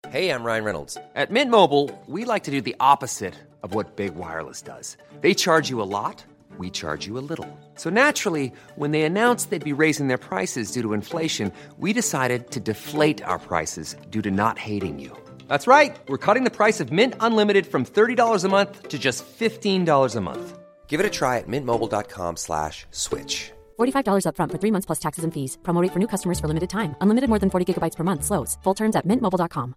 Hey, I'm Ryan Reynolds. At Mint Mobile, we like to do the opposite of what Big Wireless does. They charge you a lot, we charge you a little. So naturally, when they announced they'd be raising their prices due to inflation, we decided to deflate our prices due to not hating you. That's right. We're cutting the price of Mint Unlimited from $30 a month to just $15 a month. Give it a try at mintmobile.com/switch. $45 up front for 3 months plus taxes and fees. Promo rate for new customers for limited time. Unlimited more than 40 gigabytes per month. Slows full terms at mintmobile.com.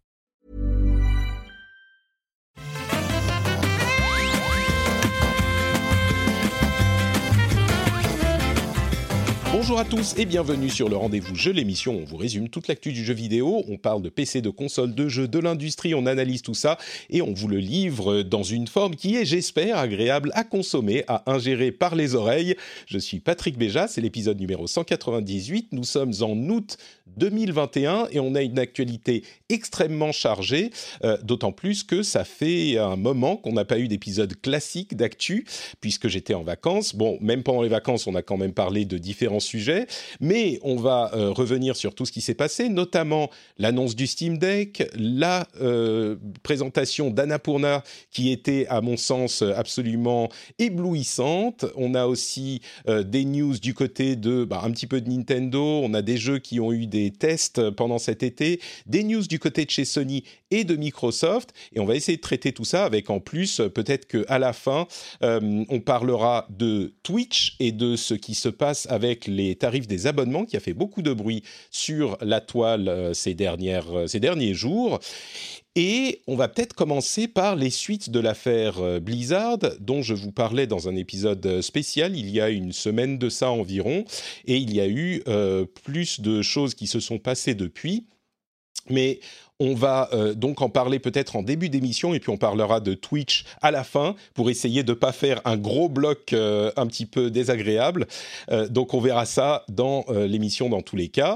Bonjour à tous et bienvenue sur le Rendez-vous Jeu, l'émission où on vous résume toute l'actu du jeu vidéo. On parle de PC, de consoles, de jeux, de l'industrie, on analyse tout ça et on vous le livre dans une forme qui est, j'espère, agréable à consommer, à ingérer par les oreilles. Je suis Patrick Béja, c'est l'épisode numéro 198. Nous sommes en août 2021 et on a une actualité extrêmement chargée, d'autant plus que ça fait un moment qu'on n'a pas eu d'épisode classique d'actu puisque j'étais en vacances. Bon, même pendant les vacances, on a quand même parlé de différents sujets, mais on va revenir sur tout ce qui s'est passé, notamment l'annonce du Steam Deck, la présentation d'Annapurna qui était, à mon sens, absolument éblouissante. On a aussi des news du côté de un petit peu de Nintendo. On a des jeux qui ont eu des tests pendant cet été, des news du côté de chez Sony et de Microsoft, et on va essayer de traiter tout ça avec, en plus, peut-être qu'à la fin, on parlera de Twitch et de ce qui se passe avec les tarifs des abonnements, qui a fait beaucoup de bruit sur la toile ces derniers jours. Et on va peut-être commencer par les suites de l'affaire Blizzard, dont je vous parlais dans un épisode spécial il y a une semaine de ça environ, et il y a eu plus de choses qui se sont passées depuis. Mais on va donc en parler peut-être en début d'émission et puis on parlera de Twitch à la fin pour essayer de ne pas faire un gros bloc un petit peu désagréable. Donc on verra ça dans l'émission dans tous les cas.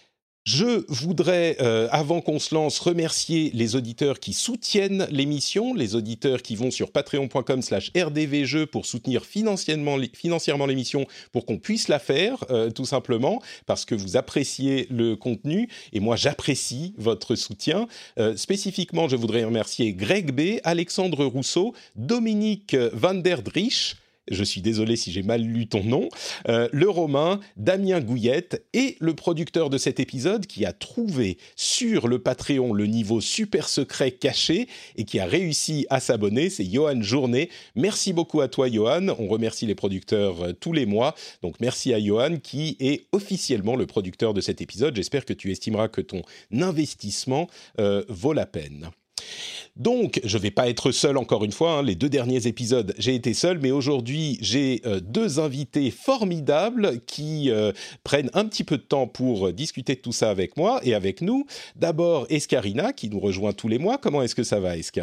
Je voudrais, avant qu'on se lance, remercier les auditeurs qui soutiennent l'émission, les auditeurs qui vont sur patreon.com/rdvjeux pour soutenir financièrement l'émission, pour qu'on puisse la faire, tout simplement, parce que vous appréciez le contenu, et moi j'apprécie votre soutien. Spécifiquement, je voudrais remercier Greg B, Alexandre Rousseau, Dominique van der Driesch, je suis désolé si j'ai mal lu ton nom, le Romain, Damien Gouillette et le producteur de cet épisode qui a trouvé sur le Patreon le niveau super secret caché et qui a réussi à s'abonner, c'est Johan Journet. Merci beaucoup à toi Johan, on remercie les producteurs tous les mois, donc merci à Johan qui est officiellement le producteur de cet épisode. J'espère que tu estimeras que ton investissement vaut la peine. Donc, je ne vais pas être seul encore une fois, les 2 derniers épisodes, j'ai été seul, mais aujourd'hui, j'ai 2 invités formidables qui prennent un petit peu de temps pour discuter de tout ça avec moi et avec nous. D'abord, Escarina, qui nous rejoint tous les mois. Comment est-ce que ça va, Escar ?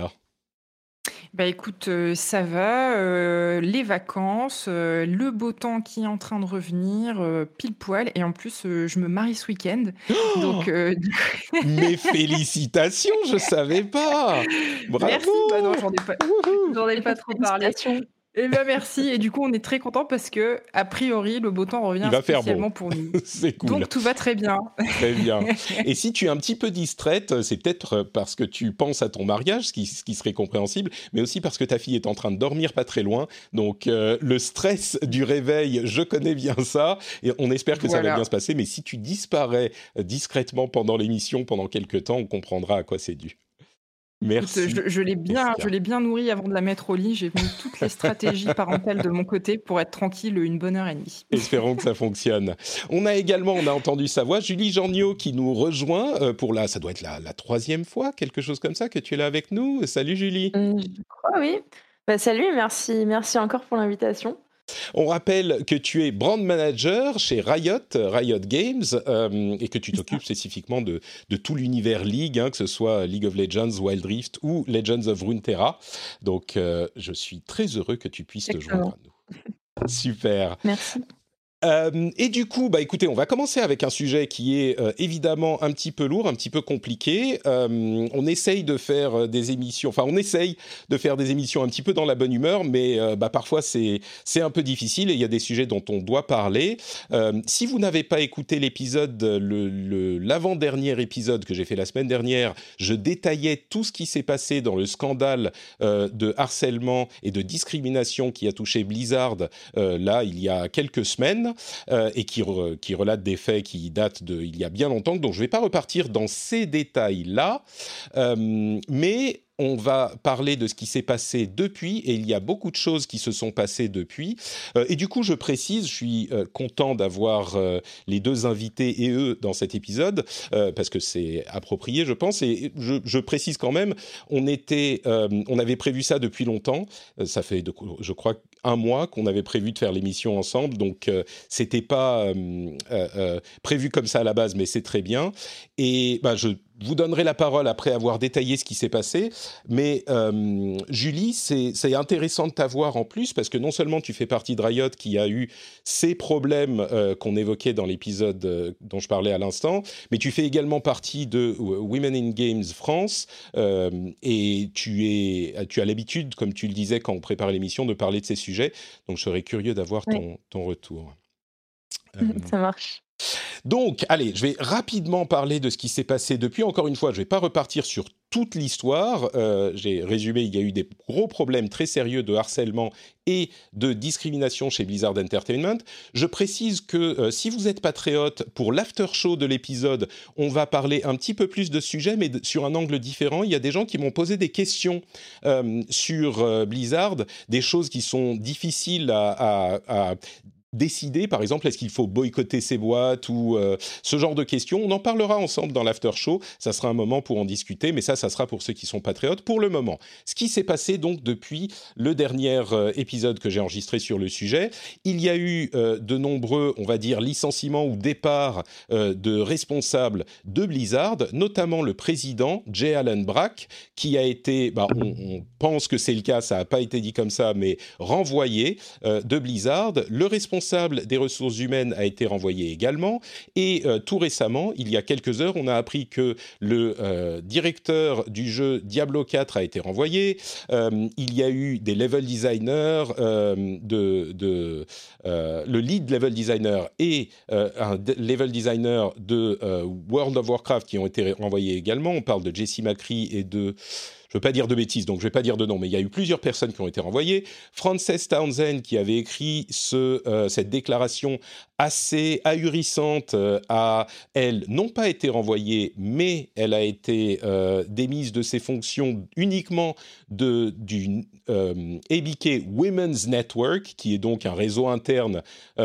Bah écoute, ça va, les vacances, le beau temps qui est en train de revenir, pile poil, et en plus, je me marie ce week-end. Donc, Mes félicitations, je ne savais pas. Bravo. Merci. Bah non, j'en ai pas trop parlé. Eh ben merci, et du coup on est très contents parce que a priori le beau temps revient spécialement pour nous. C'est cool. Donc tout va très bien. Très bien. Et si tu es un petit peu distraite, c'est peut-être parce que tu penses à ton mariage, ce qui serait compréhensible, mais aussi parce que ta fille est en train de dormir pas très loin. Donc le stress du réveil, je connais bien ça, et on espère que ça va bien se passer. Mais si tu disparais discrètement pendant l'émission, pendant quelques temps, on comprendra à quoi c'est dû. Merci. Écoute, je l'ai bien nourrie avant de la mettre au lit. J'ai mis toutes les stratégies parentales de mon côté pour être tranquille 1h30. Espérons que ça fonctionne. On a entendu sa voix, Julie Janniot qui nous rejoint ça doit être la 3e fois, quelque chose comme ça, que tu es là avec nous. Salut Julie. Je crois, oui. Salut, merci encore pour l'invitation. On rappelle que tu es brand manager chez Riot Games, et que tu t'occupes spécifiquement de tout l'univers League, que ce soit League of Legends, Wild Rift ou Legends of Runeterra. Donc, je suis très heureux que tu puisses te joindre à nous. Super. Merci. Et du coup, écoutez, on va commencer avec un sujet qui est évidemment un petit peu lourd, un petit peu compliqué. On essaye de faire des émissions, enfin on essaye de faire des émissions un petit peu dans la bonne humeur, mais parfois c'est un peu difficile et il y a des sujets dont on doit parler. Si vous n'avez pas écouté l'épisode, l'avant-dernier épisode que j'ai fait la semaine dernière, je détaillais tout ce qui s'est passé dans le scandale de harcèlement et de discrimination qui a touché Blizzard là il y a quelques semaines. Et qui relate des faits qui datent d'il y a bien longtemps. Donc, je ne vais pas repartir dans ces détails-là, mais on va parler de ce qui s'est passé depuis, et il y a beaucoup de choses qui se sont passées depuis. Et du coup, je précise, je suis content d'avoir les deux invités et eux dans cet épisode, parce que c'est approprié, je pense. Et je précise quand même, on avait prévu ça depuis longtemps. Ça fait, je crois, un mois qu'on avait prévu de faire l'émission ensemble, donc c'était pas prévu comme ça à la base, mais c'est très bien. Et je vous donnerai la parole après avoir détaillé ce qui s'est passé. Mais Julie, c'est intéressant de t'avoir en plus, parce que non seulement tu fais partie de Riot qui a eu ces problèmes qu'on évoquait dans l'épisode dont je parlais à l'instant, mais tu fais également partie de Women in Games France, et tu as l'habitude, comme tu le disais quand on préparait l'émission, de parler de ces sujets. Donc je serais curieux d'avoir ton retour. Ça marche. Donc, allez, je vais rapidement parler de ce qui s'est passé depuis. Encore une fois, je ne vais pas repartir sur toute l'histoire. J'ai résumé, il y a eu des gros problèmes très sérieux de harcèlement et de discrimination chez Blizzard Entertainment. Je précise que si vous êtes patriote, pour l'after-show de l'épisode, on va parler un petit peu plus de ce sujet, mais sur un angle différent. Il y a des gens qui m'ont posé des questions sur Blizzard, des choses qui sont difficiles à décider, par exemple, est-ce qu'il faut boycotter ces boîtes ou ce genre de questions. On en parlera ensemble dans l'after show. Ça sera un moment pour en discuter, mais ça sera pour ceux qui sont patriotes pour le moment. Ce qui s'est passé donc depuis le dernier épisode que j'ai enregistré sur le sujet, il y a eu de nombreux, on va dire, licenciements ou départs de responsables de Blizzard, notamment le président, J. Allen Brack, qui a été, on pense que c'est le cas, ça n'a pas été dit comme ça, mais renvoyé de Blizzard. Le responsable des ressources humaines a été renvoyé également. Et tout récemment, il y a quelques heures, on a appris que le directeur du jeu Diablo 4 a été renvoyé. Il y a eu des level designers, le lead level designer et un level designer de World of Warcraft qui ont été renvoyés également. On parle de Jesse McCree et de... Je ne veux pas dire de bêtises, donc je ne vais pas dire de nom, mais il y a eu plusieurs personnes qui ont été renvoyées. Frances Townsend, qui avait écrit cette déclaration assez ahurissante, a, elle, non pas été renvoyée, mais elle a été démise de ses fonctions uniquement du ABK Women's Network, qui est donc un réseau interne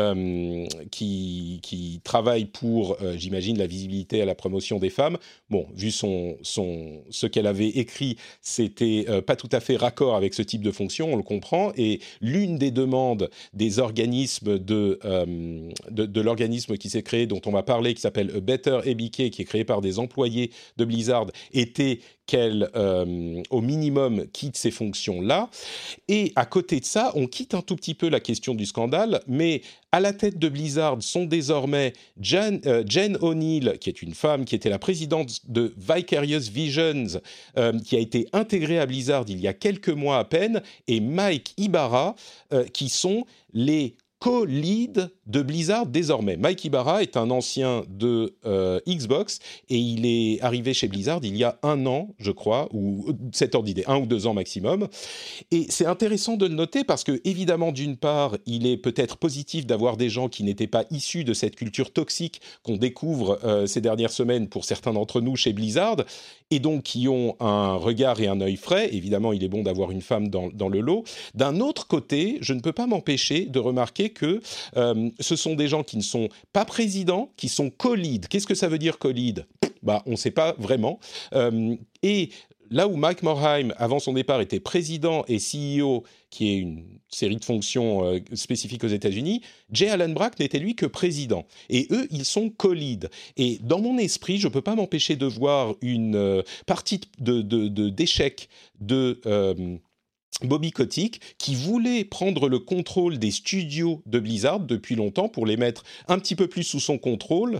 qui travaille pour, j'imagine, la visibilité et la promotion des femmes. Bon, vu ce qu'elle avait écrit, c'était pas tout à fait raccord avec ce type de fonction, on le comprend. Et l'une des demandes des organismes de l'organisme qui s'est créé, dont on va parler, qui s'appelle A Better ABK, qui est créé par des employés de Blizzard, était qu'elle, au minimum, quitte ces fonctions-là. Et à côté de ça, on quitte un tout petit peu la question du scandale, mais à la tête de Blizzard sont désormais Jen O'Neill, qui est une femme, qui était la présidente de Vicarious Visions, qui a été intégrée à Blizzard il y a quelques mois à peine, et Mike Ibarra, qui sont les co-lead de Blizzard désormais. Mike Ibarra est un ancien de Xbox et il est arrivé chez Blizzard il y a 1 an, je crois, ou 7 ordres d'idée, 1 ou 2 ans maximum. Et c'est intéressant de le noter parce que, évidemment, d'une part, il est peut-être positif d'avoir des gens qui n'étaient pas issus de cette culture toxique qu'on découvre ces dernières semaines pour certains d'entre nous chez Blizzard, et donc qui ont un regard et un œil frais. Évidemment, il est bon d'avoir une femme dans le lot. D'un autre côté, je ne peux pas m'empêcher de remarquer que ce sont des gens qui ne sont pas présidents, qui sont co-lead. Qu'est-ce que ça veut dire co-lead ? On ne sait pas vraiment. Et là où Mike Morhaime, avant son départ, était président et CEO, qui est une série de fonctions spécifiques aux États-Unis, J. Allen Brack n'était lui que président. Et eux, ils sont co-lead. Et dans mon esprit, je ne peux pas m'empêcher de voir une partie d'échec de Bobby Kotick, qui voulait prendre le contrôle des studios de Blizzard depuis longtemps pour les mettre un petit peu plus sous son contrôle,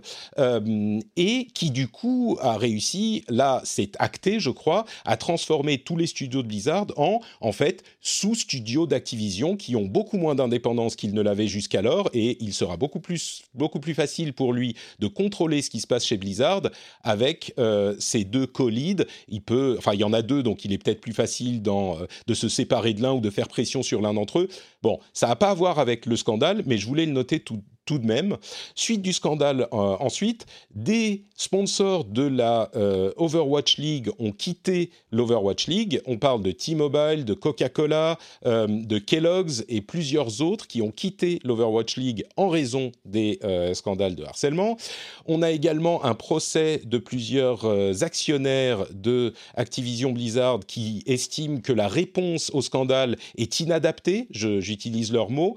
et qui du coup a réussi, là c'est acté je crois, à transformer tous les studios de Blizzard en fait sous-studios d'Activision qui ont beaucoup moins d'indépendance qu'ils ne l'avaient jusqu'alors, et il sera beaucoup plus facile pour lui de contrôler ce qui se passe chez Blizzard avec ces deux co-leads. Il y en a deux, donc il est peut-être plus facile de se séparer de l'un ou de faire pression sur l'un d'entre eux. Bon, ça n'a pas à voir avec le scandale, mais je voulais le noter tout de même. Suite du scandale, ensuite, des sponsors de la Overwatch League ont quitté l'Overwatch League. On parle de T-Mobile, de Coca-Cola, de Kellogg's et plusieurs autres qui ont quitté l'Overwatch League en raison des scandales de harcèlement. On a également un procès de plusieurs actionnaires de Activision Blizzard qui estiment que la réponse au scandale est inadaptée. J'utilise leurs mots.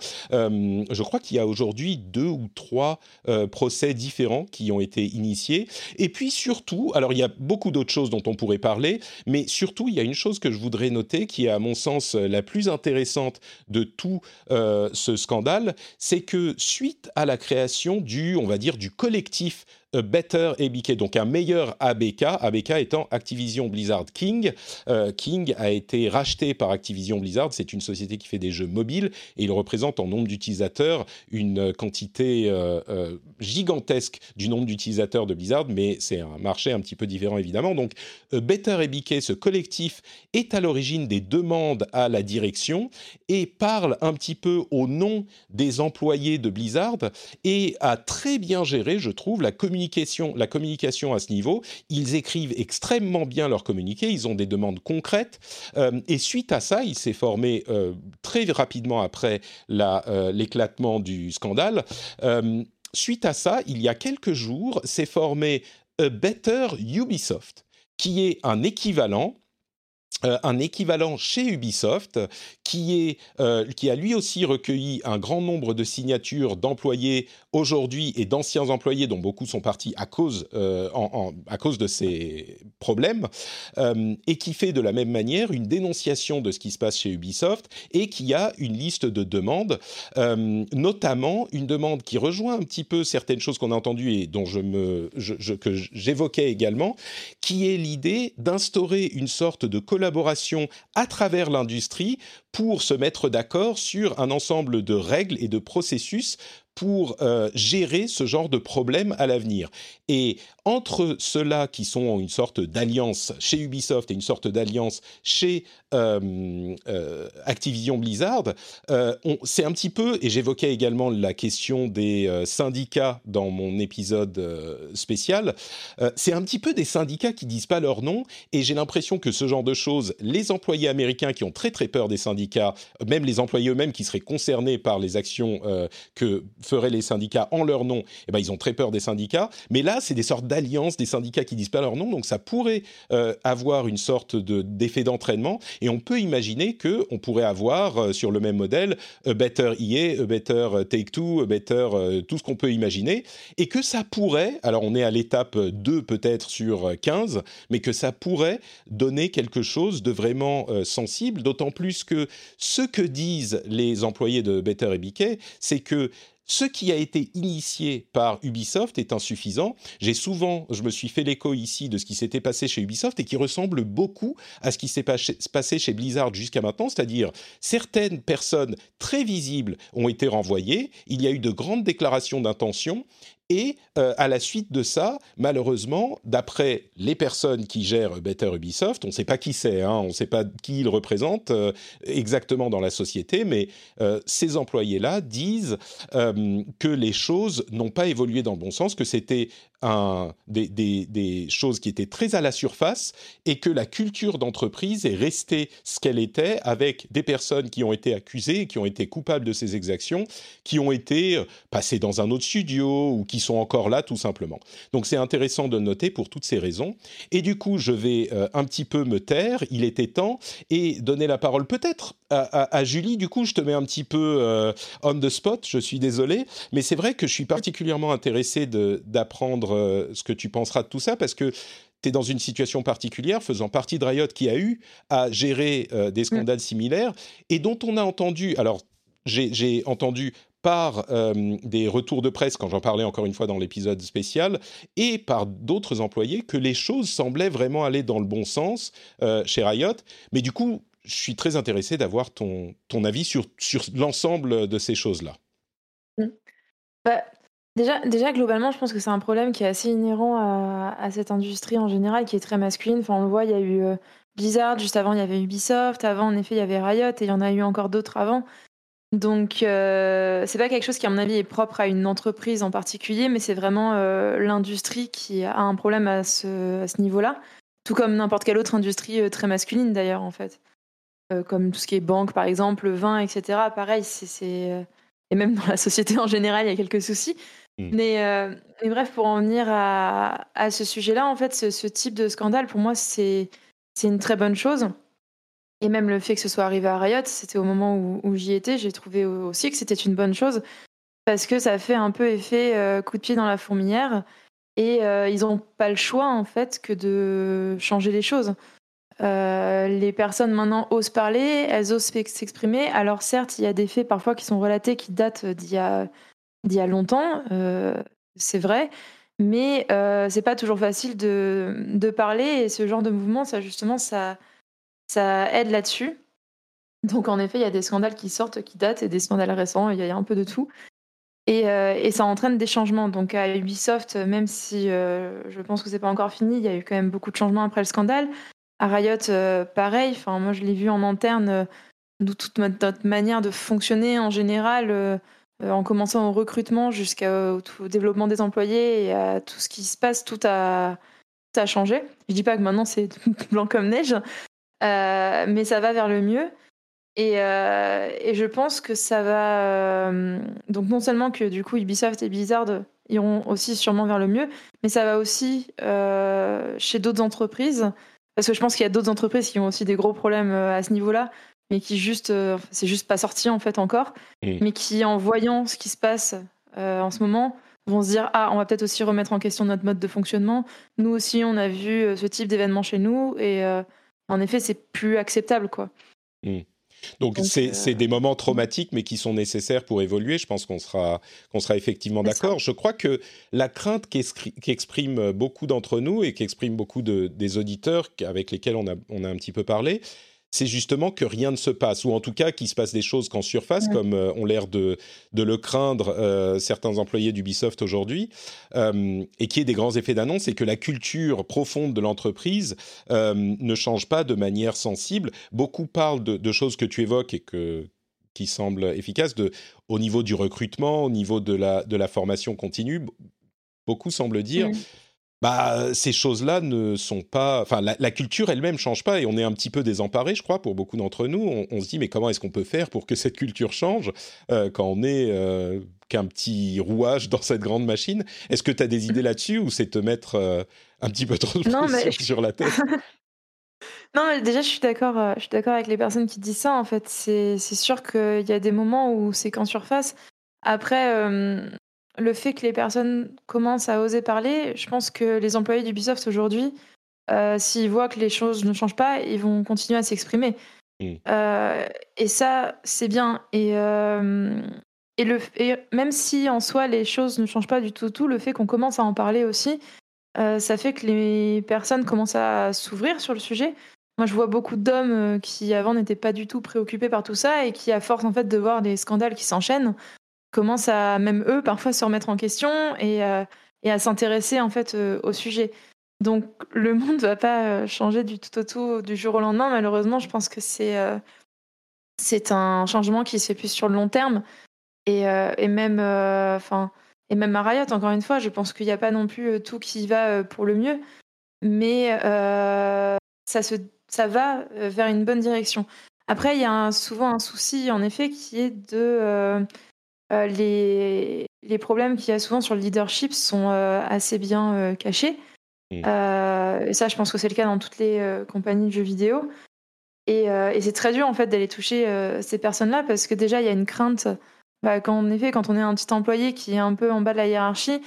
Je crois qu'il y a aujourd'hui 2 ou 3 procès différents qui ont été initiés. Et puis surtout, alors il y a beaucoup d'autres choses dont on pourrait parler, mais surtout il y a une chose que je voudrais noter qui est à mon sens la plus intéressante de tout ce scandale, c'est que suite à la création du collectif A Better ABK, donc un meilleur ABK, ABK étant Activision Blizzard King. King a été racheté par Activision Blizzard, c'est une société qui fait des jeux mobiles et il représente en nombre d'utilisateurs une quantité gigantesque du nombre d'utilisateurs de Blizzard, mais c'est un marché un petit peu différent évidemment. Donc A Better ABK, ce collectif, est à l'origine des demandes à la direction et parle un petit peu au nom des employés de Blizzard et a très bien géré, je trouve, la communication à ce niveau. Ils écrivent extrêmement bien leur communiqué, ils ont des demandes concrètes, et suite à ça, il s'est formé très rapidement après l'éclatement du scandale. Suite à ça, il y a quelques jours, s'est formé A Better Ubisoft, qui est un équivalent chez Ubisoft, qui a lui aussi recueilli un grand nombre de signatures d'employés aujourd'hui et d'anciens employés dont beaucoup sont partis à cause de ces problèmes, et qui fait de la même manière une dénonciation de ce qui se passe chez Ubisoft et qui a une liste de demandes, notamment une demande qui rejoint un petit peu certaines choses qu'on a entendues et dont que j'évoquais également, qui est l'idée d'instaurer une sorte de collaboration à travers l'industrie pour se mettre d'accord sur un ensemble de règles et de processus pour gérer ce genre de problème à l'avenir. Et entre ceux-là qui sont une sorte d'alliance chez Ubisoft et une sorte d'alliance chez Activision Blizzard, c'est un petit peu, et j'évoquais également la question des syndicats dans mon épisode spécial, c'est un petit peu des syndicats qui disent pas leur nom, et j'ai l'impression que ce genre de choses, les employés américains qui ont très très peur des syndicats, même les employés eux-mêmes qui seraient concernés par les actions que feraient les syndicats en leur nom, eh ben, ils ont très peur des syndicats. Mais là, c'est des sortes d'alliances, des syndicats qui disent pas leur nom, donc ça pourrait avoir une sorte d'effet d'entraînement. Et on peut imaginer qu'on pourrait avoir sur le même modèle A Better EA, A Better Take-Two, A Better tout ce qu'on peut imaginer. Et que ça pourrait, alors on est à l'étape 2 peut-être sur 15, mais que ça pourrait donner quelque chose de vraiment sensible, d'autant plus que ce que disent les employés de Better ABK, c'est que ce qui a été initié par Ubisoft est insuffisant. Je me suis fait l'écho ici de ce qui s'était passé chez Ubisoft et qui ressemble beaucoup à ce qui s'est passé chez Blizzard jusqu'à maintenant, c'est-à-dire certaines personnes très visibles ont été renvoyées, il y a eu de grandes déclarations d'intention. Et à la suite de ça, malheureusement, d'après les personnes qui gèrent Better Ubisoft, on ne sait pas qui c'est, on ne sait pas qui ils représentent exactement dans la société, mais ces employés-là disent que les choses n'ont pas évolué dans le bon sens, que c'était des choses qui étaient très à la surface et que la culture d'entreprise est restée ce qu'elle était, avec des personnes qui ont été accusées, qui ont été coupables de ces exactions, qui ont été passées dans un autre studio ou qui sont encore là tout simplement. Donc c'est intéressant de noter pour toutes ces raisons. Et du coup, je vais un petit peu me taire, il était temps, et donner la parole peut-être à Julie. Du coup, je te mets un petit peu on the spot, je suis désolé, mais c'est vrai que je suis particulièrement intéressé d'apprendre ce que tu penseras de tout ça, parce que tu es dans une situation particulière, faisant partie de Riot, qui a eu à gérer des scandales similaires, et dont on a entendu... Alors, j'ai entendu par des retours de presse, quand j'en parlais encore une fois dans l'épisode spécial, et par d'autres employés, que les choses semblaient vraiment aller dans le bon sens chez Riot. Mais du coup, je suis très intéressé d'avoir ton avis sur l'ensemble de ces choses-là. Bah, déjà, globalement, je pense que c'est un problème qui est assez inhérent à cette industrie en général, qui est très masculine. Enfin, on le voit, il y a eu Blizzard, juste avant, il y avait Ubisoft. Avant, en effet, il y avait Riot, et il y en a eu encore d'autres avant. Donc, c'est pas quelque chose qui, à mon avis, est propre à une entreprise en particulier, mais c'est vraiment l'industrie qui a un problème à ce niveau-là. Tout comme n'importe quelle autre industrie très masculine, d'ailleurs, en fait. Comme tout ce qui est banque, par exemple, vin, etc. Pareil, et même dans la société en général, il y a quelques soucis. Mais bref, pour en venir à ce sujet-là, en fait, ce type de scandale, pour moi, c'est une très bonne chose. Et même le fait que ce soit arrivé à Riot, c'était au moment où j'y étais, j'ai trouvé aussi que c'était une bonne chose, parce que ça fait un peu effet coup de pied dans la fourmilière, et ils n'ont pas le choix, en fait, que de changer les choses. Les personnes maintenant osent parler, elles osent s'exprimer. Alors certes, il y a des faits parfois qui sont relatés qui datent d'il y a longtemps, c'est vrai, mais c'est pas toujours facile de parler, et ce genre de mouvement, ça justement, ça aide là-dessus. Donc en effet, il y a des scandales qui sortent, qui datent, et des scandales récents, il y a un peu de tout. Et ça entraîne des changements. Donc à Ubisoft, même si je pense que c'est pas encore fini, il y a eu quand même beaucoup de changements après le scandale. À Riot, pareil. Enfin, moi, je l'ai vu en interne, de toute notre manière de fonctionner en général, en commençant au recrutement jusqu'au développement des employés et à tout ce qui se passe, tout a changé. Je dis pas que maintenant c'est blanc comme neige, mais ça va vers le mieux. Et je pense que ça va... donc non seulement que du coup Ubisoft et Blizzard iront aussi sûrement vers le mieux, mais ça va aussi chez d'autres entreprises. Parce que je pense qu'il y a d'autres entreprises qui ont aussi des gros problèmes à ce niveau-là, mais qui c'est juste pas sorti en fait encore, mais qui, en voyant ce qui se passe en ce moment, vont se dire on va peut-être aussi remettre en question notre mode de fonctionnement. Nous aussi, on a vu ce type d'événement chez nous, et en effet, c'est plus acceptable, quoi. Donc c'est des moments traumatiques, mais qui sont nécessaires pour évoluer. Je pense qu'on sera effectivement d'accord. Je crois que la crainte qu'expriment beaucoup d'entre nous et qu'expriment beaucoup des auditeurs avec lesquels on a un petit peu parlé, c'est justement que rien ne se passe, ou en tout cas qu'il se passe des choses qu'en surface, comme ont l'air de le craindre certains employés d'Ubisoft aujourd'hui, et qu'il y ait des grands effets d'annonce, et que la culture profonde de l'entreprise ne change pas de manière sensible. Beaucoup parlent de choses que tu évoques et qui semblent efficaces, au niveau du recrutement, au niveau de la formation continue. Beaucoup semblent dire... ces choses-là ne sont pas... Enfin, la culture elle-même change pas, et on est un petit peu désemparés, je crois, pour beaucoup d'entre nous. On se dit, mais comment est-ce qu'on peut faire pour que cette culture change quand on est qu'un petit rouage dans cette grande machine? Est-ce que tu as des idées là-dessus, ou c'est te mettre un petit peu trop de pression sur la tête? Non, mais déjà, je suis d'accord avec les personnes qui disent ça, en fait. C'est sûr qu'il y a des moments où c'est qu'en surface. Après... le fait que les personnes commencent à oser parler, je pense que les employés d'Ubisoft aujourd'hui, s'ils voient que les choses ne changent pas, ils vont continuer à s'exprimer. Et ça, c'est bien. Et même si en soi les choses ne changent pas du tout, le fait qu'on commence à en parler aussi, ça fait que les personnes commencent à s'ouvrir sur le sujet. Moi, je vois beaucoup d'hommes qui avant n'étaient pas du tout préoccupés par tout ça, et qui, à force en fait de voir les scandales qui s'enchaînent, commencent à, même eux, parfois se remettre en question, et à s'intéresser en fait au sujet. Donc le monde ne va pas changer du tout au tout du jour au lendemain, malheureusement. Je pense que c'est un changement qui se fait plus sur le long terme, et même et même à Riot, encore une fois, je pense qu'il n'y a pas non plus tout qui va pour le mieux, mais ça va vers une bonne direction. Après, il y a souvent un souci, en effet, qui est de... les problèmes qu'il y a souvent sur le leadership sont assez bien cachés. Et ça, je pense que c'est le cas dans toutes les compagnies de jeux vidéo. Et c'est très dur, en fait, d'aller toucher ces personnes-là, parce que déjà, il y a une crainte. En effet, quand on est un petit employé qui est un peu en bas de la hiérarchie,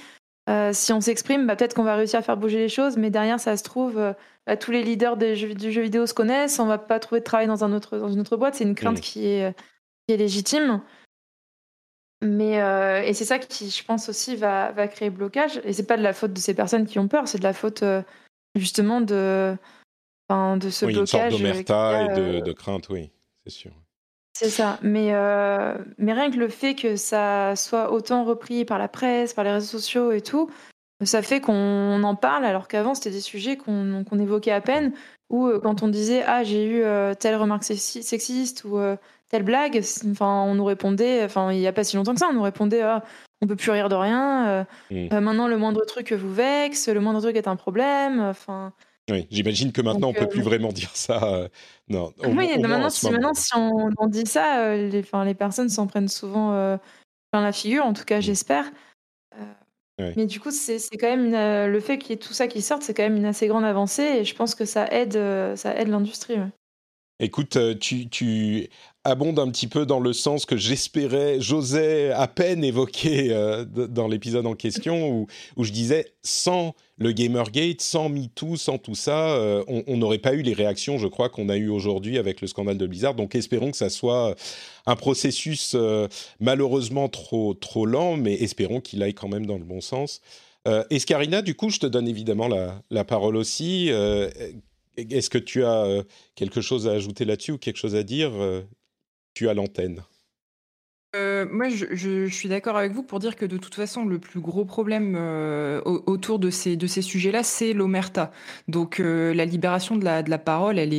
Si on s'exprime, peut-être qu'on va réussir à faire bouger les choses, mais derrière, ça se trouve, tous les leaders du jeu vidéo se connaissent, on va pas trouver de travail dans une autre boîte. C'est une crainte Mm. qui est légitime. Mais et c'est ça qui, je pense aussi, va créer blocage. Et c'est pas de la faute de ces personnes qui ont peur, c'est de la faute justement de ce Oui, une sorte blocage qu'il y d'omerta et a. de crainte, oui, c'est sûr. C'est ça. Mais rien que le fait que ça soit autant repris par la presse, par les réseaux sociaux et tout, ça fait qu'on en parle, alors qu'avant c'était des sujets qu'on évoquait à peine, ou quand on disait ah j'ai eu telle remarque sexiste ou telle blague, enfin on nous répondait, enfin il y a pas si longtemps que ça, on nous répondait ah on peut plus rire de rien, Mm. maintenant le moindre truc vous vexe, le moindre truc est un problème, enfin Oui, j'imagine que maintenant, on donc peut plus vraiment dire ça. Non, oui, au non, moins en maintenant ce moment. si on dit ça, les personnes s'en prennent souvent plein la figure, en tout cas Mm. j'espère. Euh, Ouais. Mais du coup, c'est quand même le fait qu'il y ait tout ça qui sorte, c'est quand même une assez grande avancée et je pense que ça aide l'industrie. Ouais. Écoute, tu abondes un petit peu dans le sens que j'osais à peine évoquer dans l'épisode en question, où je disais, sans le Gamergate, sans MeToo, sans tout ça, on n'aurait pas eu les réactions, je crois, qu'on a eu aujourd'hui avec le scandale de Blizzard. Donc espérons que ça soit un processus malheureusement trop lent, mais espérons qu'il aille quand même dans le bon sens. Escarina, du coup, je te donne évidemment la parole aussi. Est-ce que tu as quelque chose à ajouter là-dessus ou quelque chose à dire? Tu as l'antenne. Moi, je suis d'accord avec vous pour dire que de toute façon, le plus gros problème autour de ces sujets-là, c'est l'omerta. Donc, la libération de la parole, elle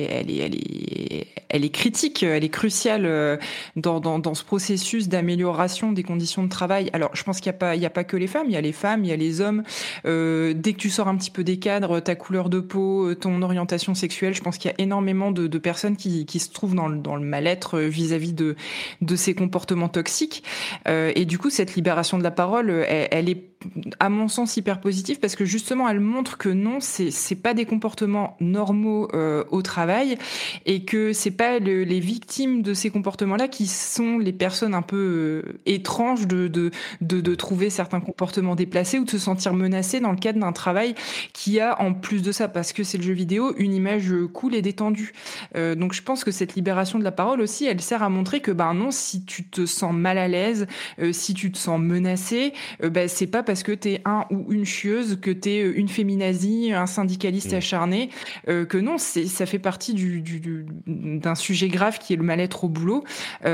est critique, elle est cruciale dans ce processus d'amélioration des conditions de travail. Alors, je pense qu'il y a pas que les femmes, il y a les femmes, il y a les hommes. Dès que tu sors un petit peu des cadres, ta couleur de peau, ton orientation sexuelle, je pense qu'il y a énormément de personnes qui se trouvent dans le mal-être vis-à-vis de ces comportements toxiques. Et du coup, cette libération de la parole, elle est, à mon sens, hyper positive parce que justement, elle montre que non, c'est pas des comportements normaux au travail et que c'est pas les victimes de ces comportements-là qui sont les personnes un peu étranges de trouver certains comportements déplacés ou de se sentir menacées dans le cadre d'un travail qui a, en plus de ça, parce que c'est le jeu vidéo, une image cool et détendue. Donc je pense que cette libération de la parole aussi, elle sert à montrer que non, si tu te sens mal à l'aise, si tu te sens menacé, c'est pas parce que t'es un ou une chieuse, que t'es une féminazie, un syndicaliste acharné, que non, ça fait partie d'un sujet grave qui est le mal-être au boulot.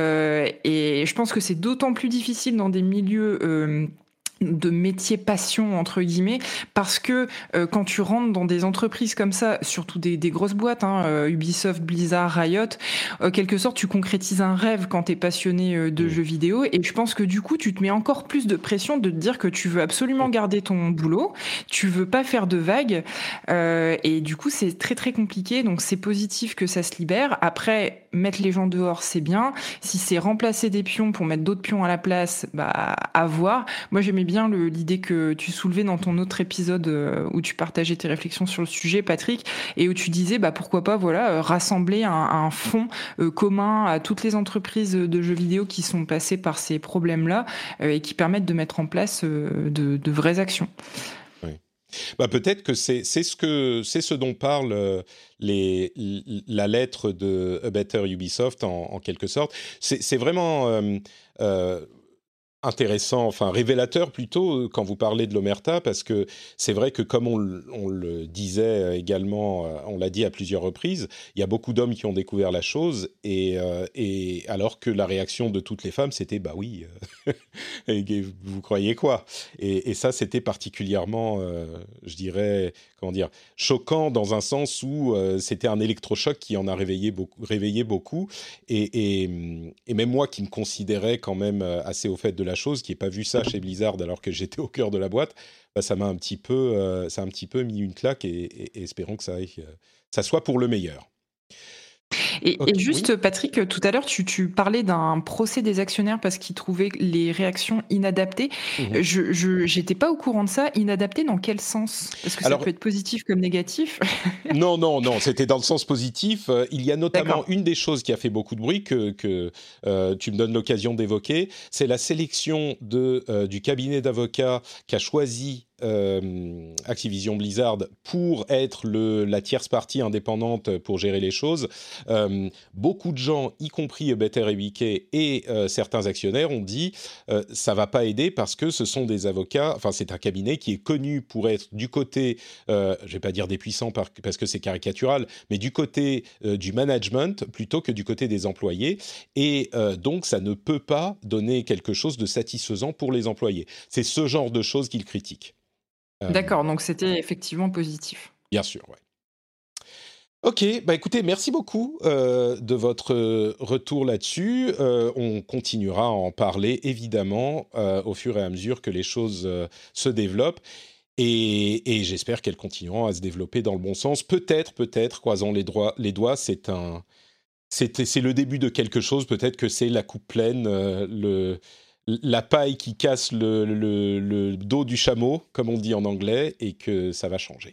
Et je pense que c'est d'autant plus difficile dans des milieux de métier passion entre guillemets parce que quand tu rentres dans des entreprises comme ça, surtout des grosses boîtes, Ubisoft, Blizzard, Riot, quelque sorte tu concrétises un rêve quand t'es passionné de jeux vidéo et je pense que du coup tu te mets encore plus de pression de te dire que tu veux absolument garder ton boulot, tu veux pas faire de vagues et du coup c'est très très compliqué, donc c'est positif que ça se libère. Après, mettre les gens dehors c'est bien, si c'est remplacer des pions pour mettre d'autres pions à la place, à voir. Moi j'aimais bien l'idée que tu soulevais dans ton autre épisode où tu partageais tes réflexions sur le sujet, Patrick, et où tu disais pourquoi pas rassembler un fonds commun à toutes les entreprises de jeux vidéo qui sont passées par ces problèmes-là et qui permettent de mettre en place de vraies actions. Oui. Peut-être que c'est ce dont parle la lettre de A Better Ubisoft en quelque sorte. C'est vraiment intéressant, enfin révélateur plutôt, quand vous parlez de l'omerta, parce que c'est vrai que comme on le disait également, on l'a dit à plusieurs reprises, il y a beaucoup d'hommes qui ont découvert la chose, et alors que la réaction de toutes les femmes, c'était « oui, et vous croyez quoi ?» Et ça, c'était particulièrement, je dirais, comment dire, choquant dans un sens où c'était un électrochoc qui en a réveillé beaucoup, et même moi qui me considérais quand même assez au fait de la chose, qui n'ai pas vu ça chez Blizzard alors que j'étais au cœur de la boîte, ça m'a un petit peu mis une claque, et espérons que ça soit pour le meilleur. Et juste, Patrick, tout à l'heure, tu parlais d'un procès des actionnaires parce qu'ils trouvaient les réactions inadaptées. Je n'étais pas au courant de ça. Inadapté dans quel sens? Parce que ça peut être positif comme négatif. Non, c'était dans le sens positif. Il y a notamment une des choses qui a fait beaucoup de bruit que tu me donnes l'occasion d'évoquer, c'est la sélection du cabinet d'avocats qui a choisi Activision Blizzard pour être la tierce partie indépendante pour gérer les choses. Beaucoup de gens, y compris Better et Wiki et certains actionnaires, ont dit ça va pas aider parce que ce sont des avocats, enfin c'est un cabinet qui est connu pour être du côté, je vais pas dire des puissants parce que c'est caricatural, mais du côté du management plutôt que du côté des employés, et donc ça ne peut pas donner quelque chose de satisfaisant pour les employés. C'est ce genre de choses qu'ils critiquent. D'accord, donc c'était effectivement positif. Bien sûr, ouais. Ok, bah écoutez, merci beaucoup de votre retour là-dessus. On continuera à en parler, évidemment, au fur et à mesure que les choses se développent. Et j'espère qu'elles continueront à se développer dans le bon sens. Peut-être, croisons les doigts, c'est le début de quelque chose. Peut-être que c'est la coupe pleine, la paille qui casse le dos du chameau, comme on dit en anglais, et que ça va changer.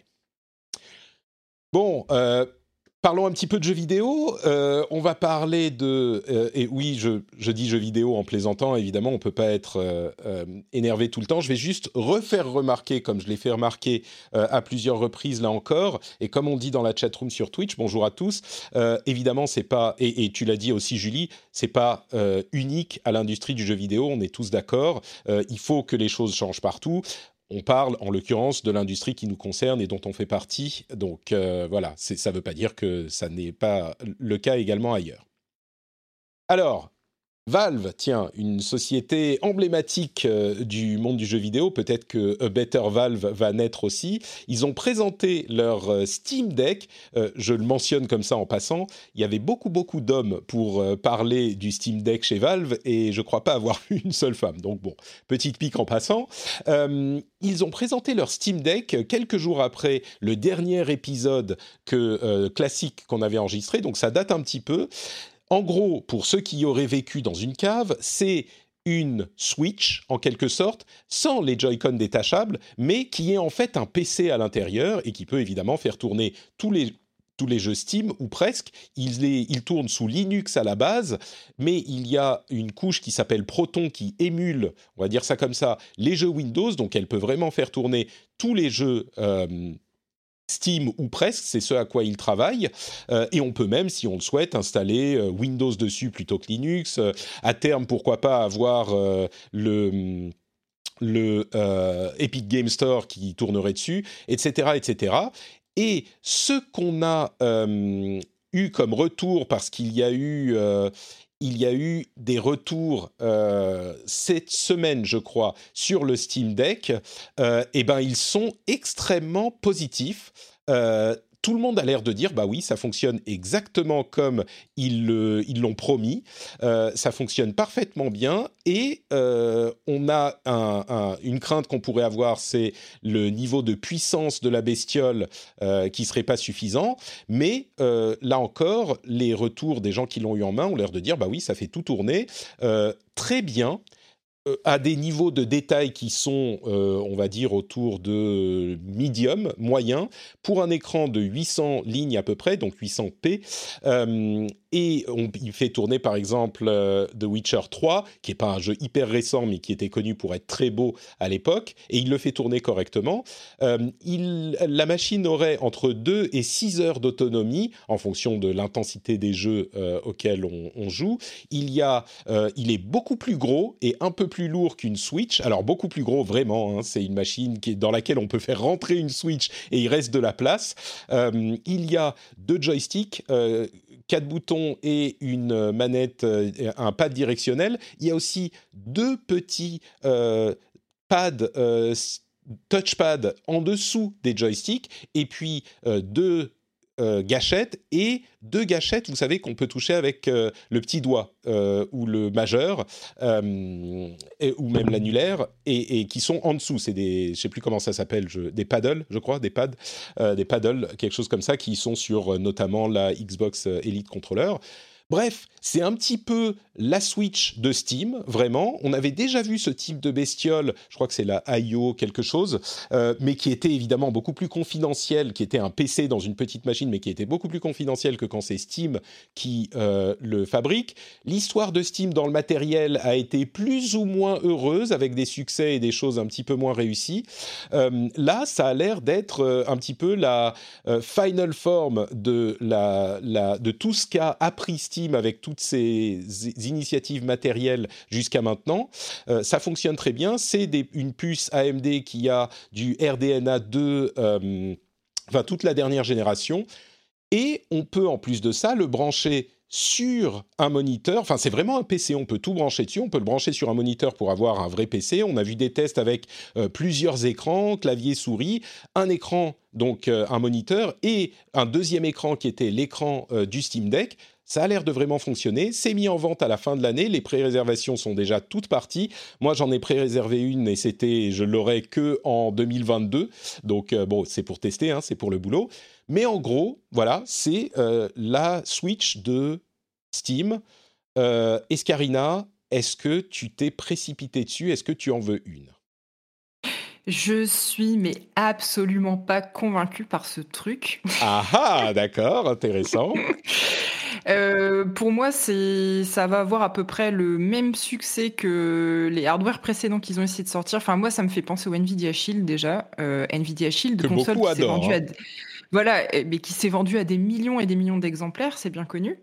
Bon, parlons un petit peu de jeux vidéo. On va parler et oui, je dis jeux vidéo en plaisantant, évidemment, on ne peut pas être énervé tout le temps. Je vais juste refaire remarquer, comme je l'ai fait remarquer à plusieurs reprises là encore, et comme on dit dans la chatroom sur Twitch, bonjour à tous, évidemment, c'est pas, et tu l'as dit aussi Julie, c'est pas unique à l'industrie du jeu vidéo, on est tous d'accord, il faut que les choses changent partout. On parle, en l'occurrence, de l'industrie qui nous concerne et dont on fait partie. Donc voilà, ça ne veut pas dire que ça n'est pas le cas également ailleurs. Alors, Valve, tiens, une société emblématique du monde du jeu vidéo, peut-être que A Better Valve va naître aussi. Ils ont présenté leur Steam Deck, je le mentionne comme ça en passant, il y avait beaucoup d'hommes pour parler du Steam Deck chez Valve, et je ne crois pas avoir vu une seule femme, donc bon, petite pique en passant. Ils ont présenté leur Steam Deck quelques jours après le dernier épisode classique qu'on avait enregistré, donc ça date un petit peu. En gros, pour ceux qui y auraient vécu dans une cave, c'est une Switch, en quelque sorte, sans les Joy-Con détachables, mais qui est en fait un PC à l'intérieur et qui peut évidemment faire tourner tous les jeux Steam, ou presque. Il tourne sous Linux à la base, mais il y a une couche qui s'appelle Proton qui émule, on va dire ça comme ça, les jeux Windows, donc elle peut vraiment faire tourner tous les jeux Steam ou presque, c'est ce à quoi ils travaillent, et on peut même, si on le souhaite, installer Windows dessus plutôt que Linux. À terme, pourquoi pas avoir le Epic Game Store qui tournerait dessus, etc., etc. Et ce qu'on a eu comme retour, parce qu'il y a eu des retours cette semaine, je crois, sur le Steam Deck, et ben ils sont extrêmement positifs. Tout le monde a l'air de dire, bah oui, ça fonctionne exactement comme ils l'ont promis. Ça fonctionne parfaitement bien, et on a une crainte qu'on pourrait avoir, c'est le niveau de puissance de la bestiole qui serait pas suffisant. Mais là encore, les retours des gens qui l'ont eu en main ont l'air de dire, bah oui, ça fait tout tourner très bien, à des niveaux de détail qui sont, on va dire, autour de medium, moyen, pour un écran de 800 lignes à peu près, donc 800p. Et il fait tourner, par exemple, The Witcher 3, qui n'est pas un jeu hyper récent, mais qui était connu pour être très beau à l'époque, et il le fait tourner correctement. La machine aurait entre 2 et 6 heures d'autonomie, en fonction de l'intensité des jeux auxquels on joue. Il est beaucoup plus gros et un peu plus lourd qu'une Switch. Alors, beaucoup plus gros, vraiment, hein, c'est une machine dans laquelle on peut faire rentrer une Switch et il reste de la place. Il y a 2 joysticks, 4 boutons et une manette, un pad directionnel. Il y a aussi 2 petits pads touchpad en dessous des joysticks, et puis 2 gâchettes et 2 gâchettes, vous savez, qu'on peut toucher avec le petit doigt ou le majeur ou même l'annulaire et qui sont en dessous. C'est des, je sais plus comment ça s'appelle, des paddles, je crois, des paddles, quelque chose comme ça, qui sont sur notamment la Xbox Elite Controller. Bref, c'est un petit peu la Switch de Steam, vraiment. On avait déjà vu ce type de bestiole, je crois que c'est la IO quelque chose, mais qui était évidemment beaucoup plus confidentiel, qui était un PC dans une petite machine, mais qui était beaucoup plus confidentiel que quand c'est Steam qui le fabrique. L'histoire de Steam dans le matériel a été plus ou moins heureuse, avec des succès et des choses un petit peu moins réussies. Là, ça a l'air d'être un petit peu la final form de tout ce qu'a appris Steam avec toutes ces initiatives matérielles jusqu'à maintenant. Ça fonctionne très bien. C'est une puce AMD qui a du RDNA 2, enfin toute la dernière génération. Et on peut en plus de ça le brancher sur un moniteur, enfin c'est vraiment un PC, on peut tout brancher dessus, on peut le brancher sur un moniteur pour avoir un vrai PC. On a vu des tests avec plusieurs écrans, clavier, souris, un écran, donc un moniteur, et un deuxième écran qui était l'écran du Steam Deck. Ça a l'air de vraiment fonctionner. C'est mis en vente à la fin de l'année. Les pré-réservations sont déjà toutes parties. Moi, j'en ai pré-réservé une et je l'aurai que en 2022. Donc, bon, c'est pour tester, hein, c'est pour le boulot. Mais en gros, voilà, c'est la Switch de Steam. Escarina, est-ce que tu t'es précipité dessus ? Est-ce que tu en veux une ? Je suis mais absolument pas convaincue par ce truc. Ah, d'accord, intéressant. Pour moi, ça va avoir à peu près le même succès que les hardware précédents qu'ils ont essayé de sortir. Enfin, moi, ça me fait penser au Nvidia Shield déjà. Nvidia Shield, que console beaucoup qui s'est adorent, vendue hein. Voilà, mais qui s'est vendue à des millions et des millions d'exemplaires, c'est bien connu.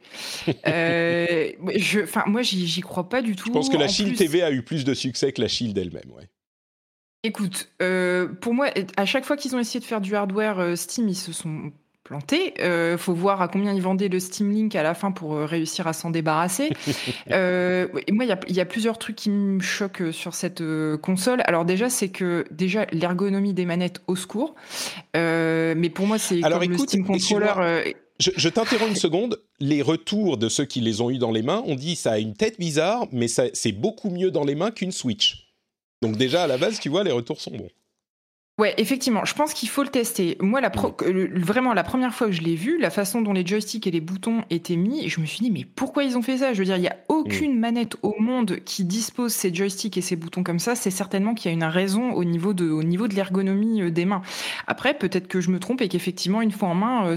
Moi, j'y crois pas du tout. Je pense que la En Shield plus, TV a eu plus de succès que la Shield elle-même, ouais. écoute, pour moi, à chaque fois qu'ils ont essayé de faire du hardware Steam, ils se sont plantés. Faut voir à combien ils vendaient le Steam Link à la fin pour réussir à s'en débarrasser. Et moi, il y a plusieurs trucs qui me choquent sur cette console. Alors déjà, c'est que l'ergonomie des manettes, au secours. Mais pour moi, c'est Alors, comme le écoute, Steam Controller. Je t'interromps une seconde. Les retours de ceux qui les ont eu dans les mains ont dit ça a une tête bizarre, mais c'est beaucoup mieux dans les mains qu'une Switch. Donc déjà, à la base, tu vois, les retours sont bons. Ouais, effectivement, je pense qu'il faut le tester. Moi, vraiment, la première fois que je l'ai vu, la façon dont les joysticks et les boutons étaient mis, je me suis dit, mais pourquoi ils ont fait ça ? Je veux dire, il n'y a aucune manette au monde qui dispose ces joysticks et ces boutons comme ça. C'est certainement qu'il y a une raison au niveau de l'ergonomie des mains. Après, peut-être que je me trompe et qu'effectivement, une fois en main,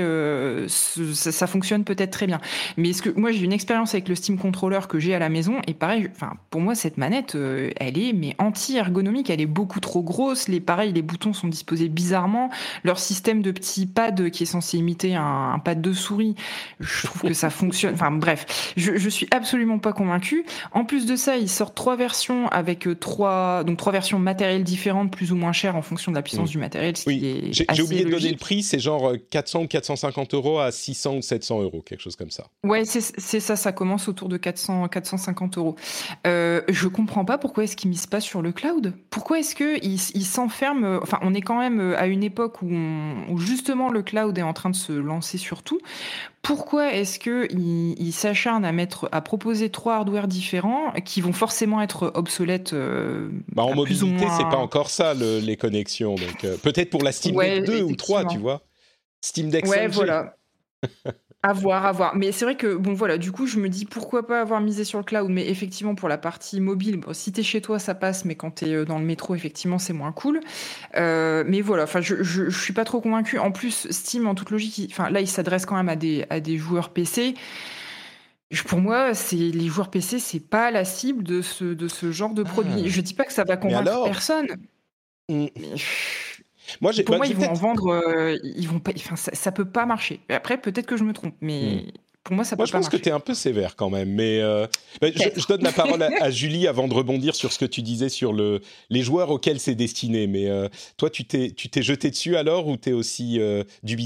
ça fonctionne peut-être très bien. Mais moi, j'ai une expérience avec le Steam Controller que j'ai à la maison et pareil, pour moi, cette manette, elle est anti-ergonomique, elle est beaucoup trop grosse. Pareil, les boutons sont disposés bizarrement. Leur système de petits pads qui est censé imiter un pad de souris, je trouve que ça fonctionne. Enfin bref, je suis absolument pas convaincue. En plus de ça, ils sortent 3 versions avec 3 versions matérielles différentes, plus ou moins chères en fonction de la puissance du matériel. Oui, j'ai oublié de donner le prix, c'est genre 400 ou 450 € à 600 ou 700 €, quelque chose comme ça. Ouais, c'est ça, ça commence autour de 450 €. Je comprends pas pourquoi est-ce qu'ils misent pas sur le cloud. Pourquoi est-ce qu'ils s'enferment. Enfin, on est quand même à une époque où justement le cloud est en train de se lancer sur tout. Pourquoi est-ce qu'ils s'acharnent à proposer 3 hardware différents qui vont forcément être obsolètes en mobilité, c'est pas encore ça les connexions. Donc peut-être pour la Steam Deck 2 ou 3, tu vois. Steam Deck 5G. Ouais, voilà. À voir. Mais c'est vrai que, bon, voilà, du coup, je me dis pourquoi pas avoir misé sur le cloud. Mais effectivement, pour la partie mobile, si t'es chez toi, ça passe. Mais quand t'es dans le métro, effectivement, c'est moins cool. Mais voilà, je suis pas trop convaincue. En plus, Steam, en toute logique, là, il s'adresse quand même à des joueurs PC. Pour moi, les joueurs PC, c'est pas la cible de ce genre de produit. Je dis pas que ça va convaincre personne. Mais... Pour moi, ils vont en vendre. Ils vont pas. Ça peut pas marcher. Après, peut-être que je me trompe, mais pour moi, ça peut pas marcher. Moi, je pense que t'es un peu sévère quand même. Mais je donne la parole à Julie avant de rebondir sur ce que tu disais sur les joueurs auxquels c'est destiné. Mais toi, tu t'es jeté dessus alors ou t'es aussi dubitative ?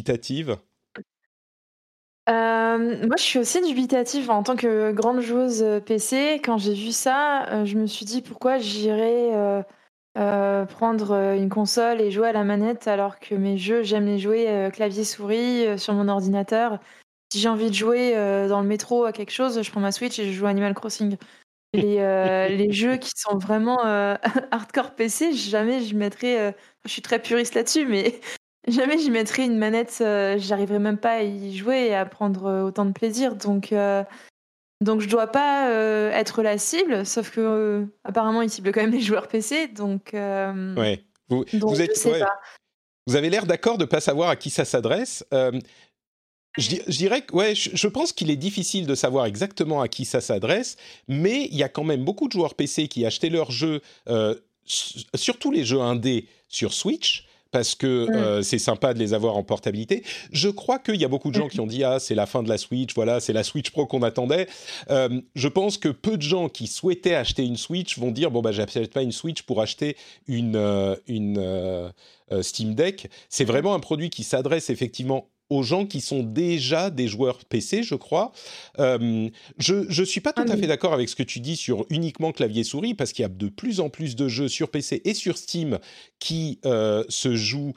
Moi, je suis aussi dubitative en tant que grande joueuse PC. Quand j'ai vu ça, je me suis dit pourquoi j'irais prendre une console et jouer à la manette, alors que mes jeux, j'aime les jouer clavier-souris sur mon ordinateur. Si j'ai envie de jouer dans le métro à quelque chose, je prends ma Switch et je joue à Animal Crossing. Les jeux qui sont vraiment hardcore PC, jamais je mettrais. Je suis très puriste là-dessus, mais jamais j'y mettrais une manette. J'arriverais même pas à y jouer et à prendre autant de plaisir. Donc je dois pas être la cible, sauf que apparemment ils ciblent quand même les joueurs PC. Ouais. Vous Je êtes, sais ouais. pas. Vous avez l'air d'accord de ne pas savoir à qui ça s'adresse. Je dirais que ouais, je pense qu'il est difficile de savoir exactement à qui ça s'adresse, mais il y a quand même beaucoup de joueurs PC qui achetaient leurs jeux, surtout les jeux indés, sur Switch, parce que c'est sympa de les avoir en portabilité. Je crois qu'il y a beaucoup de gens qui ont dit « Ah, c'est la fin de la Switch, voilà, c'est la Switch Pro qu'on attendait ». Je pense que peu de gens qui souhaitaient acheter une Switch vont dire « Bon, bah, j'achète pas une Switch pour acheter une Steam Deck ». C'est vraiment un produit qui s'adresse effectivement aux gens qui sont déjà des joueurs PC, je crois. Je suis pas tout à fait d'accord avec ce que tu dis sur uniquement clavier-souris, parce qu'il y a de plus en plus de jeux sur PC et sur Steam qui se jouent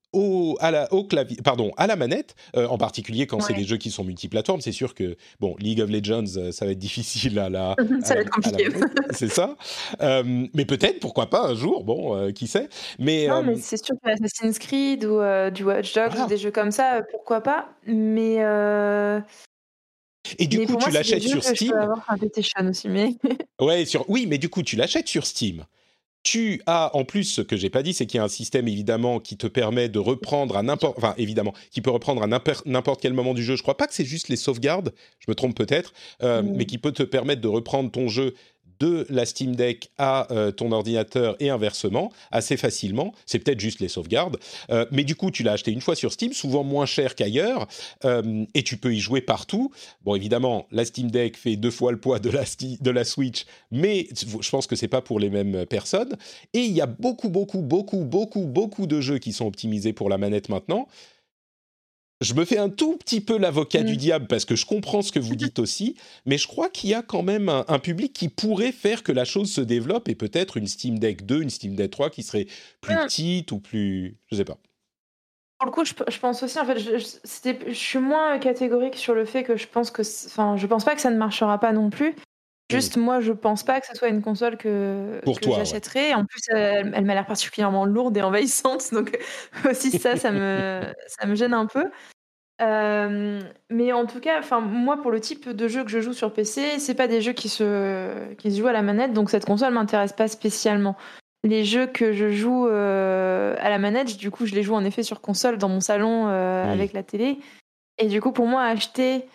à la manette, en particulier quand c'est des jeux qui sont multiplateformes. C'est sûr que bon, League of Legends, ça va être difficile Ça va être compliqué. c'est ça. Mais peut-être, pourquoi pas un jour, bon, qui sait. Mais Non, mais c'est sûr que Assassin's Creed ou du Watch Dogs ou des jeux comme ça, pourquoi pas. Et du coup, pour moi, tu c'est des l'achètes jeux sur que je Steam. peux avoir sur PlayStation aussi. Ouais, oui, mais du coup, tu l'achètes sur Steam. Tu as, en plus, ce que j'ai pas dit, c'est qu'il y a un système, évidemment, qui te permet de reprendre qui peut reprendre à n'importe quel moment du jeu. Je crois pas que c'est juste les sauvegardes, je me trompe peut-être, mais qui peut te permettre de reprendre ton jeu de la Steam Deck à ton ordinateur et inversement, assez facilement. C'est peut-être juste les sauvegardes. Mais du coup, tu l'as acheté une fois sur Steam, souvent moins cher qu'ailleurs, et tu peux y jouer partout. Bon, évidemment, la Steam Deck fait 2 fois le poids de la Switch, mais je pense que c'est pas pour les mêmes personnes. Et il y a beaucoup de jeux qui sont optimisés pour la manette maintenant. Je me fais un tout petit peu l'avocat du diable parce que je comprends ce que vous dites aussi, mais je crois qu'il y a quand même un public qui pourrait faire que la chose se développe, et peut-être une Steam Deck 2, une Steam Deck 3 qui serait plus petite ou plus... Je sais pas. Pour le coup, je pense aussi, en fait, je suis moins catégorique sur le fait que je pense pas que ça ne marchera pas non plus. Juste, moi, je pense pas que ce soit une console que j'achèterais. Ouais. En plus, elle m'a l'air particulièrement lourde et envahissante, donc aussi ça me gêne un peu. Mais en tout cas, moi, pour le type de jeu que je joue sur PC, c'est pas des jeux qui se jouent à la manette, donc cette console m'intéresse pas spécialement. Les jeux que je joue à la manette, du coup, je les joue en effet sur console dans mon salon avec la télé. Et du coup, pour moi, acheter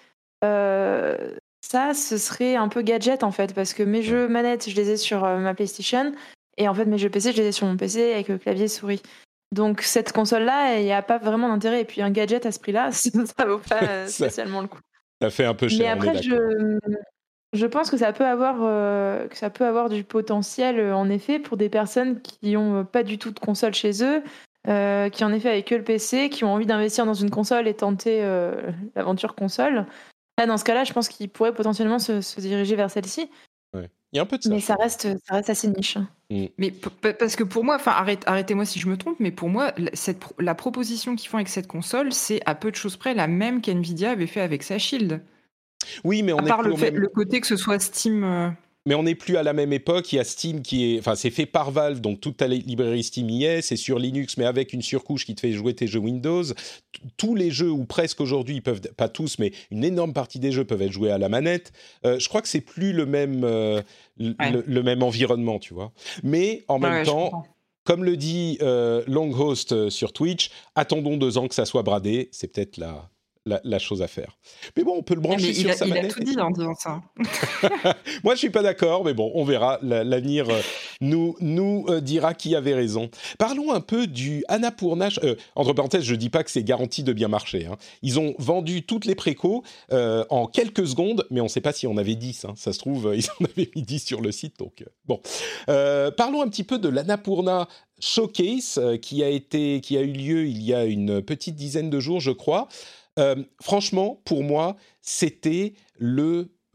ça, ce serait un peu gadget en fait, parce que mes jeux manettes, je les ai sur ma PlayStation, et en fait, mes jeux PC, je les ai sur mon PC avec le clavier souris. Donc cette console-là, il n'y a pas vraiment d'intérêt. Et puis un gadget à ce prix-là, ça vaut pas spécialement le coup. Ça fait un peu cher. Mais après, je pense que ça peut avoir du potentiel, en effet, pour des personnes qui n'ont pas du tout de console chez eux, qui en effet avaient que le PC, qui ont envie d'investir dans une console et tenter l'aventure console. Là, dans ce cas-là, je pense qu'ils pourraient potentiellement se diriger vers celle-ci. Ouais. Il y a un peu de ça. Mais ça reste assez niche. Mais parce que pour moi, arrêtez-moi si je me trompe, mais pour moi, la proposition qu'ils font avec cette console, c'est à peu de choses près la même qu'NVIDIA avait fait avec sa Shield. Oui, mais on à part le côté que ce soit Steam. Mais on n'est plus à la même époque. Il y a Steam c'est fait par Valve, donc toute ta librairie Steam y est. C'est sur Linux, mais avec une surcouche qui te fait jouer tes jeux Windows. Tous les jeux, ou presque aujourd'hui, ils peuvent, pas tous, mais une énorme partie des jeux peuvent être joués à la manette. Je crois que c'est plus le même, le même environnement, tu vois. Mais en même temps, comme le dit Longhost sur Twitch, attendons 2 ans que ça soit bradé. C'est peut-être la chose à faire. Mais bon, on peut le brancher sur sa manette. Il a tout dit en disant ça. Moi, je suis pas d'accord, mais bon, on verra. L'avenir nous dira qui avait raison. Parlons un peu du Annapurna. Entre parenthèses, je dis pas que c'est garanti de bien marcher. Hein. Ils ont vendu toutes les précos en quelques secondes, mais on ne sait pas si on avait 10. Hein. Ça se trouve, ils en avaient mis 10 sur le site. Donc, bon. Parlons un petit peu de l'Annapurna Showcase qui a eu lieu il y a une petite dizaine de jours, je crois. Franchement, pour moi, c'était le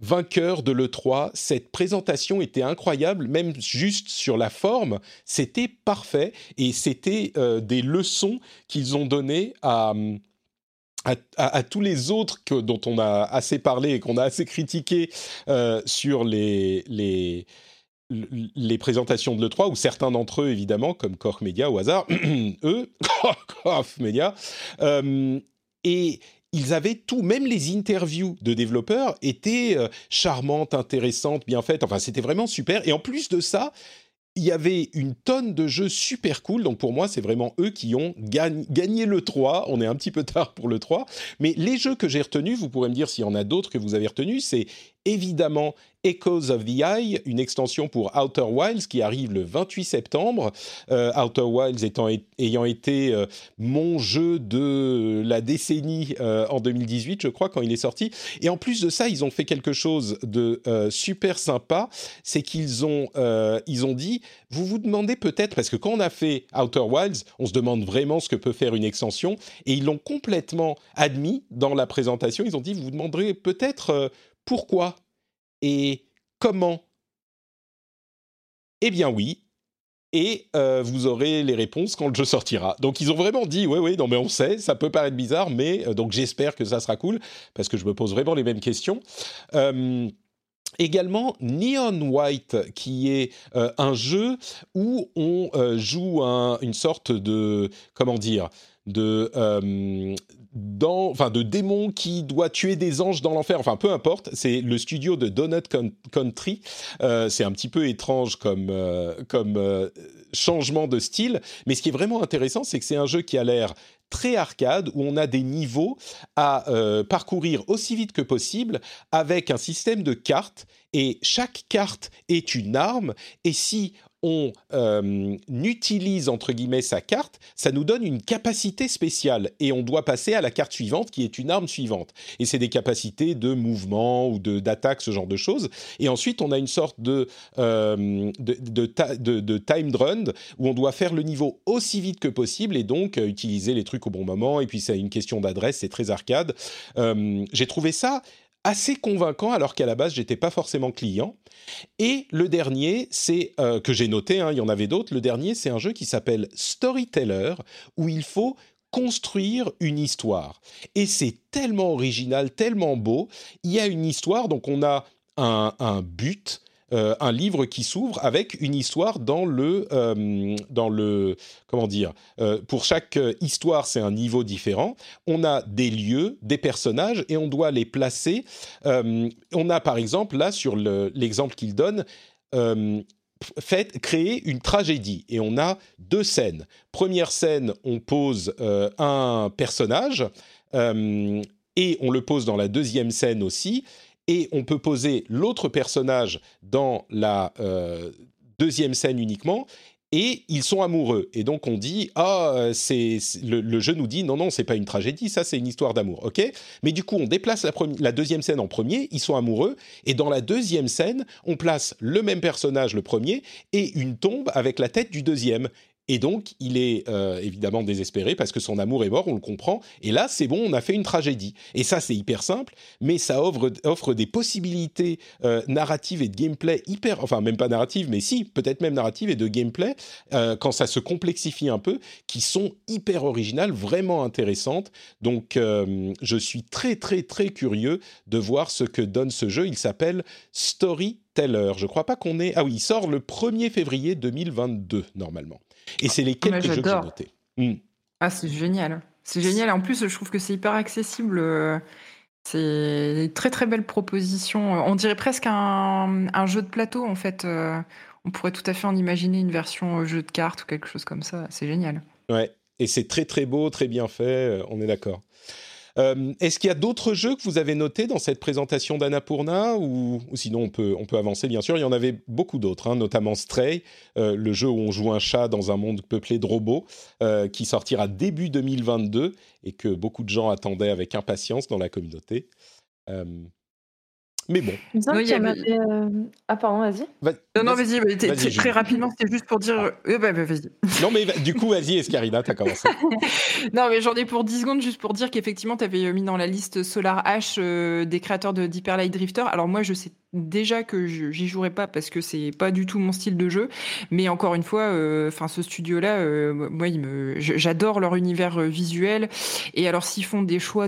vainqueur de l'E3. Cette présentation était incroyable, même juste sur la forme, c'était parfait. Et c'était des leçons qu'ils ont données à tous les autres dont on a assez parlé et qu'on a assez critiqué sur les présentations de l'E3, ou certains d'entre eux, évidemment, comme Koch Media au hasard, Koch Media, et ils avaient tout, même les interviews de développeurs étaient charmantes, intéressantes, bien faites, enfin c'était vraiment super, et en plus de ça, il y avait une tonne de jeux super cool, donc pour moi, c'est vraiment eux qui ont gagné l'E3. On est un petit peu tard pour l'E3, mais les jeux que j'ai retenus, vous pourrez me dire s'il y en a d'autres que vous avez retenus, c'est évidemment Echoes of the Eye, une extension pour Outer Wilds qui arrive le 28 septembre. Outer Wilds ayant été mon jeu de la décennie en 2018, je crois, quand il est sorti. Et en plus de ça, ils ont fait quelque chose de super sympa, c'est qu'ils ont dit, vous vous demandez peut-être, parce que quand on a fait Outer Wilds, on se demande vraiment ce que peut faire une extension, et ils l'ont complètement admis dans la présentation. Ils ont dit, vous vous demanderez peut-être pourquoi et comment. Eh bien oui, et vous aurez les réponses quand le jeu sortira. Donc ils ont vraiment dit, oui, non mais on sait, ça peut paraître bizarre, mais donc j'espère que ça sera cool, parce que je me pose vraiment les mêmes questions. Également, Neon White, qui est un jeu où on joue une sorte de, comment dire, de démon qui doit tuer des anges dans l'enfer. Enfin, peu importe. C'est le studio de Donut Country. C'est un petit peu étrange comme changement de style. Mais ce qui est vraiment intéressant, c'est que c'est un jeu qui a l'air très arcade, où on a des niveaux à parcourir aussi vite que possible avec un système de cartes. Et chaque carte est une arme. Et si on utilise, entre guillemets, sa carte, ça nous donne une capacité spéciale. Et on doit passer à la carte suivante, qui est une arme suivante. Et c'est des capacités de mouvement ou d'attaque, ce genre de choses. Et ensuite, on a une sorte de timed run, où on doit faire le niveau aussi vite que possible, et donc utiliser les trucs au bon moment. Et puis, c'est une question d'adresse, c'est très arcade. J'ai trouvé ça assez convaincant, alors qu'à la base, j'étais pas forcément client. Et le dernier, c'est que j'ai noté, il y en avait d'autres. Le dernier, c'est un jeu qui s'appelle Storyteller, où il faut construire une histoire. Et c'est tellement original, tellement beau. Il y a une histoire, donc on a un but, un livre qui s'ouvre avec une histoire dans le comment dire, pour chaque histoire, c'est un niveau différent. On a des lieux, des personnages, et on doit les placer. On a par exemple, là, sur l'exemple qu'il donne, créer une tragédie. Et on a 2 scènes. Première scène, on pose un personnage, et on le pose dans la deuxième scène aussi. Et on peut poser l'autre personnage dans la deuxième scène uniquement, et ils sont amoureux. Et donc on dit, le jeu nous dit, non, c'est pas une tragédie, ça c'est une histoire d'amour, ok ? Mais du coup, on déplace la deuxième scène en premier, ils sont amoureux, et dans la deuxième scène, on place le même personnage, le premier, et une tombe avec la tête du deuxième. Et donc, il est évidemment désespéré parce que son amour est mort, on le comprend. Et là, c'est bon, on a fait une tragédie. Et ça, c'est hyper simple, mais ça offre des possibilités narratives et de gameplay enfin, même pas narratives, mais si, peut-être même narratives et de gameplay, quand ça se complexifie un peu, qui sont hyper originales, vraiment intéressantes. Donc, je suis très, très, très curieux de voir ce que donne ce jeu. Il s'appelle Storyteller. Je crois pas qu'on est... Ah oui, il sort le 1er février 2022, normalement. Et c'est les quelques jeux que j'ai notés. Ah, c'est génial. C'est génial. En plus, je trouve que c'est hyper accessible. C'est une très, très belle proposition. On dirait presque un jeu de plateau, en fait. On pourrait tout à fait en imaginer une version jeu de cartes ou quelque chose comme ça. C'est génial. Ouais, et c'est très, très beau, très bien fait. On est d'accord. Est-ce qu'il y a d'autres jeux que vous avez notés dans cette présentation d'Annapurna ou sinon on peut avancer, bien sûr. Il y en avait beaucoup d'autres, notamment Stray, le jeu où on joue un chat dans un monde peuplé de robots, qui sortira début 2022 et que beaucoup de gens attendaient avec impatience dans la communauté. Mais bon. Il me semble qu'il y en avait... Ah pardon, vas-y. Non, vas-y, très rapidement, c'était juste pour dire... vas-y. Non, mais du coup, vas-y, Escarina, t'as commencé. Non, mais j'en ai pour 10 secondes, juste pour dire qu'effectivement, t'avais mis dans la liste Solar Ash des créateurs de Hyper Light Drifter. Alors moi, je sais déjà que j'y jouerai pas parce que c'est pas du tout mon style de jeu. Mais encore une fois, ce studio-là, moi, j'adore leur univers visuel. Et alors, s'ils font des choix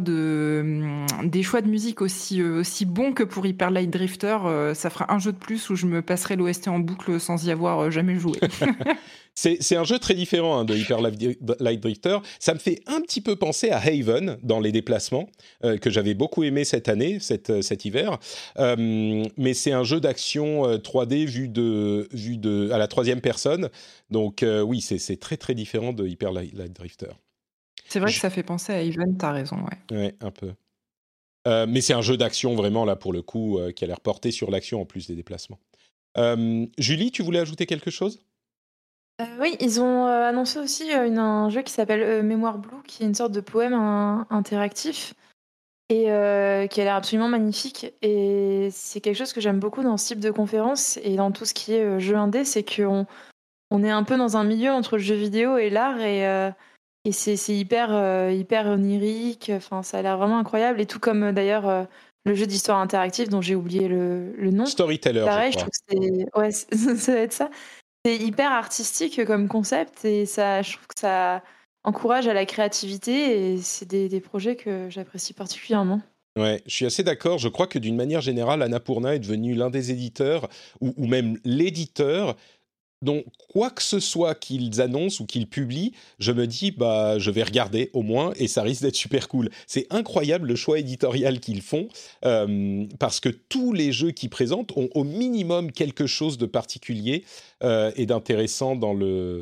de musique aussi bons que pour Hyper Light Drifter, ça fera un jeu de plus où je me passerai l'OST en boucle sans y avoir jamais joué. C'est un jeu très différent de Hyper Light Drifter. Ça me fait un petit peu penser à Haven dans les déplacements, que j'avais beaucoup aimé cette année, cet hiver. Mais c'est un jeu d'action 3D vu à la troisième personne. Donc oui, c'est très très différent de Hyper Light Drifter. C'est vrai que ça fait penser à Haven, t'as raison, ouais. Ouais, un peu. Mais c'est un jeu d'action vraiment, là, pour le coup, qui a l'air porté sur l'action en plus des déplacements. Julie, tu voulais ajouter quelque chose ? Oui, ils ont annoncé aussi un jeu qui s'appelle Mémoire Blue, qui est une sorte de poème interactif et qui a l'air absolument magnifique. Et c'est quelque chose que j'aime beaucoup dans ce type de conférence et dans tout ce qui est jeu indé, c'est qu'on est un peu dans un milieu entre le jeu vidéo et l'art et c'est hyper onirique. Enfin, ça a l'air vraiment incroyable. Et tout comme d'ailleurs le jeu d'histoire interactive dont j'ai oublié le nom. Storyteller, pareil, je crois. Je trouve que ça va être ça. C'est hyper artistique comme concept et je trouve que ça encourage à la créativité et c'est des projets que j'apprécie particulièrement. Ouais, je suis assez d'accord. Je crois que d'une manière générale, Annapurna est devenu l'un des éditeurs ou même l'éditeur dont quoi que ce soit qu'ils annoncent ou qu'ils publient, je me dis je vais regarder au moins et ça risque d'être super cool. C'est incroyable le choix éditorial qu'ils font parce que tous les jeux qu'ils présentent ont au minimum quelque chose de particulier et d'intéressant dans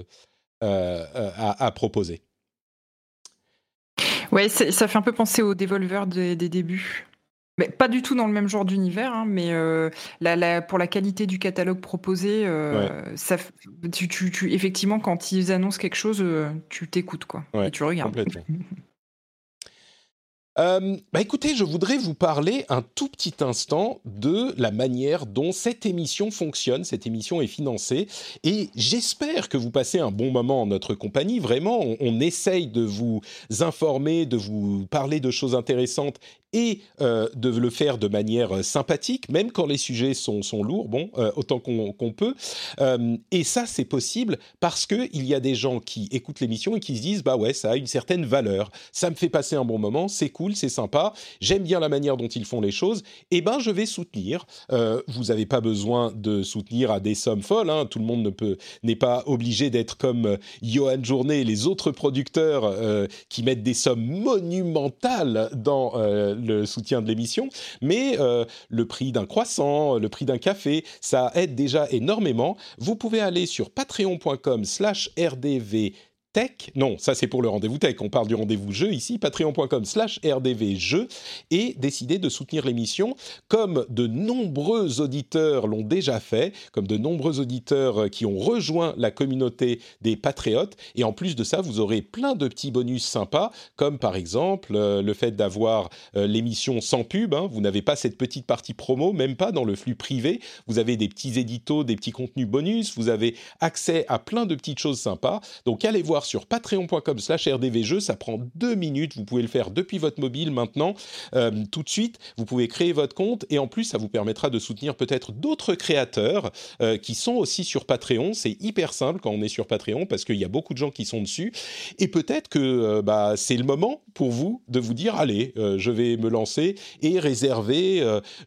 à proposer. Ouais, ça fait un peu penser aux Devolver des débuts. Mais pas du tout dans le même genre d'univers, hein, mais pour la qualité du catalogue proposé, effectivement, quand ils annoncent quelque chose, tu t'écoutes, quoi, et tu regardes. Complètement. Écoutez, je voudrais vous parler un tout petit instant de la manière dont cette émission fonctionne. Cette émission est financée et j'espère que vous passez un bon moment en notre compagnie. Vraiment, on essaye de vous informer, de vous parler de choses intéressantes et de le faire de manière sympathique, même quand les sujets sont lourds, autant qu'on peut. Et ça, c'est possible parce qu'il y a des gens qui écoutent l'émission et qui se disent « Bah ouais, ça a une certaine valeur, ça me fait passer un bon moment, c'est cool, c'est sympa, j'aime bien la manière dont ils font les choses, et je vais soutenir. » Vous n'avez pas besoin de soutenir à des sommes folles, hein, tout le monde n'est pas obligé d'être comme Johan Journet et les autres producteurs qui mettent des sommes monumentales dans le soutien de l'émission, mais le prix d'un croissant, le prix d'un café, ça aide déjà énormément. Vous pouvez aller sur patreon.com/rdvtech. Non, ça c'est pour le rendez-vous tech, on parle du rendez-vous jeu ici, patreon.com/rdvjeux, et décider de soutenir l'émission comme de nombreux auditeurs l'ont déjà fait, comme de nombreux auditeurs qui ont rejoint la communauté des patriotes, et en plus de ça, vous aurez plein de petits bonus sympas, comme par exemple le fait d'avoir l'émission sans pub, hein, vous n'avez pas cette petite partie promo, même pas dans le flux privé, vous avez des petits éditos, des petits contenus bonus, vous avez accès à plein de petites choses sympas, donc allez voir sur patreon.com/rdvjeux, ça prend 2 minutes, vous pouvez le faire depuis votre mobile maintenant, tout de suite, vous pouvez créer votre compte et en plus ça vous permettra de soutenir peut-être d'autres créateurs qui sont aussi sur Patreon, c'est hyper simple quand on est sur Patreon parce qu'il y a beaucoup de gens qui sont dessus et peut-être que c'est le moment pour vous de vous dire allez, je vais me lancer et réserver,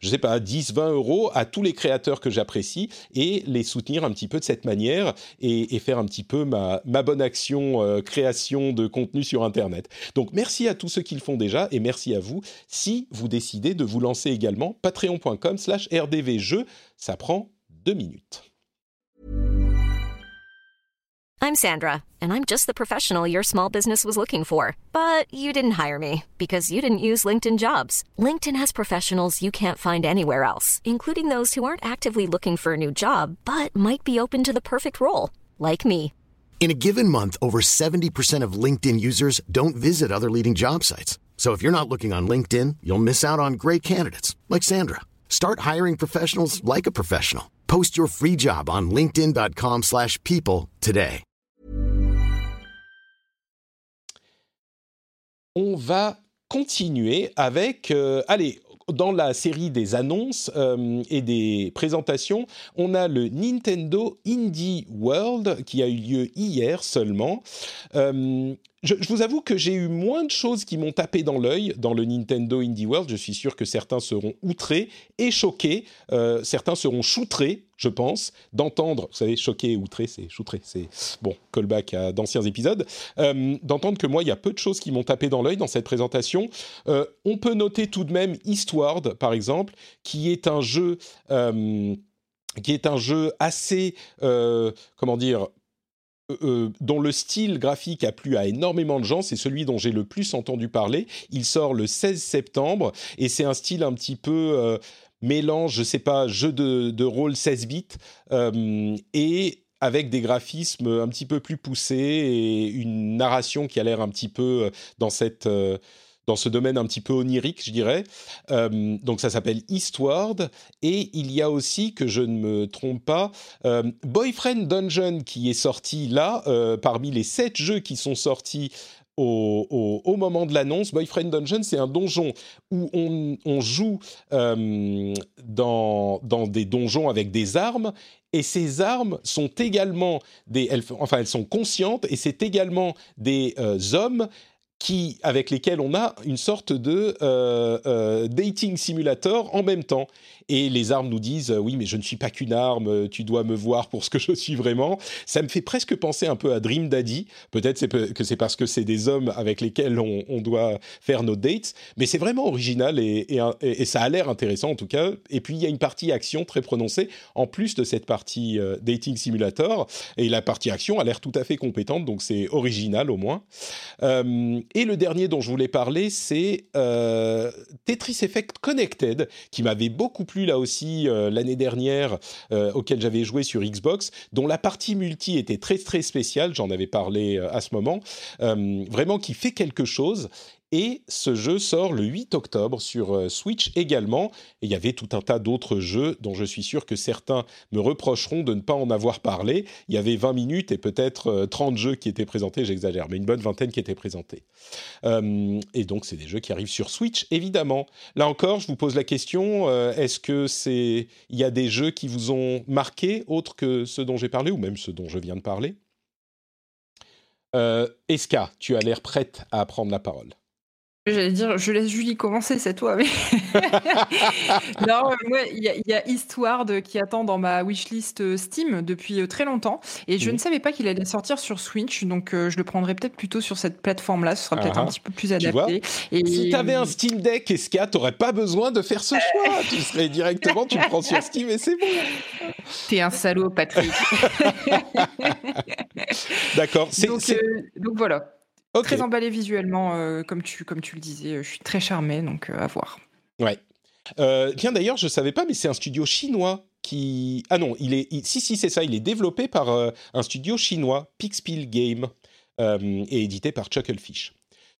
10-20 € à tous les créateurs que j'apprécie et les soutenir un petit peu de cette manière et faire un petit peu ma bonne action création de contenu sur Internet. Donc merci à tous ceux qui le font déjà et merci à vous si vous décidez de vous lancer également. Patreon.com/rdvjeux, ça prend 2 minutes. I'm Sandra, and I'm just the professional your small business was looking for. But you didn't hire me because you didn't use LinkedIn Jobs. LinkedIn has professionals you can't find anywhere else, including those who aren't actively looking for a new job, but might be open to the perfect role, like me. In a given month, over 70% of LinkedIn users don't visit other leading job sites. So if you're not looking on LinkedIn, you'll miss out on great candidates like Sandra. Start hiring professionals like a professional. Post your free job on linkedin.com/people today. On va continuer avec... dans la série des annonces et des présentations, on a le Nintendo Indie World qui a eu lieu hier seulement. Je vous avoue que j'ai eu moins de choses qui m'ont tapé dans l'œil dans le Nintendo Indie World. Je suis sûr que certains seront outrés et choqués. Certains seront choutrés, je pense, d'entendre... Vous savez, choqué et outré, c'est choutré. C'est, bon, callback à d'anciens épisodes. D'entendre que moi, il y a peu de choses qui m'ont tapé dans l'œil dans cette présentation. On peut noter tout de même Eastward, par exemple, qui est un jeu assez... comment dire dont le style graphique a plu à énormément de gens, c'est celui dont j'ai le plus entendu parler. Il sort le 16 septembre et c'est un style un petit peu mélange, je sais pas, jeu de rôle 16 bits et avec des graphismes un petit peu plus poussés et une narration qui a l'air un petit peu dans ce domaine un petit peu onirique, je dirais. Donc ça s'appelle Eastward. Et il y a aussi, que je ne me trompe pas, Boyfriend Dungeon qui est sorti là, parmi les 7 jeux qui sont sortis au moment de l'annonce. Boyfriend Dungeon, c'est un donjon où on joue dans des donjons avec des armes. Et ces armes sont également elles sont conscientes et c'est également des hommes avec lesquels on a une sorte de dating simulator en même temps. Et les armes nous disent « Oui, mais je ne suis pas qu'une arme, tu dois me voir pour ce que je suis vraiment ». Ça me fait presque penser un peu à Dream Daddy. Peut-être que c'est parce que c'est des hommes avec lesquels on doit faire nos dates. Mais c'est vraiment original et ça a l'air intéressant en tout cas. Et puis, il y a une partie action très prononcée, en plus de cette partie dating simulator. Et la partie action a l'air tout à fait compétente, donc c'est original au moins. Et le dernier dont je voulais parler, c'est Tetris Effect Connected, qui m'avait beaucoup plu là aussi l'année dernière, auquel j'avais joué sur Xbox, dont la partie multi était très très spéciale, j'en avais parlé à ce moment, vraiment qui fait quelque chose. Et ce jeu sort le 8 octobre sur Switch également. Et il y avait tout un tas d'autres jeux dont je suis sûr que certains me reprocheront de ne pas en avoir parlé. Il y avait 20 minutes et peut-être 30 jeux qui étaient présentés, j'exagère, mais une bonne vingtaine qui étaient présentés. Et donc, c'est des jeux qui arrivent sur Switch, évidemment. Là encore, je vous pose la question, est-ce qu'il y a des jeux qui vous ont marqué, autres que ceux dont j'ai parlé, ou même ceux dont je viens de parler ? Eska, tu as l'air prête à prendre la parole. J'allais dire, je laisse Julie commencer, c'est toi. Mais... non, moi, il y a Eastward qui attend dans ma wishlist Steam depuis très longtemps. Et je ne savais pas qu'il allait sortir sur Switch. Donc, je le prendrai peut-être plutôt sur cette plateforme-là. Ce sera peut-être un petit peu plus adapté. Et... Si tu avais un Steam Deck, Eska, tu n'aurais pas besoin de faire ce choix. Tu serais directement, tu le prends sur Steam et c'est bon. T'es un salaud, Patrick. D'accord. Donc voilà. Okay. Très emballé visuellement, comme tu le disais. Je suis très charmée, donc à voir. Ouais. Tiens, d'ailleurs, je ne savais pas, mais c'est un studio chinois qui... Ah non, si, c'est ça. Il est développé par un studio chinois, Pixpil Game, et édité par Chucklefish.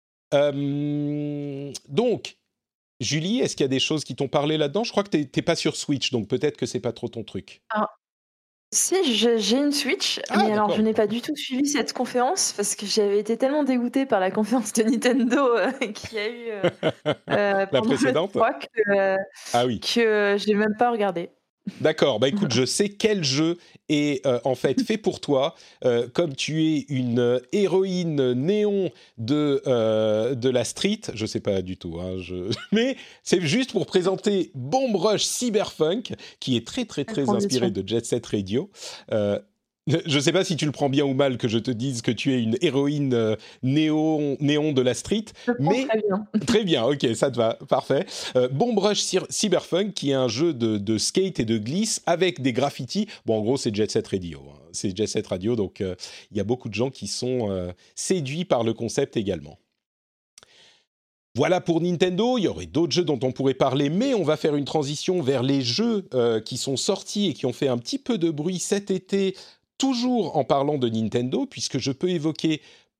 Donc, Julie, est-ce qu'il y a des choses qui t'ont parlé là-dedans ? Je crois que tu n'es pas sur Switch, donc peut-être que ce n'est pas trop ton truc. Si, j'ai une Switch, mais alors je n'ai pas du tout suivi cette conférence parce que j'avais été tellement dégoûtée par la conférence de Nintendo qu'il y a eu la précédente que je n'ai même pas regardé. D'accord, bah écoute, je sais quel jeu est en fait fait pour toi, comme tu es une héroïne néon de la street, je sais pas du tout, hein, mais c'est juste pour présenter Bomb Rush Cyberpunk, qui est très très très inspiré de Jet Set Radio. Je ne sais pas si tu le prends bien ou mal que je te dise que tu es une héroïne néon de la street, mais très bien. Très bien, ok, ça te va, parfait. Bomb Rush Cyberpunk, qui est un jeu de skate et de glisse avec des graffitis. Bon, en gros, c'est Jet Set Radio. Hein. C'est Jet Set Radio, donc il y a beaucoup de gens qui sont séduits par le concept également. Voilà pour Nintendo, il y aurait d'autres jeux dont on pourrait parler, mais on va faire une transition vers les jeux qui sont sortis et qui ont fait un petit peu de bruit cet été, toujours en parlant de Nintendo, puisque je peux évoquer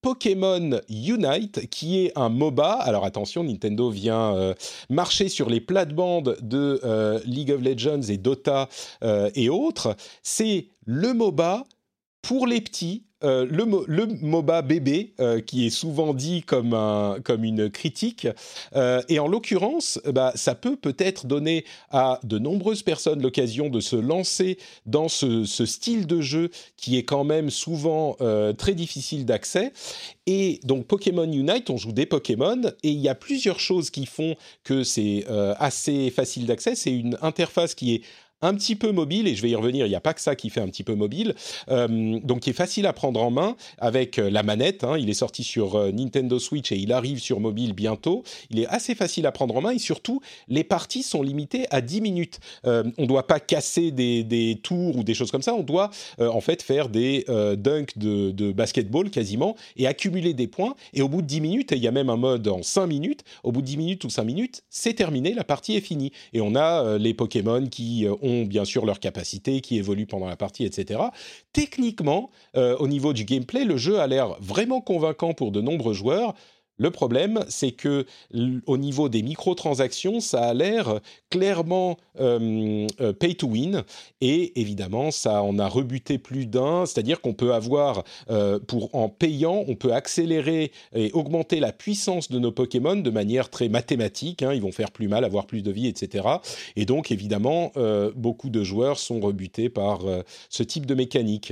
Pokémon Unite, qui est un MOBA. Alors attention, Nintendo vient marcher sur les plates-bandes de League of Legends et Dota et autres. C'est le MOBA pour les petits, le MOBA bébé, qui est souvent dit comme une critique. Et en l'occurrence, ça peut-être donner à de nombreuses personnes l'occasion de se lancer dans ce style de jeu qui est quand même souvent très difficile d'accès. Et donc Pokémon Unite, on joue des Pokémon, et il y a plusieurs choses qui font que c'est assez facile d'accès. C'est une interface qui est un petit peu mobile, et je vais y revenir, il n'y a pas que ça qui fait un petit peu mobile, donc qui est facile à prendre en main avec la manette, il est sorti sur Nintendo Switch et il arrive sur mobile bientôt, il est assez facile à prendre en main, et surtout, les parties sont limitées à 10 minutes. On ne doit pas casser des tours ou des choses comme ça, on doit en fait faire des dunks de basketball quasiment, et accumuler des points, et au bout de 10 minutes, et il y a même un mode en 5 minutes, au bout de 10 minutes ou 5 minutes, c'est terminé, la partie est finie. Et on a les Pokémon qui ont bien sûr leur capacité, qui évoluent pendant la partie, etc. Techniquement, au niveau du gameplay, le jeu a l'air vraiment convaincant pour de nombreux joueurs. Le problème, c'est que au niveau des microtransactions, ça a l'air clairement pay to win, et évidemment, ça en a rebuté plus d'un. C'est-à-dire qu'on peut avoir, en payant, on peut accélérer et augmenter la puissance de nos Pokémon de manière très mathématique. Ils vont faire plus mal, avoir plus de vie, etc. Et donc, évidemment, beaucoup de joueurs sont rebutés par ce type de mécanique.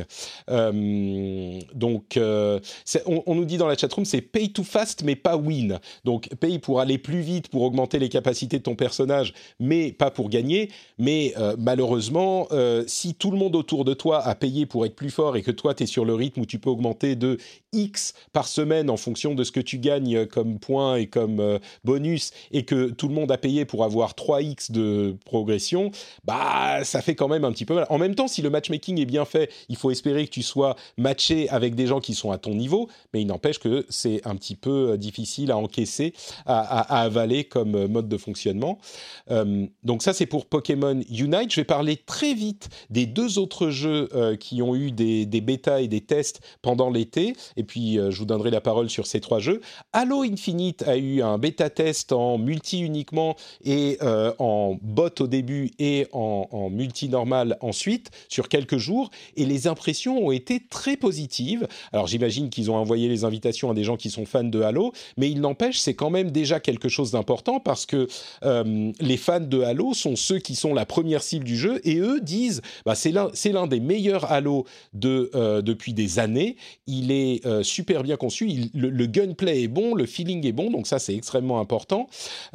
Donc, on nous dit dans la chatroom, c'est pay to fast, mais pas win. Donc, paye pour aller plus vite, pour augmenter les capacités de ton personnage, mais pas pour gagner. Mais malheureusement, si tout le monde autour de toi a payé pour être plus fort et que toi, tu es sur le rythme où tu peux augmenter de X par semaine en fonction de ce que tu gagnes comme points et comme bonus, et que tout le monde a payé pour avoir 3X de progression, ça fait quand même un petit peu mal. En même temps, si le matchmaking est bien fait, il faut espérer que tu sois matché avec des gens qui sont à ton niveau, mais il n'empêche que c'est un petit peu difficile à encaisser, à avaler comme mode de fonctionnement. Donc ça, c'est pour Pokémon Unite. Je vais parler très vite des deux autres jeux qui ont eu des bêtas et des tests pendant l'été, et puis je vous donnerai la parole sur ces trois jeux. Halo Infinite a eu un bêta-test en multi uniquement, et en bot au début, et en multi normal ensuite, sur quelques jours, et les impressions ont été très positives. Alors j'imagine qu'ils ont envoyé les invitations à des gens qui sont fans de Halo, mais il n'empêche, c'est quand même déjà quelque chose d'important, parce que les fans de Halo sont ceux qui sont la première cible du jeu, et eux disent c'est l'un des meilleurs Halo depuis des années. Il est super bien conçu, le gunplay est bon, le feeling est bon, donc ça c'est extrêmement important.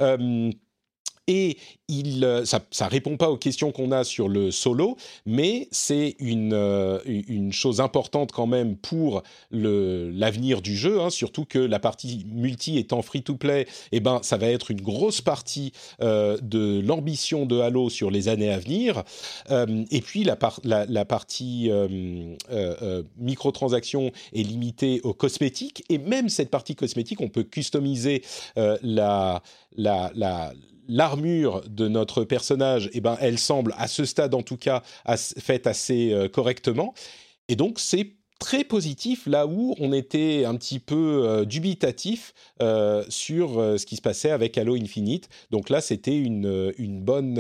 Et ça répond pas aux questions qu'on a sur le solo, mais c'est une chose importante quand même pour l'avenir du jeu, surtout que la partie multi étant free-to-play, ça va être une grosse partie de l'ambition de Halo sur les années à venir. Et puis la partie microtransaction est limitée aux cosmétiques, et même cette partie cosmétique, on peut customiser l'armure de notre personnage, elle semble, à ce stade en tout cas, faite assez correctement. Et donc, c'est très positif, là où on était un petit peu dubitatif sur ce qui se passait avec Halo Infinite. Donc là, c'était une bonne...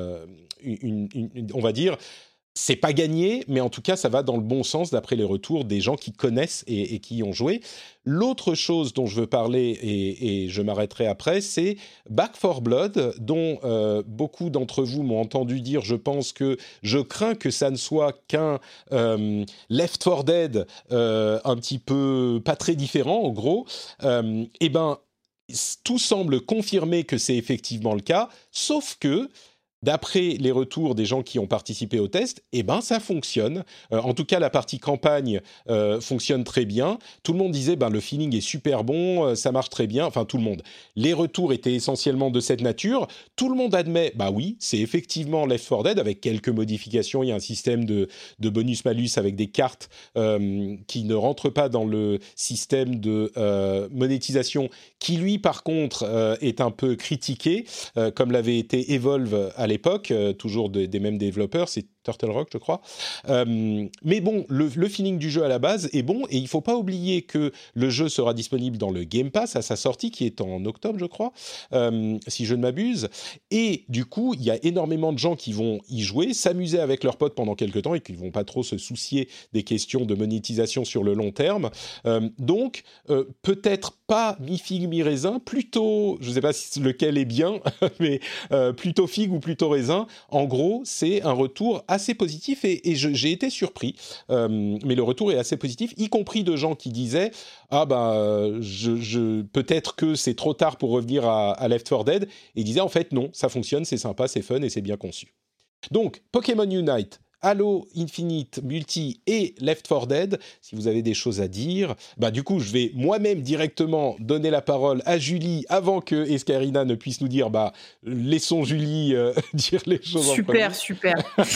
on va dire... C'est pas gagné, mais en tout cas, ça va dans le bon sens d'après les retours des gens qui connaissent et qui y ont joué. L'autre chose dont je veux parler, et je m'arrêterai après, c'est Back 4 Blood, dont beaucoup d'entre vous m'ont entendu dire, je crains que ça ne soit qu'un Left 4 Dead un petit peu pas très différent, en gros. Tout semble confirmer que c'est effectivement le cas, sauf que d'après les retours des gens qui ont participé au test, ça fonctionne. En tout cas, la partie campagne fonctionne très bien. Tout le monde disait, le feeling est super bon, ça marche très bien. Enfin, tout le monde. Les retours étaient essentiellement de cette nature. Tout le monde admet, oui, c'est effectivement Left 4 Dead, avec quelques modifications. Il y a un système de bonus-malus avec des cartes qui ne rentrent pas dans le système de monétisation, qui lui, par contre, est un peu critiqué, comme l'avait été Evolve à l'époque, toujours des mêmes développeurs. C'est Turtle Rock, je crois. Mais bon, le feeling du jeu à la base est bon, et il ne faut pas oublier que le jeu sera disponible dans le Game Pass à sa sortie, qui est en octobre, je crois, si je ne m'abuse. Et du coup, il y a énormément de gens qui vont y jouer, s'amuser avec leurs potes pendant quelques temps, et qui ne vont pas trop se soucier des questions de monétisation sur le long terme. Donc, peut-être pas mi-figue, mi-raisin, plutôt, je ne sais pas si lequel est bien, mais plutôt figue ou plutôt raisin. En gros, c'est un retour assez positif, et j'ai été surpris, mais le retour est assez positif, y compris de gens qui disaient « Ah peut-être que c'est trop tard pour revenir à Left 4 Dead », et ils disaient « En fait, non, ça fonctionne, c'est sympa, c'est fun et c'est bien conçu ». Donc, Pokémon Unite, Halo Infinite Multi et Left 4 Dead, si vous avez des choses à dire, du coup, je vais moi-même directement donner la parole à Julie avant que Escarina ne puisse nous dire, laissons Julie dire les choses en premier. Super.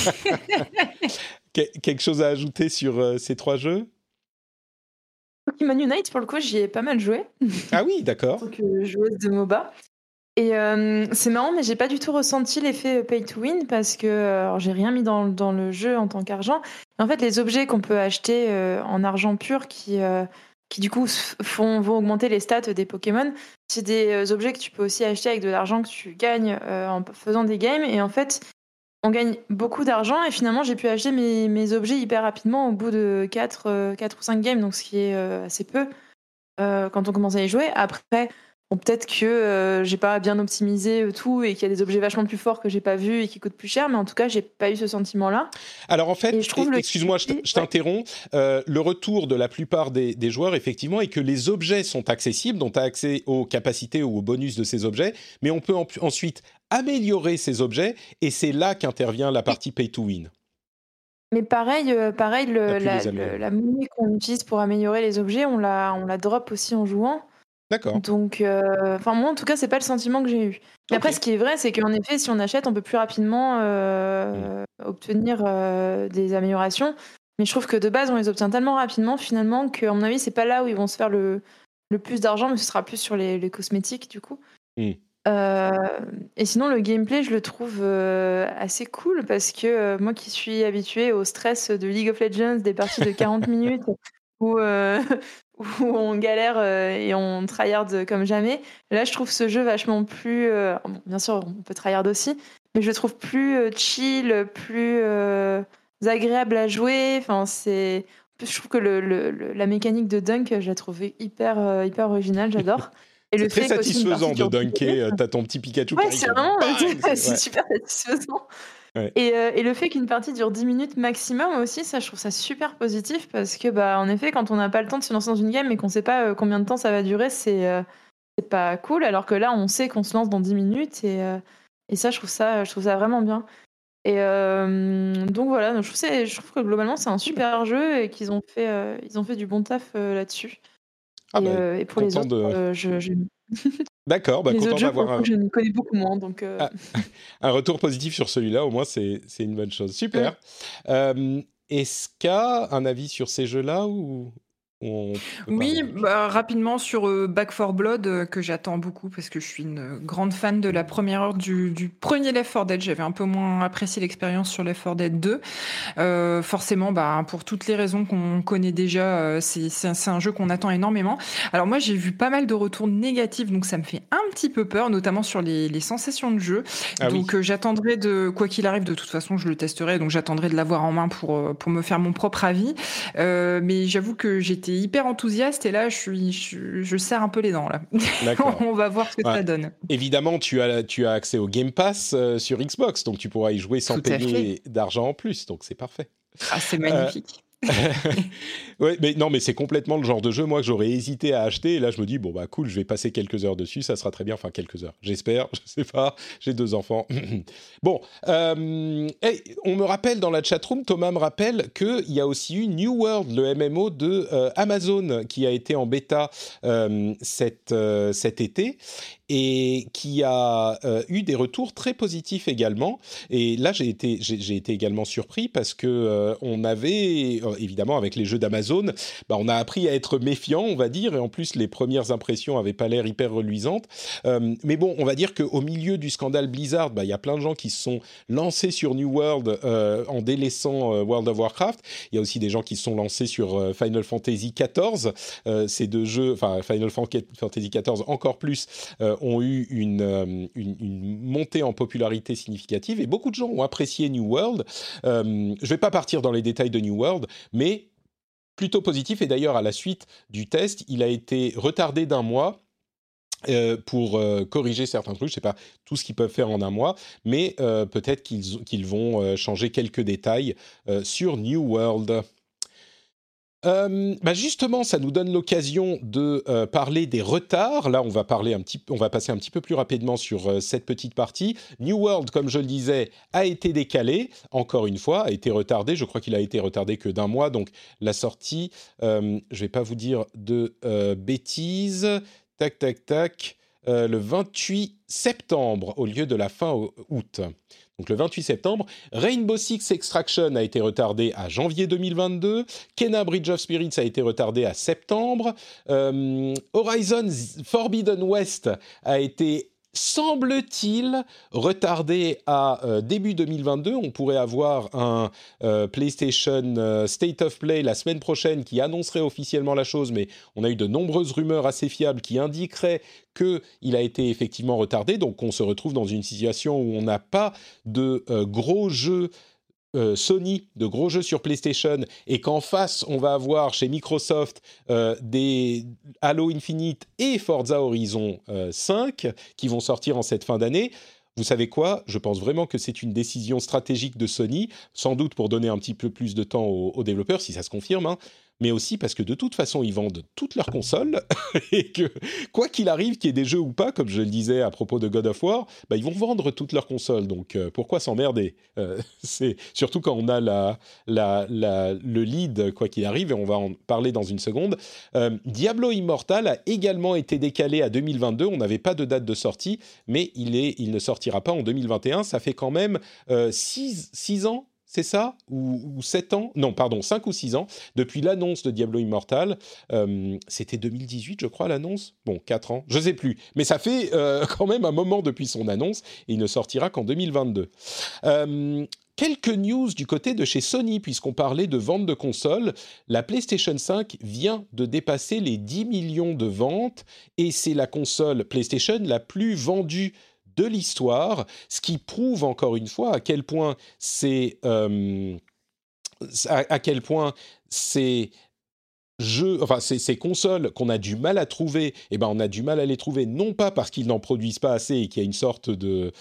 Quelque chose à ajouter sur ces 3 jeux ? Pokémon Unite, pour le coup, j'y ai pas mal joué. Ah oui, d'accord. En tant que joueuse de MOBA. Et c'est marrant, mais j'ai pas du tout ressenti l'effet pay to win parce que alors, j'ai rien mis dans le jeu en tant qu'argent. En fait, les objets qu'on peut acheter en argent pur qui du coup vont augmenter les stats des Pokémon, c'est des objets que tu peux aussi acheter avec de l'argent que tu gagnes en faisant des games. Et en fait, on gagne beaucoup d'argent et finalement, j'ai pu acheter mes objets hyper rapidement au bout de 4 ou 5 games, donc ce qui est assez peu quand on commence à y jouer. Après, bon, peut-être que j'ai pas bien optimisé tout et qu'il y a des objets vachement plus forts que j'ai pas vus et qui coûtent plus cher, mais en tout cas, j'ai pas eu ce sentiment-là. Alors en fait, excuse-moi, je t'interromps. Le retour de la plupart des joueurs, effectivement, est que les objets sont accessibles, dont tu as accès aux capacités ou aux bonus de ces objets, mais on peut ensuite améliorer ces objets, et c'est là qu'intervient la partie pay to win. Mais pareil, la monnaie qu'on utilise pour améliorer les objets, on la drop aussi en jouant. D'accord. Donc, moi, en tout cas, c'est pas le sentiment que j'ai eu. Mais après, ce qui est vrai, c'est qu'en effet, si on achète, on peut plus rapidement obtenir des améliorations. Mais je trouve que de base, on les obtient tellement rapidement, finalement, qu'à mon avis, c'est pas là où ils vont se faire le plus d'argent, mais ce sera plus sur les cosmétiques, du coup. Et sinon, le gameplay, je le trouve assez cool parce que moi qui suis habituée au stress de League of Legends, des parties de 40 minutes où on galère et on tryhard comme jamais. Là, je trouve ce jeu vachement plus... bon, bien sûr, on peut tryhard aussi, mais je le trouve plus chill, plus agréable à jouer. Enfin, je trouve que la mécanique de dunk, je la trouve hyper originale, j'adore. Et c'est très satisfaisant de dunker, t'as ton petit Pikachu qui arrive. C'est vraiment c'est super satisfaisant. Ouais. Et le fait qu'une partie dure 10 minutes maximum aussi, ça, je trouve ça super positif parce que, en effet, quand on n'a pas le temps de se lancer dans une game et qu'on ne sait pas combien de temps ça va durer, c'est pas cool. Alors que là, on sait qu'on se lance dans 10 minutes et ça, je trouve ça vraiment bien. Et donc voilà, je trouve que globalement, c'est un super jeu et qu'ils ont fait du bon taf là-dessus. Et pour les autres, je... D'accord, les content autres jeux, d'avoir je ne connais beaucoup moins. Donc, un retour positif sur celui-là, au moins, c'est une bonne chose. Super. Est-ce qu'il y a un avis sur ces jeux-là ou Oui, rapidement sur Back 4 Blood, que j'attends beaucoup parce que je suis une grande fan de la première heure du premier Left 4 Dead. J'avais un peu moins apprécié l'expérience sur Left 4 Dead 2. Forcément, pour toutes les raisons qu'on connaît déjà, c'est un jeu qu'on attend énormément. Alors moi, j'ai vu pas mal de retours négatifs, donc ça me fait un petit peu peur, notamment sur les sensations de jeu. Donc j'attendrai quoi qu'il arrive, de toute façon, je le testerai, donc j'attendrai de l'avoir en main pour me faire mon propre avis. Mais j'avoue que j'étais hyper enthousiaste et là je serre un peu les dents là. On va voir ce que ça donne. Évidemment, tu as accès au Game Pass sur Xbox, donc tu pourras y jouer sans payer d'argent en plus, donc c'est parfait. C'est magnifique. Ouais, mais c'est complètement le genre de jeu, moi, que j'aurais hésité à acheter. Et là, je me dis, cool, je vais passer quelques heures dessus, ça sera très bien. Enfin, quelques heures, j'espère, je sais pas, j'ai 2 enfants. Bon, on me rappelle dans la chatroom, Thomas me rappelle qu'il y a aussi eu New World, le MMO de Amazon, qui a été en bêta cet été, et qui a eu des retours très positifs également. Et là, j'ai été également surpris parce que on avait évidemment, avec les jeux d'Amazon, on a appris à être méfiant, on va dire, et en plus, les premières impressions n'avaient pas l'air hyper reluisantes. Mais bon, on va dire qu'au milieu du scandale Blizzard, il y a plein de gens qui se sont lancés sur New World en délaissant World of Warcraft. Il y a aussi des gens qui se sont lancés sur Final Fantasy XIV. Ces deux jeux, enfin Final Fantasy XIV encore plus, ont eu une montée en popularité significative et beaucoup de gens ont apprécié New World. Je ne vais pas partir dans les détails de New World, mais plutôt positif. Et d'ailleurs, à la suite du test, il a été retardé d'un mois pour corriger certains trucs. Je ne sais pas tout ce qu'ils peuvent faire en un mois, mais peut-être qu'ils vont changer quelques détails sur New World. Justement, ça nous donne l'occasion de parler des retards. Là, on va passer un petit peu plus rapidement sur cette petite partie. New World, comme je le disais, a été décalé, encore une fois, a été retardé. Je crois qu'il a été retardé que d'un mois, donc la sortie, je ne vais pas vous dire de bêtises. Tac, le 28 septembre au lieu de la fin août. Donc le 28 septembre, Rainbow Six Extraction a été retardé à janvier 2022, Kena Bridge of Spirits a été retardé à septembre, Horizon Forbidden West a été, semble-t-il, retardé à début 2022. On pourrait avoir un PlayStation State of Play la semaine prochaine qui annoncerait officiellement la chose, mais on a eu de nombreuses rumeurs assez fiables qui indiqueraient qu'il a été effectivement retardé. Donc on se retrouve dans une situation où on n'a pas de gros jeux Sony, de gros jeux sur PlayStation, et qu'en face, on va avoir chez Microsoft des Halo Infinite et Forza Horizon 5 qui vont sortir en cette fin d'année. Vous savez quoi ? Je pense vraiment que c'est une décision stratégique de Sony, sans doute pour donner un petit peu plus de temps aux développeurs, si ça se confirme, mais aussi parce que de toute façon, ils vendent toutes leurs consoles et que, quoi qu'il arrive, qu'il y ait des jeux ou pas, comme je le disais à propos de God of War, ils vont vendre toutes leurs consoles. Donc, pourquoi s'emmerder ? C'est surtout quand on a le lead, quoi qu'il arrive, et on va en parler dans une seconde. Diablo Immortal a également été décalé à 2022. On n'avait pas de date de sortie, mais il ne sortira pas en 2021. Ça fait quand même 6 ans. C'est ça ? Ou 7 ans ? Non, pardon, 5 ou 6 ans, depuis l'annonce de Diablo Immortal. C'était 2018, je crois, l'annonce ? Bon, 4 ans, je ne sais plus. Mais ça fait quand même un moment depuis son annonce, et il ne sortira qu'en 2022. Quelques news du côté de chez Sony, puisqu'on parlait de vente de consoles. La PlayStation 5 vient de dépasser les 10 millions de ventes, et c'est la console PlayStation la plus vendue de l'histoire, ce qui prouve encore une fois à quel point ces consoles qu'on a du mal à trouver, on a du mal à les trouver, non pas parce qu'ils n'en produisent pas assez et qu'il y a une sorte de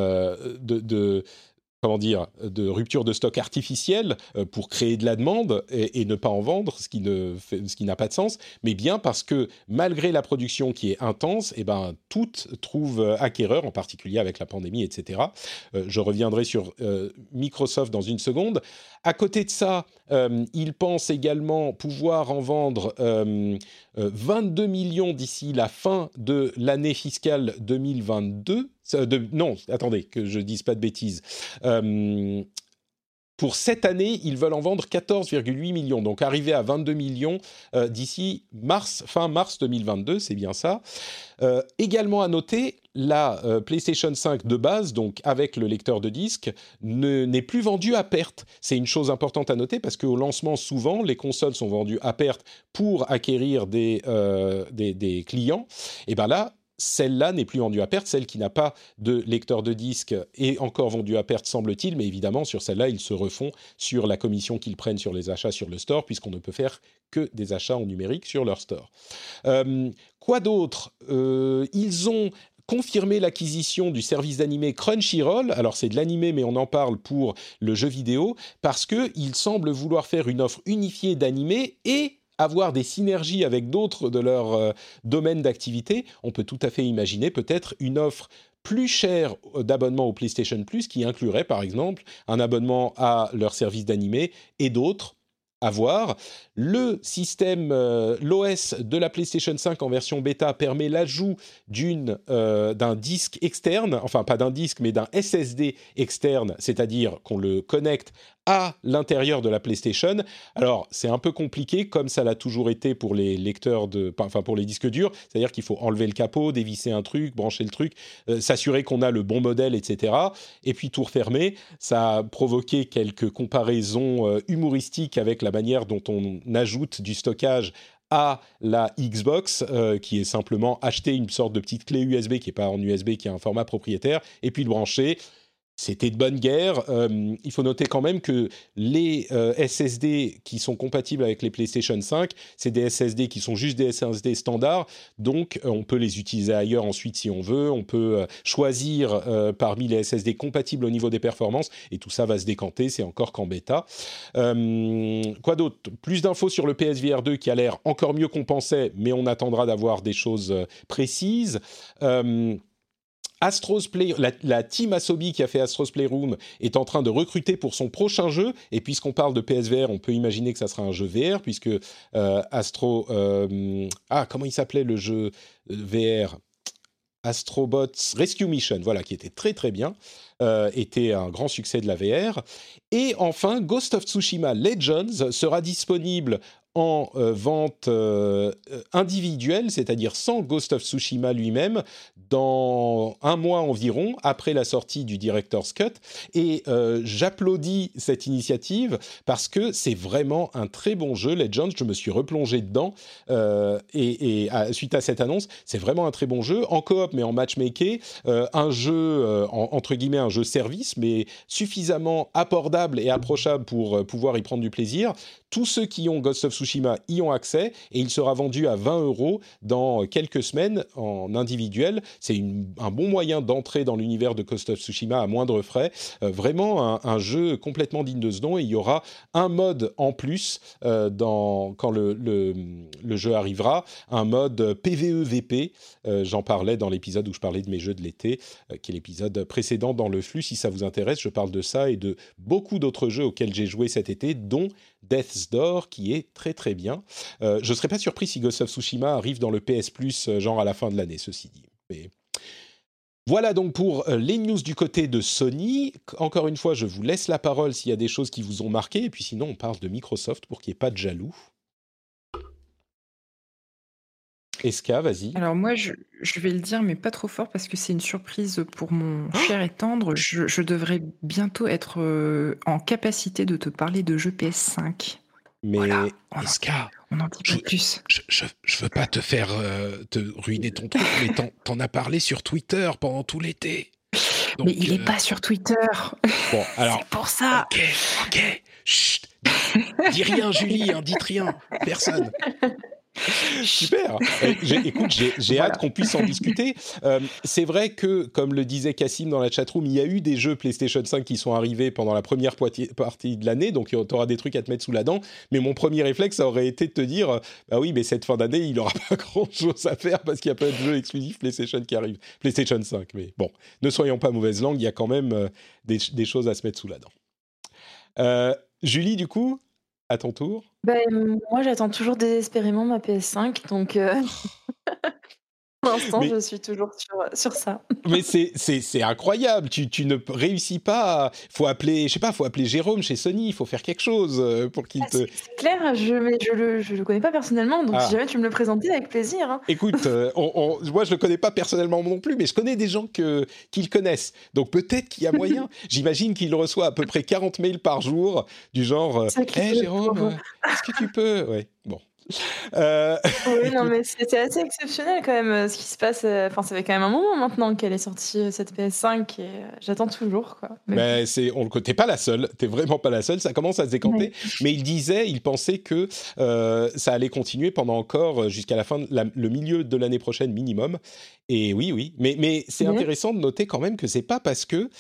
rupture de stock artificielle pour créer de la demande et ne pas en vendre, ce qui n'a pas de sens, mais bien parce que malgré la production qui est intense, toutes trouvent acquéreur, en particulier avec la pandémie, etc. Je reviendrai sur Microsoft dans une seconde. À côté de ça, ils pensent également pouvoir en vendre 22 millions d'ici la fin de l'année fiscale 2022. Non, attendez, que je ne dise pas de bêtises. Pour cette année, ils veulent en vendre 14,8 millions, donc arriver à 22 millions d'ici fin mars 2022, c'est bien ça. Également à noter, la PlayStation 5 de base, donc avec le lecteur de disque, n'est plus vendue à perte. C'est une chose importante à noter parce qu'au lancement, souvent, les consoles sont vendues à perte pour acquérir des clients. Et là, celle-là n'est plus vendue à perte. Celle qui n'a pas de lecteur de disque est encore vendue à perte, semble-t-il, mais évidemment, sur celle-là, ils se refont sur la commission qu'ils prennent sur les achats sur le store, puisqu'on ne peut faire que des achats en numérique sur leur store. Quoi d'autre ? Ils ont confirmé l'acquisition du service d'animé Crunchyroll. Alors, c'est de l'animé, mais on en parle pour le jeu vidéo, parce qu'ils semblent vouloir faire une offre unifiée d'animé et avoir des synergies avec d'autres de leurs domaines d'activité. On peut tout à fait imaginer peut-être une offre plus chère d'abonnement au PlayStation Plus qui inclurait par exemple un abonnement à leur service d'animé et d'autres. à voir. Le système, l'OS de la PlayStation 5 en version bêta permet l'ajout d'un disque externe, enfin pas d'un disque, mais d'un SSD externe, c'est-à-dire qu'on le connecte à l'intérieur de la PlayStation. Alors, c'est un peu compliqué, comme ça l'a toujours été pour les lecteurs pour les disques durs, c'est-à-dire qu'il faut enlever le capot, dévisser un truc, brancher le truc, s'assurer qu'on a le bon modèle, etc. Et puis tout refermer. Ça a provoqué quelques comparaisons humoristiques avec la manière dont on ajoute du stockage à la Xbox, qui est simplement acheter une sorte de petite clé USB qui n'est pas en USB, qui a un format propriétaire, et puis le brancher. C'était de bonne guerre. Il faut noter quand même que les SSD qui sont compatibles avec les PlayStation 5, c'est des SSD qui sont juste des SSD standards, donc on peut les utiliser ailleurs ensuite si on veut. On peut choisir parmi les SSD compatibles au niveau des performances, et tout ça va se décanter, c'est encore qu'en bêta. Quoi d'autre ? Plus d'infos sur le PSVR 2 qui a l'air encore mieux qu'on pensait, mais on attendra d'avoir des choses précises. Astro's Play, la team Asobi qui a fait Astro's Playroom est en train de recruter pour son prochain jeu, et puisqu'on parle de PSVR, on peut imaginer que ça sera un jeu VR, puisque comment il s'appelait le jeu VR ? Astrobots Rescue Mission, voilà, qui était très très bien, était un grand succès de la VR. Et enfin, Ghost of Tsushima Legends sera disponible en vente individuelle, c'est-à-dire sans Ghost of Tsushima lui-même, dans un mois environ, après la sortie du Director's Cut. Et j'applaudis cette initiative parce que c'est vraiment un très bon jeu, Legends. Je me suis replongé dedans suite à cette annonce, c'est vraiment un très bon jeu, en coop mais en matchmaker, un jeu, entre guillemets, un jeu service, mais suffisamment abordable et approchable pour pouvoir y prendre du plaisir. Tous ceux qui ont Ghost of Tsushima y ont accès, et il sera vendu à 20 € dans quelques semaines en individuel. C'est un bon moyen d'entrer dans l'univers de Ghost of Tsushima à moindre frais. Vraiment un jeu complètement digne de ce nom, et il y aura un mode en plus quand le jeu arrivera, un mode PvE-VP. J'en parlais dans l'épisode où je parlais de mes jeux de l'été, qui est l'épisode précédent dans le flux. Si ça vous intéresse, je parle de ça et de beaucoup d'autres jeux auxquels j'ai joué cet été, dont Death's Door, qui est très très bien. Je ne serais pas surpris si Ghost of Tsushima arrive dans le PS Plus, genre à la fin de l'année, ceci dit. Mais voilà donc pour les news du côté de Sony. Encore une fois, je vous laisse la parole s'il y a des choses qui vous ont marqué, et puis sinon on parle de Microsoft pour qu'il n'y ait pas de jaloux. Eska, vas-y. Alors moi, je vais le dire, mais pas trop fort, parce que c'est une surprise pour mon cher et tendre. Je devrais bientôt être en capacité de te parler de jeux PS5. Mais voilà, Eska, on en dit pas plus. Je veux pas te faire te ruiner ton truc, mais t'en as parlé sur Twitter pendant tout l'été. Donc, mais il est pas sur Twitter. Bon, alors. C'est pour ça. Ok. Chut. Dis rien, Julie, hein, dites rien. Personne. Super. Écoute, j'ai hâte qu'on puisse en discuter. C'est vrai que, comme le disait Cassim dans la chatroom, il y a eu des jeux PlayStation 5 qui sont arrivés pendant la première partie de l'année, donc tu auras des trucs à te mettre sous la dent. Mais mon premier réflexe, ça aurait été de te dire, bah oui, mais cette fin d'année, il n'aura pas grand-chose à faire parce qu'il y a pas de jeux exclusifs PlayStation qui arrivent. PlayStation 5, mais bon, ne soyons pas mauvaise langue, il y a quand même des choses à se mettre sous la dent. Julie, du coup, à ton tour. Moi, j'attends toujours désespérément ma PS5, donc pour l'instant, je suis toujours sur ça. Mais c'est incroyable, tu ne réussis pas. Faut appeler Jérôme chez Sony, il faut faire quelque chose pour qu'il te... C'est clair, je le connais pas personnellement, donc si jamais tu me le présentais, avec plaisir. Hein. Écoute, moi je le connais pas personnellement non plus, mais je connais des gens qui le connaissent. Donc peut-être qu'il y a moyen. J'imagine qu'il reçoit à peu près 40 mails par jour, du genre « Hey Jérôme, est-ce que tu peux ?» Ouais, bon. Oui, non, mais c'était assez exceptionnel quand même ce qui se passe. Enfin, ça fait quand même un moment maintenant qu'elle est sortie cette PS5, et j'attends toujours, quoi. Mais t'es pas la seule, t'es vraiment pas la seule. Ça commence à se décanter, mais il pensait que ça allait continuer pendant encore jusqu'à la fin, le milieu de l'année prochaine minimum. Et oui, mais c'est intéressant de noter quand même que c'est pas parce qu'ils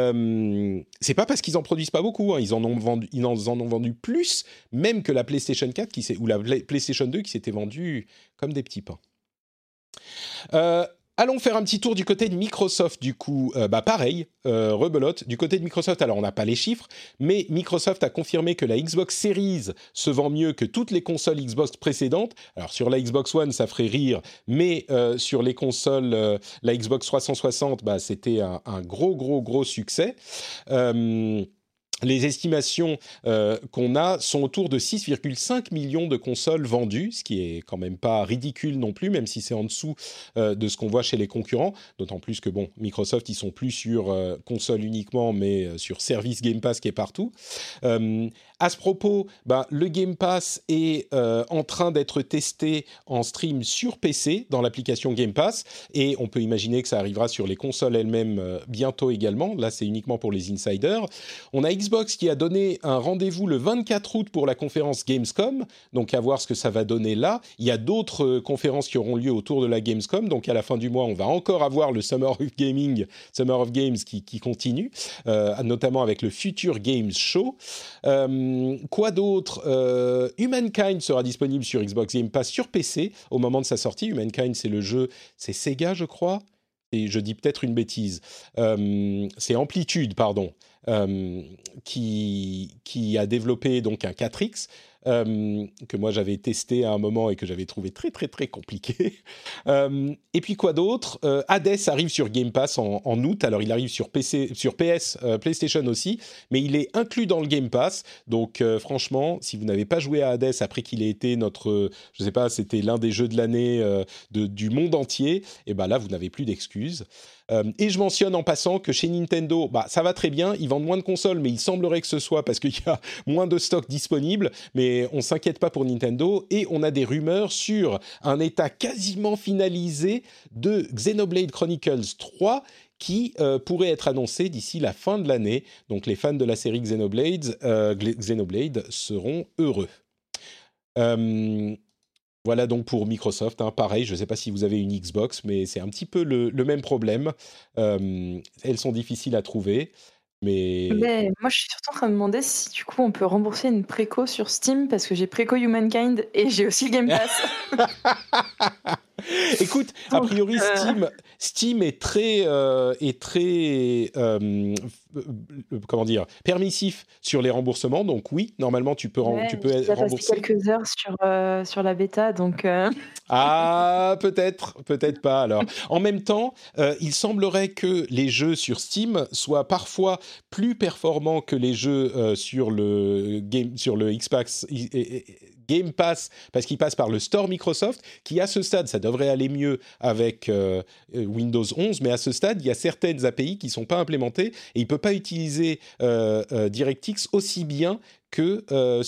en produisent pas beaucoup. Hein. Ils en ont vendu plus, même que la PlayStation 4 ou la PlayStation 2 qui s'était vendue comme des petits pains. Allons faire un petit tour du côté de Microsoft, du coup. Pareil, rebelote. Du côté de Microsoft, alors on n'a pas les chiffres, mais Microsoft a confirmé que la Xbox Series se vend mieux que toutes les consoles Xbox précédentes. Alors sur la Xbox One, ça ferait rire, mais sur les consoles, la Xbox 360, c'était un gros succès. Les estimations qu'on a sont autour de 6,5 millions de consoles vendues, ce qui est quand même pas ridicule non plus, même si c'est en dessous de ce qu'on voit chez les concurrents. D'autant plus que, Microsoft, ils sont plus sur console uniquement, mais sur service Game Pass qui est partout. À ce propos, le Game Pass est en train d'être testé en stream sur PC dans l'application Game Pass, et on peut imaginer que ça arrivera sur les consoles elles-mêmes bientôt également. Là, c'est uniquement pour les insiders. On a Xbox qui a donné un rendez-vous le 24 août pour la conférence Gamescom, donc à voir ce que ça va donner là. Il y a d'autres conférences qui auront lieu autour de la Gamescom, donc à la fin du mois, on va encore avoir le Summer of Games qui continue, notamment avec le Future Games Show. Quoi d'autre? Humankind sera disponible sur Xbox Game Pass sur PC au moment de sa sortie. Humankind, c'est Sega, je crois, et je dis peut-être une bêtise. C'est Amplitude, pardon. Qui a développé donc un 4X que moi j'avais testé à un moment et que j'avais trouvé très très très compliqué. Et puis quoi d'autre? Hades arrive sur Game Pass en août. Alors il arrive sur PC, sur PS, PlayStation aussi, mais il est inclus dans le Game Pass. Donc franchement, si vous n'avez pas joué à Hades après qu'il ait été je sais pas, c'était l'un des jeux de l'année du monde entier, et là vous n'avez plus d'excuses. Et je mentionne en passant que chez Nintendo, ça va très bien, ils vendent moins de consoles, mais il semblerait que ce soit parce qu'il y a moins de stock disponible, mais on ne s'inquiète pas pour Nintendo, et on a des rumeurs sur un état quasiment finalisé de Xenoblade Chronicles 3, qui pourrait être annoncé d'ici la fin de l'année. Donc les fans de la série Xenoblade seront heureux. Voilà donc pour Microsoft, pareil, je ne sais pas si vous avez une Xbox, mais c'est un petit peu le même problème. Elles sont difficiles à trouver, mais moi, je suis surtout en train de demander si du coup on peut rembourser une préco sur Steam parce que j'ai préco Humankind et j'ai aussi le Game Pass. Écoute, a priori Steam est très comment dire, permissif sur les remboursements, donc oui, normalement tu peux rembourser. J'ai passé quelques heures sur la bêta, donc. Ah, peut-être pas alors. En même temps, il semblerait que les jeux sur Steam soient parfois plus performants que les jeux sur le Xbox Game Pass, parce qu'ils passent par le store Microsoft, qui à ce stade, ça devrait aller mieux avec Windows 11, mais à ce stade, il y a certaines API qui ne sont pas implémentées, et il ne peut pas utiliser DirectX aussi bien que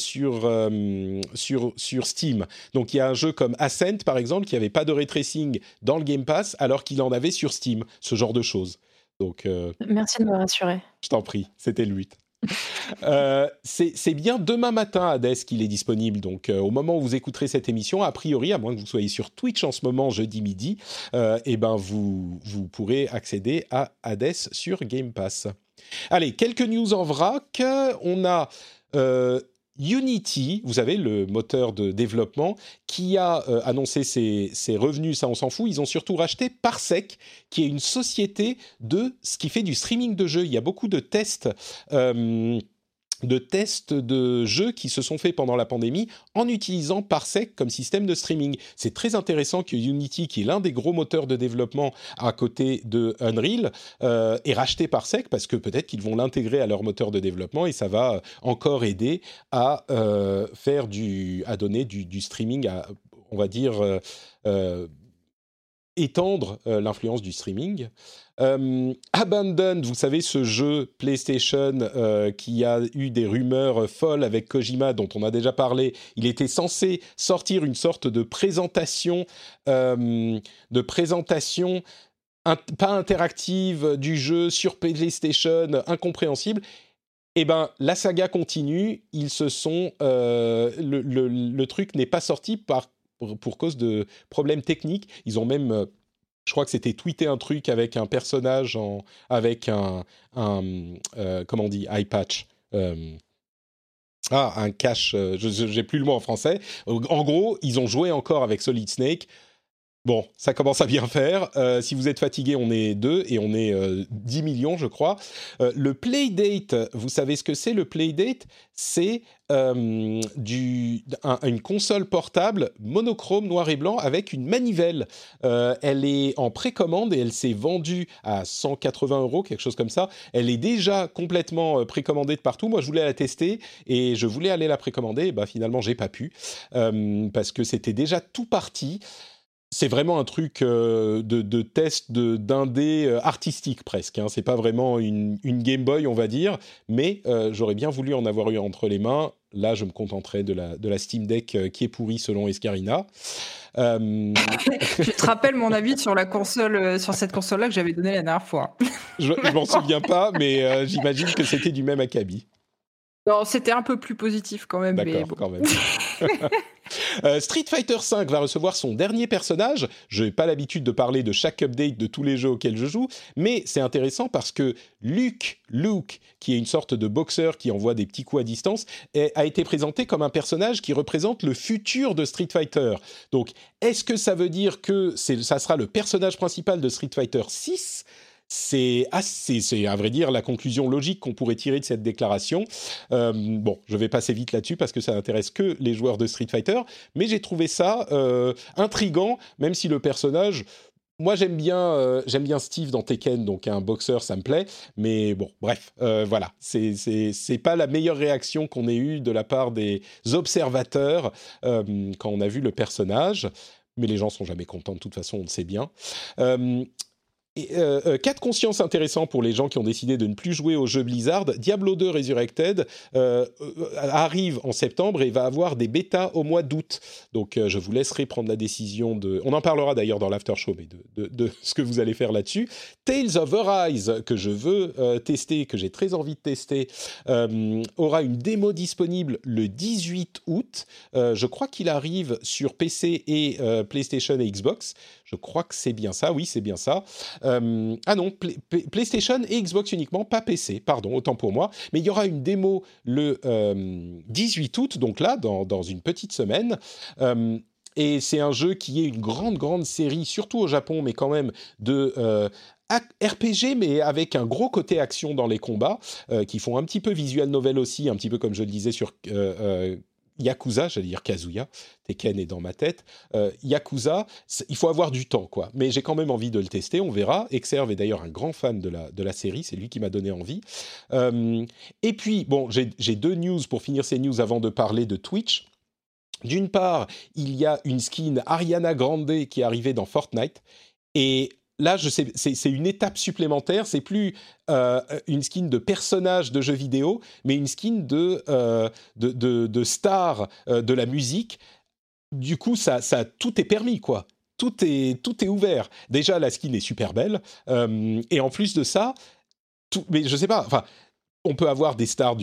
sur Steam. Donc il y a un jeu comme Ascent, par exemple, qui n'avait pas de ray tracing dans le Game Pass, alors qu'il en avait sur Steam, ce genre de choses. Donc, merci de me rassurer. Je t'en prie, c'était le but. C'est bien demain matin à Hades qu'il est disponible, donc au moment où vous écouterez cette émission, a priori, à moins que vous soyez sur Twitch en ce moment jeudi midi, vous pourrez accéder à Hades sur Game Pass. Allez, quelques news en vrac. On a Unity, vous savez, le moteur de développement, qui a annoncé ses revenus, ça on s'en fout. Ils ont surtout racheté Parsec, qui est une société qui fait du streaming de jeux. Il y a beaucoup de tests de jeux qui se sont faits pendant la pandémie en utilisant Parsec comme système de streaming. C'est très intéressant que Unity, qui est l'un des gros moteurs de développement à côté de Unreal, ait racheté Parsec, parce que peut-être qu'ils vont l'intégrer à leur moteur de développement et ça va encore aider à donner du streaming, on va dire, étendre l'influence du streaming. Abandoned, vous savez, ce jeu PlayStation qui a eu des rumeurs folles avec Kojima, dont on a déjà parlé. Il était censé sortir une sorte de présentation pas interactive du jeu sur PlayStation, incompréhensible. La saga continue. Ils se sont le truc n'est pas sorti pour cause de problèmes techniques. Ils ont même je crois que c'était tweeté un truc avec un personnage avec un comment on dit, eye patch. Un cache. J'ai plus le mot en français. En gros, ils ont joué encore avec Solid Snake. Bon, ça commence à bien faire. Si vous êtes fatigué, on est 2 et on est 10 millions, je crois. Le Playdate, vous savez ce que c'est le Playdate ? C'est une console portable monochrome noir et blanc avec une manivelle. Elle est en précommande et elle s'est vendue à 180 €, quelque chose comme ça. Elle est déjà complètement précommandée de partout. Moi, je voulais la tester et je voulais aller la précommander. Et finalement, j'ai pas pu parce que c'était déjà tout parti. C'est vraiment un truc de test d'indé artistique presque. Hein. C'est pas vraiment une Game Boy, on va dire, mais j'aurais bien voulu en avoir eu entre les mains. Là, je me contenterai de la Steam Deck qui est pourrie selon Escarina. Je te rappelle mon avis sur la console, sur cette console-là que j'avais donnée la dernière fois. Je m'en souviens pas, mais j'imagine que c'était du même acabit. Non, c'était un peu plus positif quand même. D'accord, mais bon. quand même. Street Fighter V va recevoir son dernier personnage. Je n'ai pas l'habitude de parler de chaque update de tous les jeux auxquels je joue, mais c'est intéressant parce que Luke, qui est une sorte de boxeur qui envoie des petits coups à distance, a été présenté comme un personnage qui représente le futur de Street Fighter. Donc, est-ce que ça veut dire que ça sera le personnage principal de Street Fighter 6 ? C'est à vrai dire la conclusion logique qu'on pourrait tirer de cette déclaration. Bon, je vais passer vite là-dessus parce que ça n'intéresse que les joueurs de Street Fighter, mais j'ai trouvé ça intriguant, même si le personnage... Moi, j'aime bien Steve dans Tekken, donc un boxeur, ça me plaît. Mais bon, bref, voilà. C'est pas la meilleure réaction qu'on ait eue de la part des observateurs quand on a vu le personnage. Mais les gens sont jamais contents, de toute façon, on le sait bien. Cas de conscience intéressant pour les gens qui ont décidé de ne plus jouer aux jeux Blizzard. Diablo 2 Resurrected arrive en septembre et va avoir des bêtas au mois d'août. Donc je vous laisserai prendre la décision de... On en parlera d'ailleurs dans l'after show, mais de ce que vous allez faire là-dessus. Tales of Arise, que je veux tester, que j'ai très envie de tester, aura une démo disponible le 18 août. Je crois qu'il arrive sur PC et PlayStation et Xbox. Je crois que c'est bien ça, oui, c'est bien ça. Ah non, PlayStation et Xbox uniquement, pas PC, pardon, autant pour moi. Mais il y aura une démo le 18 août, donc là, dans une petite semaine. Et c'est un jeu qui est une grande série, surtout au Japon, mais quand même de... RPG, mais avec un gros côté action dans les combats, qui font un petit peu visual novel aussi, un petit peu comme je le disais sur... Yakuza, j'allais dire Kazuya, Tekken est dans ma tête. Yakuza, il faut avoir du temps, quoi. Mais j'ai quand même envie de le tester, on verra. Exerve est d'ailleurs un grand fan de la série, c'est lui qui m'a donné envie. Et puis, bon, j'ai 2 news pour finir ces news avant de parler de Twitch. D'une part, il y a une skin Ariana Grande qui est arrivée dans Fortnite. Et là, je sais, c'est une étape supplémentaire. C'est plus une skin de personnage de jeu vidéo, mais une skin de star de la musique. Du coup, ça tout est permis, quoi. Tout est ouvert. Déjà, la skin est super belle. Et en plus de ça, mais je sais pas. Enfin, on peut avoir des stars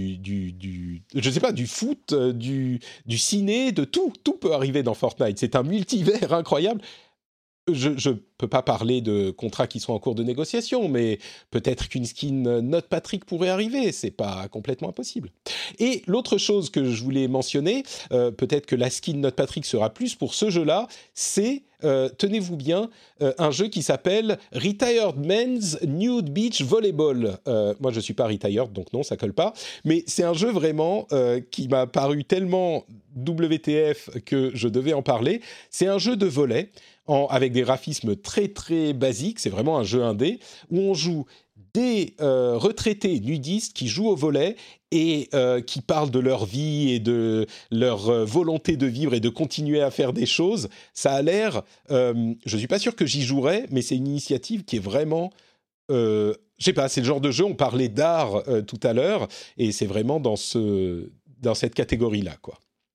je sais pas, du foot, du ciné, de tout. Tout peut arriver dans Fortnite. C'est un multivers incroyable. Je peux pas parler de contrats qui sont en cours de négociation, mais peut-être qu'une skin Note Patrick pourrait arriver, c'est pas complètement impossible. Et l'autre chose que je voulais mentionner, peut-être que la skin Note Patrick sera plus pour ce jeu-là, c'est, tenez-vous bien, un jeu qui s'appelle Retired Men's Nude Beach Volleyball. Moi, je suis pas retired, donc non, ça colle pas, mais c'est un jeu vraiment qui m'a paru tellement WTF que je devais en parler. C'est un jeu de volley, avec des graphismes très très basiques, c'est vraiment un jeu indé, où on joue des retraités nudistes qui jouent au volley et qui parlent de leur vie et de leur volonté de vivre et de continuer à faire des choses. Ça a l'air... je ne suis pas sûr que j'y jouerais, mais c'est une initiative qui est vraiment... je sais pas, c'est le genre de jeu, on parlait d'art tout à l'heure, et c'est vraiment dans cette catégorie-là, quoi.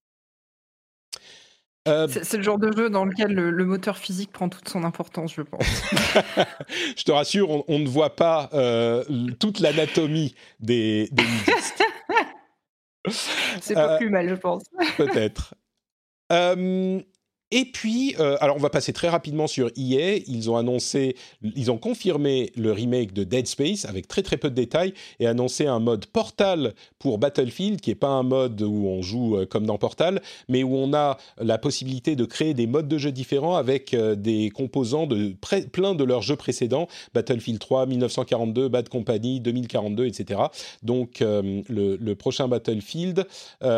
C'est le genre de jeu dans lequel le moteur physique prend toute son importance, je pense. Je te rassure, on ne voit pas toute l'anatomie des nudistes. C'est pas plus mal, je pense. Peut-être. Et puis, alors on va passer très rapidement sur EA. Ils ont confirmé le remake de Dead Space avec très très peu de détails et annoncé un mode Portal pour Battlefield, qui n'est pas un mode où on joue comme dans Portal, mais où on a la possibilité de créer des modes de jeu différents avec des composants de plein de leurs jeux précédents, Battlefield 3, 1942, Bad Company, 2042, etc. Donc le prochain Battlefield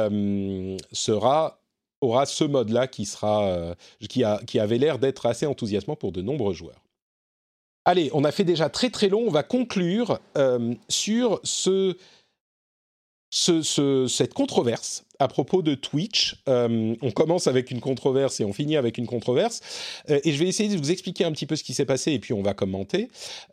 aura ce mode-là qui avait l'air d'être assez enthousiasmant pour de nombreux joueurs. Allez, on a fait déjà très très long, on va conclure sur cette controverse à propos de Twitch. On commence avec une controverse et on finit avec une controverse. Et je vais essayer de vous expliquer un petit peu ce qui s'est passé et puis on va commenter.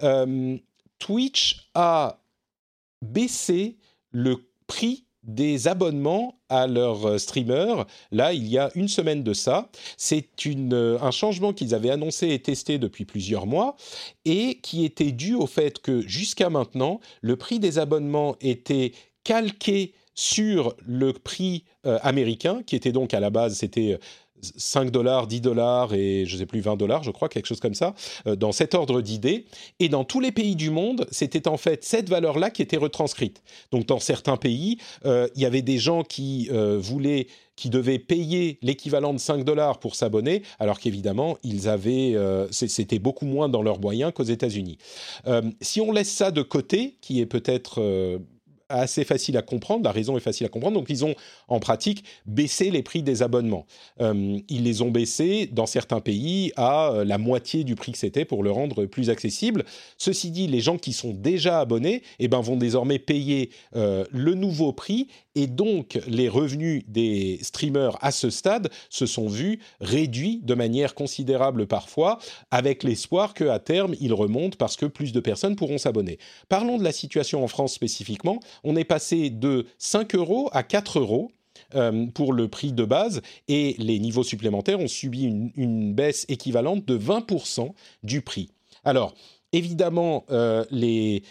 Twitch a baissé le prix des abonnements à leurs streamers, là, il y a une semaine de ça. C'est un changement qu'ils avaient annoncé et testé depuis plusieurs mois et qui était dû au fait que jusqu'à maintenant, le prix des abonnements était calqué sur le prix américain, qui était donc à la base, c'était $5, $10 et je ne sais plus, $20, je crois, quelque chose comme ça, dans cet ordre d'idées. Et dans tous les pays du monde, c'était en fait cette valeur-là qui était retranscrite. Donc dans certains pays, il y avait des gens qui devaient payer l'équivalent de $5 pour s'abonner, alors qu'évidemment, c'était beaucoup moins dans leurs moyens qu'aux États-Unis. Si on laisse ça de côté, qui est peut-être assez facile à comprendre, la raison est facile à comprendre, donc ils ont en pratique baissé les prix des abonnements. Ils les ont baissés dans certains pays à la moitié du prix que c'était pour le rendre plus accessible. Ceci dit, les gens qui sont déjà abonnés vont désormais payer le nouveau prix et donc les revenus des streamers à ce stade se sont vus réduits de manière considérable parfois, avec l'espoir qu'à terme ils remontent parce que plus de personnes pourront s'abonner. Parlons de la situation en France spécifiquement. On est passé de 5 € à 4 € pour le prix de base et les niveaux supplémentaires ont subi une baisse équivalente de 20% du prix. Alors, évidemment, les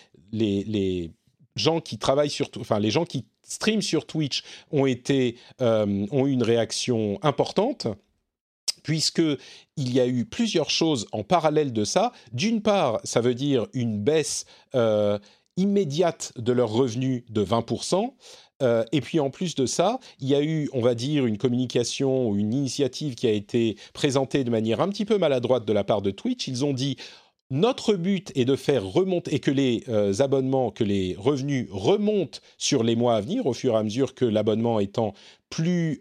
gens qui travaillent les gens qui streament sur Twitch ont eu une réaction importante, puisqu'il y a eu plusieurs choses en parallèle de ça. D'une part, ça veut dire une baisse immédiate de leurs revenus de 20%. Et puis en plus de ça, il y a eu, on va dire, une communication ou une initiative qui a été présentée de manière un petit peu maladroite de la part de Twitch. Ils ont dit: notre but est de faire remonter et que les abonnements, que les revenus remontent sur les mois à venir, au fur et à mesure que l'abonnement étant plus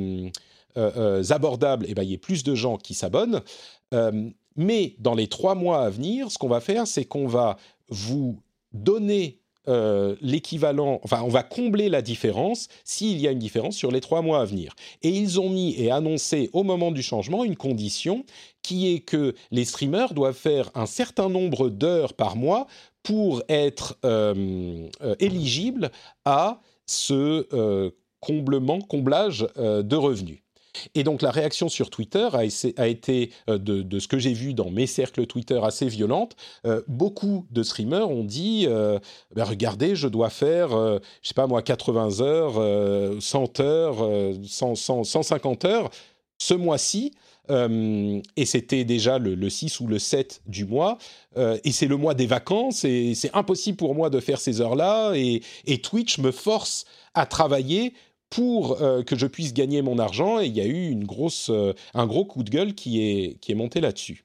abordable, il y a plus de gens qui s'abonnent. Mais dans les 3 mois à venir, ce qu'on va faire, c'est qu'on va vous donner l'équivalent, on va combler la différence s'il y a une différence sur les 3 mois à venir. Et ils ont mis et annoncé au moment du changement une condition qui est que les streamers doivent faire un certain nombre d'heures par mois pour être éligibles à ce comblage de revenus. Et donc la réaction sur Twitter a été, de ce que j'ai vu dans mes cercles Twitter, assez violente. Beaucoup de streamers ont dit regardez, je dois faire, 80 heures, 100 heures, 150 heures ce mois-ci. Et c'était déjà le 6 ou le 7 du mois. Et c'est le mois des vacances et c'est impossible pour moi de faire ces heures-là. Et Twitch me force à travailler pour que je puisse gagner mon argent, et il y a eu un gros coup de gueule qui est monté là-dessus.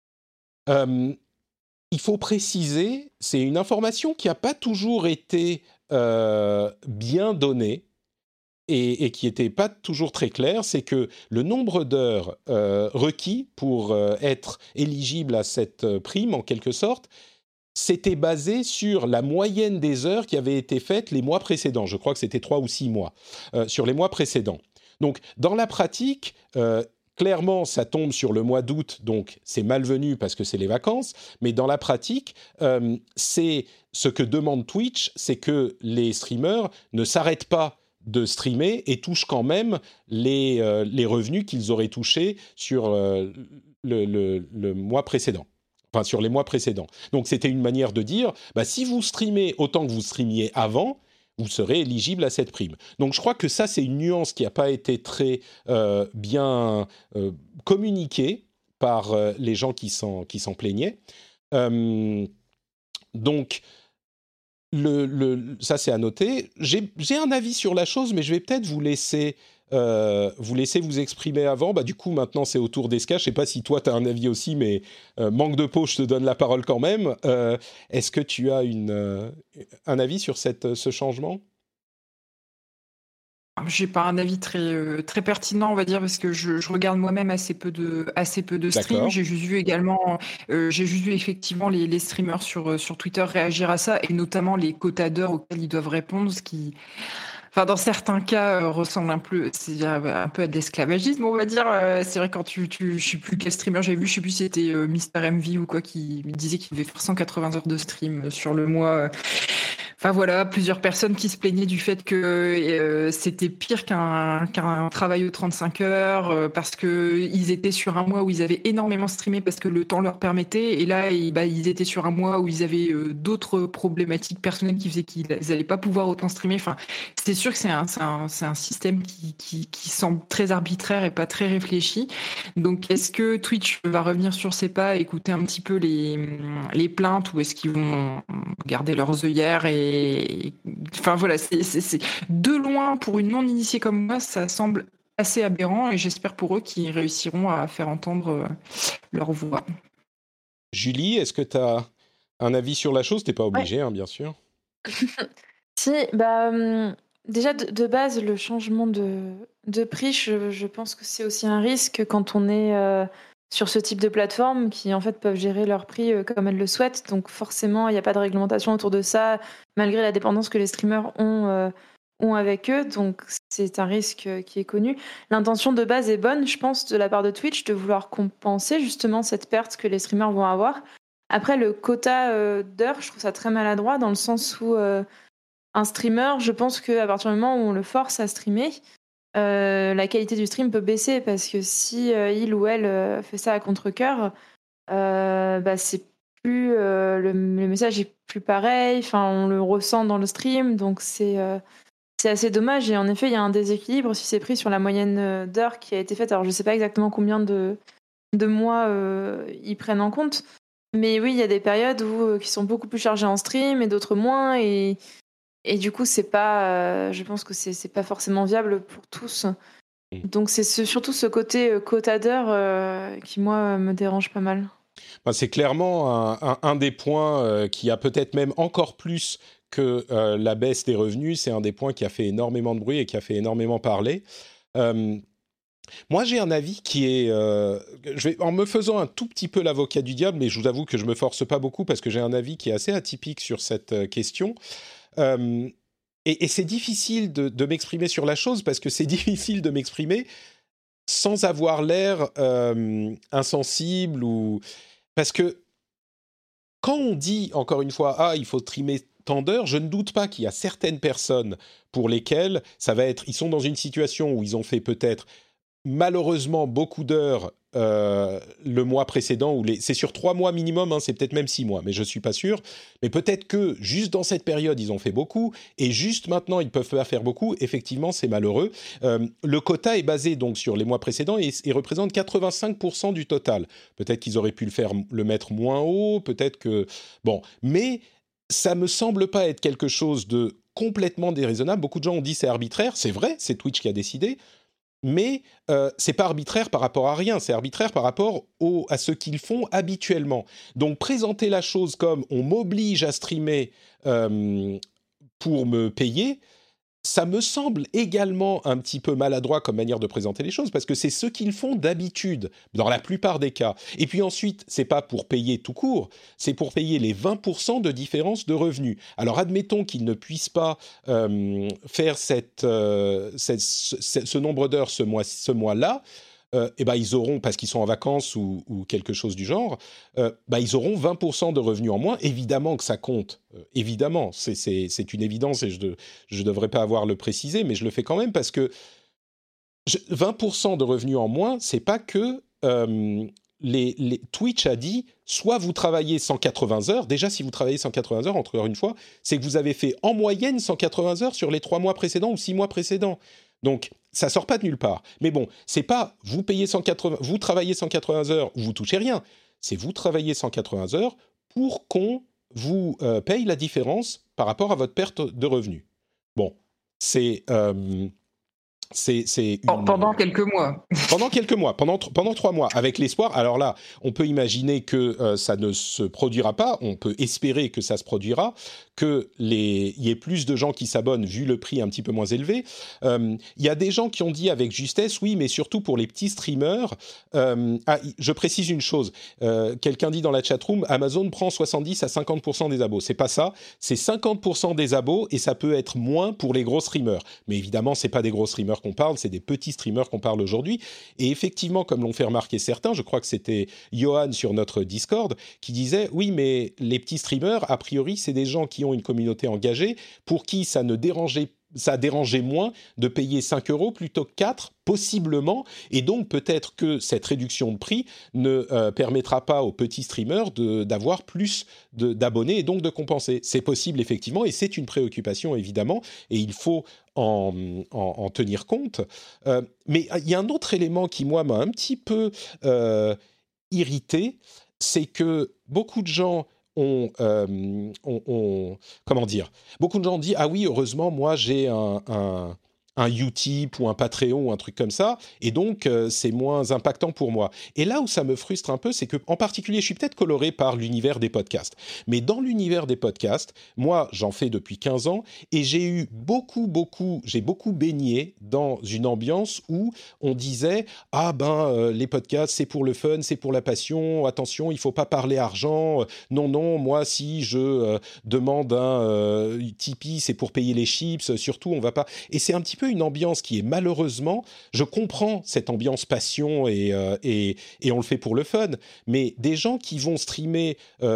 Il faut préciser, c'est une information qui n'a pas toujours été bien donnée et qui n'était pas toujours très claire, c'est que le nombre d'heures requis pour être éligible à cette prime, en quelque sorte, c'était basé sur la moyenne des heures qui avaient été faites les mois précédents. Je crois que c'était 3 ou 6 mois sur les mois précédents. Donc, dans la pratique, clairement, ça tombe sur le mois d'août, donc c'est malvenu parce que c'est les vacances. Mais dans la pratique, c'est ce que demande Twitch, c'est que les streamers ne s'arrêtent pas de streamer et touchent quand même les revenus qu'ils auraient touchés sur le mois précédent. Enfin, sur les mois précédents. Donc, c'était une manière de dire, si vous streamez autant que vous streamiez avant, vous serez éligible à cette prime. Donc je crois que ça, c'est une nuance qui n'a pas été très bien communiquée par les gens qui s'en plaignaient. Donc, ça, c'est à noter. J'ai un avis sur la chose, mais je vais peut-être vous laisser vous exprimer avant. Du coup, maintenant, c'est au tour d'Eska. Je ne sais pas si toi, tu as un avis aussi, mais manque de peau, je te donne la parole quand même. Est-ce que tu as un avis sur ce changement ? J'ai pas un avis très pertinent, on va dire, parce que je regarde moi-même assez peu de streams. D'accord. J'ai juste vu effectivement les streamers sur Twitter réagir à ça, et notamment les quotas d'heures auxquels ils doivent répondre, ce qui, enfin, dans certains cas, ressemble un peu à de l'esclavagisme, on va dire. C'est vrai, quand je sais plus quel streamer j'ai vu, je sais plus si c'était Mister MV ou quoi, qui disait qu'il devait faire 180 heures de stream sur le mois. Enfin voilà, plusieurs personnes qui se plaignaient du fait que c'était pire qu'un travail aux 35 heures, parce que ils étaient sur un mois où ils avaient énormément streamé parce que le temps leur permettait, et là ils étaient sur un mois où ils avaient d'autres problématiques personnelles qui faisaient qu'ils n'allaient pas pouvoir autant streamer. Enfin, c'est sûr que c'est un système qui semble très arbitraire et pas très réfléchi. Donc est-ce que Twitch va revenir sur ses pas, écouter un petit peu les plaintes, ou est-ce qu'ils vont garder leurs œillères enfin voilà, c'est de loin, pour une non-initiée comme moi, ça semble assez aberrant, et j'espère pour eux qu'ils réussiront à faire entendre leur voix. Julie, est-ce que tu as un avis sur la chose ? T'es pas obligée, bien sûr. Si, déjà de base, le changement de prix, je pense que c'est aussi un risque quand on est sur ce type de plateforme, qui en fait peuvent gérer leur prix comme elles le souhaitent. Donc forcément, il n'y a pas de réglementation autour de ça, malgré la dépendance que les streamers ont avec eux. Donc c'est un risque qui est connu. L'intention de base est bonne, je pense, de la part de Twitch, de vouloir compenser justement cette perte que les streamers vont avoir. Après, le quota d'heures, je trouve ça très maladroit, dans le sens où un streamer, je pense qu'à partir du moment où on le force à streamer, la qualité du stream peut baisser, parce que si il ou elle fait ça à contre-cœur, c'est plus le message est plus pareil, enfin on le ressent dans le stream, donc c'est assez dommage. Et en effet, il y a un déséquilibre si c'est pris sur la moyenne d'heures qui a été faite. Alors je sais pas exactement combien de mois ils prennent en compte, mais oui, il y a des périodes qui sont beaucoup plus chargées en stream et d'autres moins, et du coup, c'est pas, je pense que c'est pas forcément viable pour tous. Donc c'est surtout ce côté quota d'heures qui, moi, me dérange pas mal. C'est clairement un des points qui a peut-être même encore plus que la baisse des revenus. C'est un des points qui a fait énormément de bruit et qui a fait énormément parler. Moi, j'ai un avis qui est... en me faisant un tout petit peu l'avocat du diable, mais je vous avoue que je me force pas beaucoup, parce que j'ai un avis qui est assez atypique sur cette question. Et c'est difficile de m'exprimer sur la chose, parce que c'est difficile de m'exprimer sans avoir l'air insensible, ou... Parce que quand on dit, encore une fois, il faut streamer tant d'heures, je ne doute pas qu'il y a certaines personnes pour lesquelles ça va être... Ils sont dans une situation où ils ont fait peut-être malheureusement beaucoup d'heures le mois précédent, c'est sur 3 mois minimum, c'est peut-être même 6 mois, mais je ne suis pas sûr. Mais peut-être que juste dans cette période, ils ont fait beaucoup, et juste maintenant, ils ne peuvent pas faire beaucoup. Effectivement, c'est malheureux. Le quota est basé donc sur les mois précédents et représente 85% du total. Peut-être qu'ils auraient pu le mettre moins haut, peut-être que... Bon, mais ça ne me semble pas être quelque chose de complètement déraisonnable. Beaucoup de gens ont dit c'est arbitraire. C'est vrai, c'est Twitch qui a décidé. Mais c'est pas arbitraire par rapport à rien, c'est arbitraire par rapport à ce qu'ils font habituellement. Donc présenter la chose comme on m'oblige à streamer pour me payer, ça me semble également un petit peu maladroit comme manière de présenter les choses, parce que c'est ce qu'ils font d'habitude, dans la plupart des cas. Et puis ensuite, c'est pas pour payer tout court, c'est pour payer les 20% de différence de revenus. Alors admettons qu'ils ne puissent pas faire ce nombre d'heures ce mois-là, ils auront, parce qu'ils sont en vacances ou quelque chose du genre, ils auront 20% de revenus en moins. Évidemment que ça compte, évidemment, c'est une évidence, et je ne devrais pas avoir le préciser, mais je le fais quand même, parce que 20% de revenus en moins, c'est pas que Twitch a dit, soit vous travaillez 180 heures, déjà si vous travaillez 180 heures, encore une fois, c'est que vous avez fait en moyenne 180 heures sur les 3 mois précédents ou 6 mois précédents. Donc, ça sort pas de nulle part. Mais bon, c'est pas vous travaillez 180 heures, vous touchez rien. C'est vous travaillez 180 heures pour qu'on vous paye la différence par rapport à votre perte de revenus. Bon, c'est Pendant quelques mois. Pendant 3 mois, avec l'espoir. Alors là, on peut imaginer que ça ne se produira pas, on peut espérer que ça se produira, qu'il y ait plus de gens qui s'abonnent vu le prix un petit peu moins élevé. Il y a des gens qui ont dit avec justesse, oui, mais surtout pour les petits streamers. Je précise une chose, quelqu'un dit dans la chatroom, Amazon prend 70 à 50% des abos. C'est pas ça, c'est 50% des abos et ça peut être moins pour les gros streamers. Mais évidemment, c'est pas des gros streamers qu'on parle, c'est des petits streamers qu'on parle aujourd'hui. Et effectivement, comme l'ont fait remarquer certains, je crois que c'était Johan sur notre Discord, qui disait, oui, mais les petits streamers, a priori, c'est des gens qui ont une communauté engagée, pour qui ça dérangeait moins de payer 5 € plutôt que 4, possiblement, et donc peut-être que cette réduction de prix ne permettra pas aux petits streamers d'avoir plus d'abonnés et donc de compenser. C'est possible effectivement, et c'est une préoccupation évidemment, et il faut en tenir compte. Mais il y a un autre élément qui, moi, m'a un petit peu irrité, c'est que beaucoup de gens comment dire, beaucoup de gens disent, ah oui, heureusement, moi j'ai un Utip ou un Patreon ou un truc comme ça, et donc c'est moins impactant pour moi. Et là où ça me frustre un peu, c'est que, en particulier, je suis peut-être coloré par l'univers des podcasts, mais dans l'univers des podcasts, moi, j'en fais depuis 15 ans, et j'ai beaucoup baigné dans une ambiance où on disait, les podcasts, c'est pour le fun, c'est pour la passion, attention, il faut pas parler argent, non, moi, si je demande un Tipeee, c'est pour payer les chips, surtout, on va pas... Et c'est un petit peu une ambiance qui est malheureusement, je comprends cette ambiance passion et on le fait pour le fun, mais des gens qui vont streamer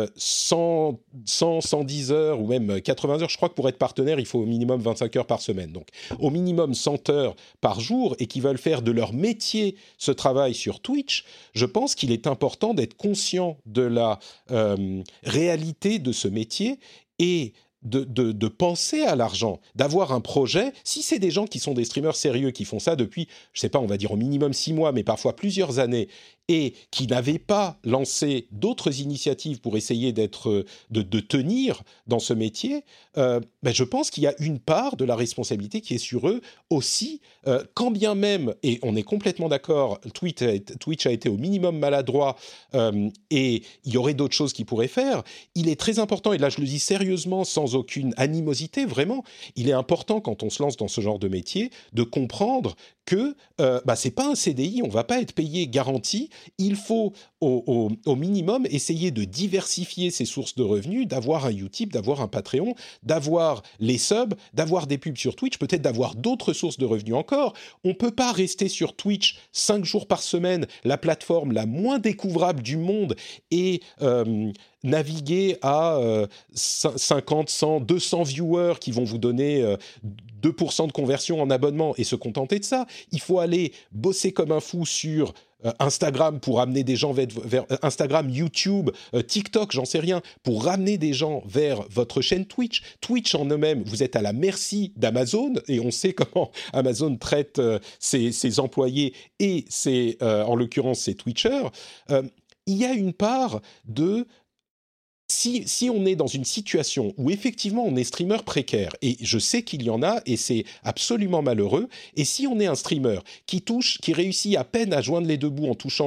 110 heures ou même 80 heures, je crois que pour être partenaire, il faut au minimum 25 heures par semaine, donc au minimum 100 heures par jour, et qui veulent faire de leur métier ce travail sur Twitch, je pense qu'il est important d'être conscient de la réalité de ce métier et de penser à l'argent, d'avoir un projet. Si c'est des gens qui sont des streamers sérieux, qui font ça depuis, je sais pas, on va dire au minimum 6 mois, mais parfois plusieurs années, et qui n'avaient pas lancé d'autres initiatives pour essayer de tenir dans ce métier, je pense qu'il y a une part de la responsabilité qui est sur eux aussi, quand bien même, et on est complètement d'accord, Twitch a été au minimum maladroit, et il y aurait d'autres choses qu'ils pourraient faire. Il est très important, et là je le dis sérieusement, sans aucune animosité, vraiment, il est important quand on se lance dans ce genre de métier, de comprendre que c'est pas un CDI, on va pas être payé garanti. Il faut au minimum essayer de diversifier ses sources de revenus, d'avoir un Utip, d'avoir un Patreon, d'avoir les subs, d'avoir des pubs sur Twitch, peut-être d'avoir d'autres sources de revenus encore. On peut pas rester sur Twitch 5 jours par semaine, la plateforme la moins découvrable du monde, et naviguer à 50, 100, 200 viewers qui vont vous donner 2% de conversion en abonnement et se contenter de ça. Il faut aller bosser comme un fou sur Instagram pour amener des gens vers Instagram, YouTube, TikTok, j'en sais rien, pour ramener des gens vers votre chaîne Twitch. Twitch en eux-mêmes, vous êtes à la merci d'Amazon, et on sait comment Amazon traite ses employés et en l'occurrence ses Twitchers. Il y a une part de... Si on est dans une situation où effectivement on est streamer précaire, et je sais qu'il y en a, et c'est absolument malheureux, et si on est un streamer qui réussit à peine à joindre les deux bouts en touchant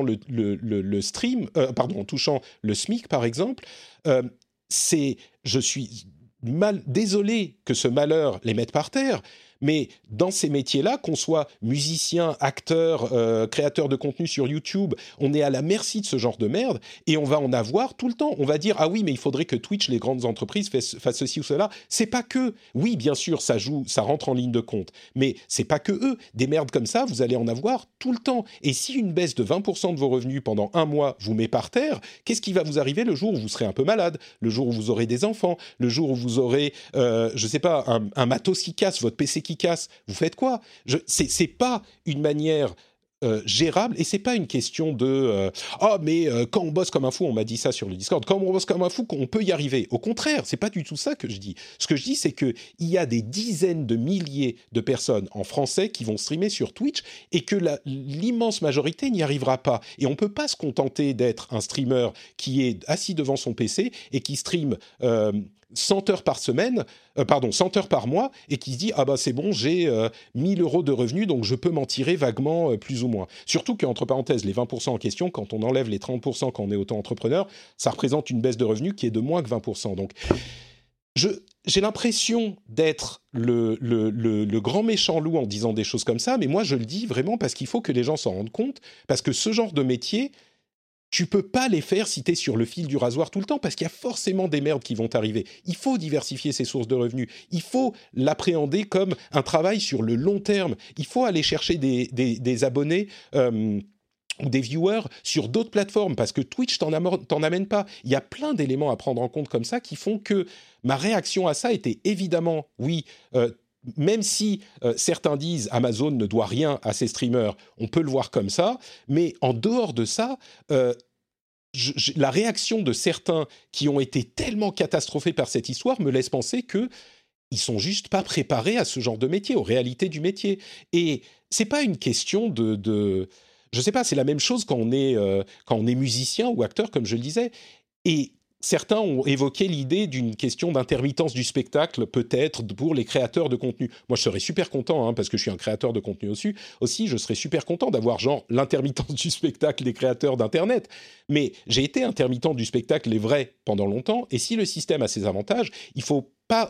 en touchant le SMIC par exemple, je suis désolé que ce malheur les mette par terre. Mais dans ces métiers-là, qu'on soit musicien, acteur, créateur de contenu sur YouTube, on est à la merci de ce genre de merde, et on va en avoir tout le temps. On va dire, ah oui, mais il faudrait que Twitch, les grandes entreprises, fassent ceci ou cela. C'est pas que. Oui, bien sûr, ça rentre en ligne de compte, mais c'est pas que eux. Des merdes comme ça, vous allez en avoir tout le temps. Et si une baisse de 20% de vos revenus pendant un mois vous met par terre, qu'est-ce qui va vous arriver le jour où vous serez un peu malade, le jour où vous aurez des enfants, le jour où vous aurez, je sais pas, un matos qui casse, votre PC qui casse, vous faites quoi ? C'est pas une manière gérable, et c'est pas une question de quand on bosse comme un fou, on m'a dit ça sur le Discord, quand on bosse comme un fou, on peut y arriver. Au contraire, c'est pas du tout ça que je dis. Ce que je dis, c'est que il y a des dizaines de milliers de personnes en français qui vont streamer sur Twitch et que l'immense majorité n'y arrivera pas. Et on peut pas se contenter d'être un streamer qui est assis devant son PC et qui stream 100 heures par semaine, 100 heures par mois, et qui se dit c'est bon, j'ai 1000 € de revenus, donc je peux m'en tirer vaguement plus ou moins. Surtout qu'entre parenthèses, les 20% en question, quand on enlève les 30% quand on est auto-entrepreneur, ça représente une baisse de revenus qui est de moins que 20%. Donc j'ai l'impression d'être le grand méchant loup en disant des choses comme ça, mais moi je le dis vraiment parce qu'il faut que les gens s'en rendent compte, parce que ce genre de métier, tu peux pas les faire si tu es sur le fil du rasoir tout le temps, parce qu'il y a forcément des merdes qui vont arriver. Il faut diversifier ses sources de revenus. Il faut l'appréhender comme un travail sur le long terme. Il faut aller chercher des abonnés ou des viewers sur d'autres plateformes, parce que Twitch t'en amène pas. Il y a plein d'éléments à prendre en compte comme ça qui font que ma réaction à ça était évidemment, oui, même si certains disent Amazon ne doit rien à ses streamers, on peut le voir comme ça, mais en dehors de ça, la réaction de certains qui ont été tellement catastrophés par cette histoire me laisse penser qu'ils sont juste pas préparés à ce genre de métier, aux réalités du métier. Et c'est pas une question de je sais pas, c'est la même chose quand on est musicien ou acteur, comme je le disais. Et certains ont évoqué l'idée d'une question d'intermittence du spectacle, peut-être pour les créateurs de contenu. Moi, je serais super content, parce que je suis un créateur de contenu aussi, je serais super content d'avoir genre l'intermittence du spectacle des créateurs d'Internet. Mais j'ai été intermittent du spectacle, les vrais, pendant longtemps, et si le système a ses avantages, il faut pas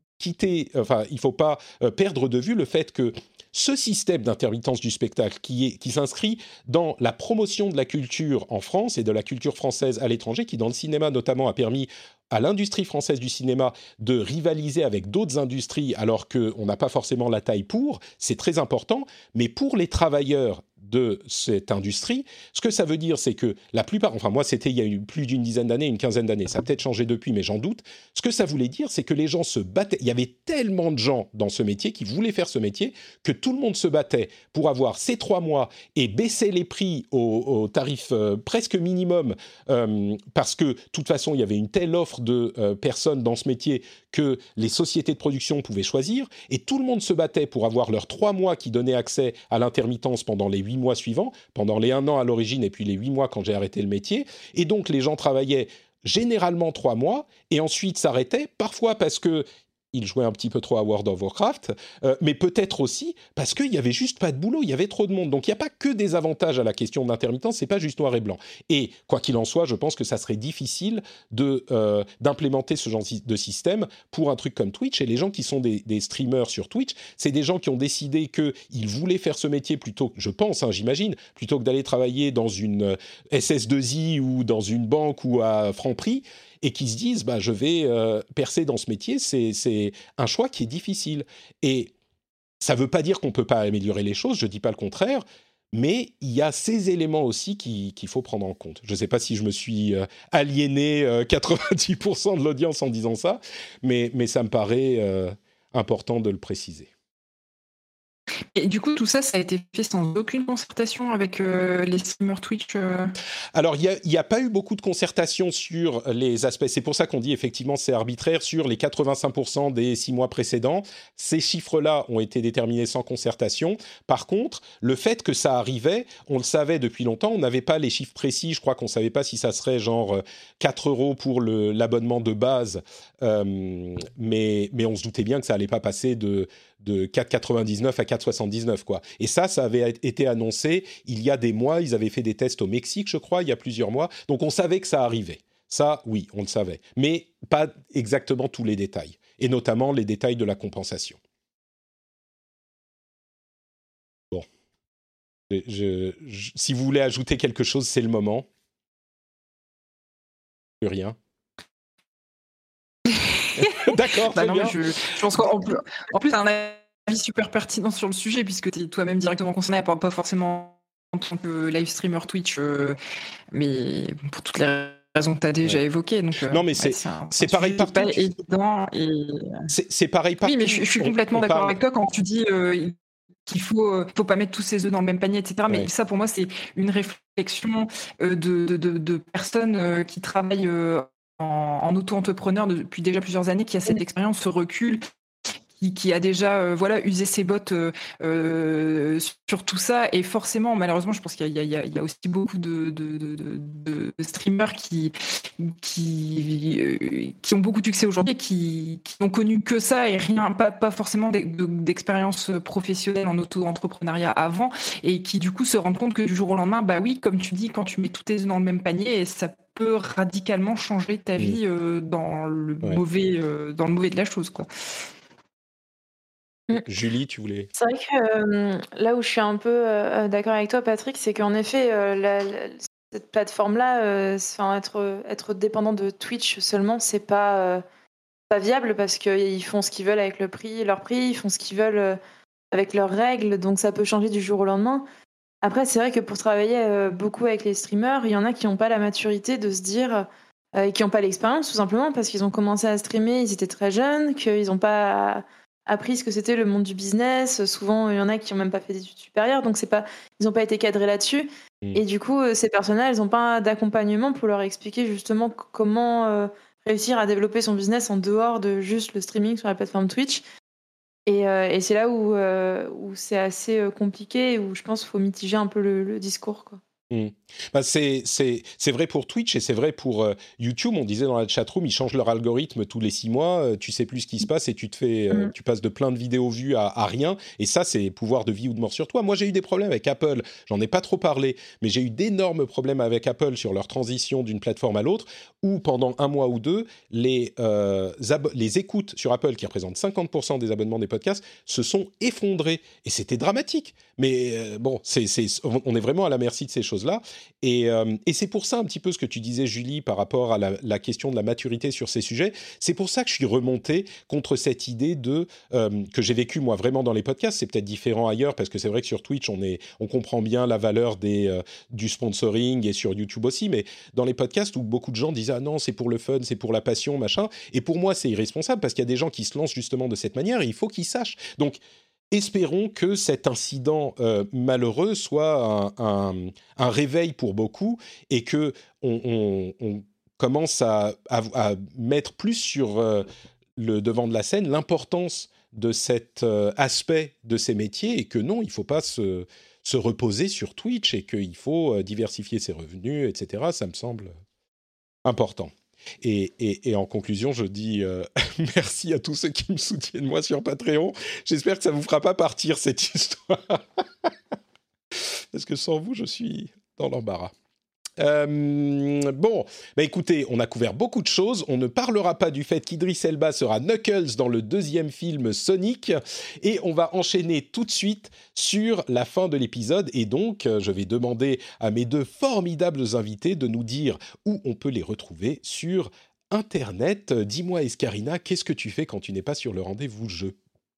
perdre de vue le fait que ce système d'intermittence du spectacle qui s'inscrit dans la promotion de la culture en France et de la culture française à l'étranger, qui dans le cinéma notamment a permis à l'industrie française du cinéma de rivaliser avec d'autres industries alors qu'on n'a pas forcément la taille pour, c'est très important, mais pour les travailleurs de cette industrie, ce que ça veut dire, c'est que la plupart, enfin moi c'était il y a eu plus d'une dizaine d'années, une quinzaine d'années, ça a peut-être changé depuis, mais j'en doute, ce que ça voulait dire, c'est que les gens se battaient, il y avait tellement de gens dans ce métier qui voulaient faire ce métier, que tout le monde se battait pour avoir ces 3 mois et baisser les prix au tarif presque minimum, parce que de toute façon il y avait une telle offre de personnes dans ce métier que les sociétés de production pouvaient choisir, et tout le monde se battait pour avoir leurs 3 mois qui donnaient accès à l'intermittence pendant les 8 mois suivants, pendant les 1 an à l'origine et puis les 8 mois quand j'ai arrêté le métier. Et donc les gens travaillaient généralement 3 mois et ensuite s'arrêtaient, parfois parce que ils jouaient un petit peu trop à World of Warcraft, mais peut-être aussi parce qu'il n'y avait juste pas de boulot, il y avait trop de monde. Donc il n'y a pas que des avantages à la question d'intermittence, c'est pas juste noir et blanc. Et quoi qu'il en soit, je pense que ça serait difficile d'implémenter ce genre de système pour un truc comme Twitch. Et les gens qui sont des streamers sur Twitch, c'est des gens qui ont décidé qu'ils voulaient faire ce métier plutôt, je pense, j'imagine, plutôt que d'aller travailler dans une SS2I ou dans une banque ou à Franprix, et qui se disent je vais percer dans ce métier, c'est un choix qui est difficile. Et ça ne veut pas dire qu'on ne peut pas améliorer les choses, je ne dis pas le contraire, mais il y a ces éléments aussi qu'il faut prendre en compte. Je ne sais pas si je me suis aliéné 90% de l'audience en disant ça, mais ça me paraît important de le préciser. Et du coup, tout ça, ça a été fait sans aucune concertation avec les streamers Twitch Alors, il n'y a pas eu beaucoup de concertation sur les aspects. C'est pour ça qu'on dit effectivement c'est arbitraire sur les 85% des 6 mois précédents. Ces chiffres-là ont été déterminés sans concertation. Par contre, le fait que ça arrivait, on le savait depuis longtemps. On n'avait pas les chiffres précis. Je crois qu'on ne savait pas si ça serait genre 4 € pour l'abonnement de base. Mais on se doutait bien que ça n'allait pas passer de 4,99 à 4,79 quoi. Et ça avait été annoncé il y a des mois. Ils avaient fait des tests au Mexique, je crois, il y a plusieurs mois. Donc on savait que ça arrivait. Ça, oui, on le savait. Mais pas exactement tous les détails. Et notamment les détails de la compensation. Bon. Si vous voulez ajouter quelque chose, c'est le moment. Plus rien. D'accord, très bien. Je pense qu'en plus, tu as un avis super pertinent sur le sujet, puisque tu es toi-même directement concerné, pas forcément en tant que live streamer Twitch, mais pour toutes les raisons que tu as déjà évoquées. Donc, non, mais c'est pareil partout. Pas évident. Et... C'est pareil partout. Oui, mais je suis complètement d'accord avec toi quand tu dis qu'il faut pas mettre tous ses œufs dans le même panier, etc. Mais ça, pour moi, c'est une réflexion de personnes qui travaillent en auto-entrepreneur depuis déjà plusieurs années, qui a cette expérience, ce recul, qui a déjà usé ses bottes sur tout ça. Et forcément, malheureusement, je pense qu'il y a aussi beaucoup de streamers qui ont beaucoup de succès aujourd'hui, qui n'ont connu que ça et rien, pas forcément d'expérience professionnelle en auto-entrepreneuriat avant, et qui du coup se rendent compte que du jour au lendemain, bah oui, comme tu dis, quand tu mets tous tes œufs dans le même panier, et ça peut radicalement changer ta vie dans le mauvais de la chose, quoi. Julie, tu voulais... C'est vrai que là où je suis un peu d'accord avec toi, Patrick, c'est qu'en effet, cette plateforme-là, être dépendant de Twitch seulement, c'est pas viable, parce qu'ils font ce qu'ils veulent avec leur prix, ils font ce qu'ils veulent avec leurs règles, donc ça peut changer du jour au lendemain. Après, c'est vrai que pour travailler beaucoup avec les streamers, il y en a qui n'ont pas la maturité de se dire, qui n'ont pas l'expérience, tout simplement, parce qu'ils ont commencé à streamer, ils étaient très jeunes, qu'ils n'ont pas appris ce que c'était le monde du business. Souvent, il y en a qui n'ont même pas fait d'études supérieures, donc ils n'ont pas été cadrés là-dessus. Et du coup, ces personnes-là, elles n'ont pas d'accompagnement pour leur expliquer justement comment réussir à développer son business en dehors de juste le streaming sur la plateforme Twitch. Et c'est là où c'est assez compliqué, et où je pense qu'il faut mitiger un peu le discours, quoi. Bah c'est vrai pour Twitch et c'est vrai pour YouTube. On disait dans la chatroom, ils changent leur algorithme tous les 6 mois. Tu sais plus ce qui se passe et tu passes de plein de vidéos vues à rien. Et ça, c'est pouvoir de vie ou de mort sur toi. Moi, j'ai eu des problèmes avec Apple. J'en ai pas trop parlé, mais j'ai eu d'énormes problèmes avec Apple sur leur transition d'une plateforme à l'autre, où pendant 1 mois ou 2, les écoutes sur Apple, qui représentent 50% des abonnements des podcasts, se sont effondrées. Et c'était dramatique. Mais bon, on est vraiment à la merci de ces choses-là. Et c'est pour ça un petit peu ce que tu disais, Julie, par rapport à la question de la maturité sur ces sujets. C'est pour ça que je suis remonté contre cette idée que j'ai vécu moi vraiment dans les podcasts. C'est peut-être différent ailleurs, parce que c'est vrai que sur Twitch, on comprend bien la valeur du sponsoring, et sur YouTube aussi. Mais dans les podcasts où beaucoup de gens disent « Ah non, c'est pour le fun, c'est pour la passion, machin ». Et pour moi, c'est irresponsable, parce qu'il y a des gens qui se lancent justement de cette manière, et il faut qu'ils sachent. Donc, espérons que cet incident malheureux soit un réveil pour beaucoup, et que on commence à mettre plus sur le devant de la scène l'importance de cet aspect de ces métiers, et que non, il ne faut pas se reposer sur Twitch, et qu'il faut diversifier ses revenus, etc. Ça me semble important. Et en conclusion, je dis merci à tous ceux qui me soutiennent moi sur Patreon. J'espère que ça ne vous fera pas partir cette histoire. Parce que sans vous, je suis dans l'embarras. Bon, bah écoutez, on a couvert beaucoup de choses. On ne parlera pas du fait qu'Idris Elba sera Knuckles dans le 2e film Sonic, et on va enchaîner tout de suite sur la fin de l'épisode. Et donc, je vais demander à mes 2 formidables invités de nous dire où on peut les retrouver sur Internet. Dis-moi, Escarina, qu'est-ce que tu fais quand tu n'es pas sur le rendez-vous jeu ?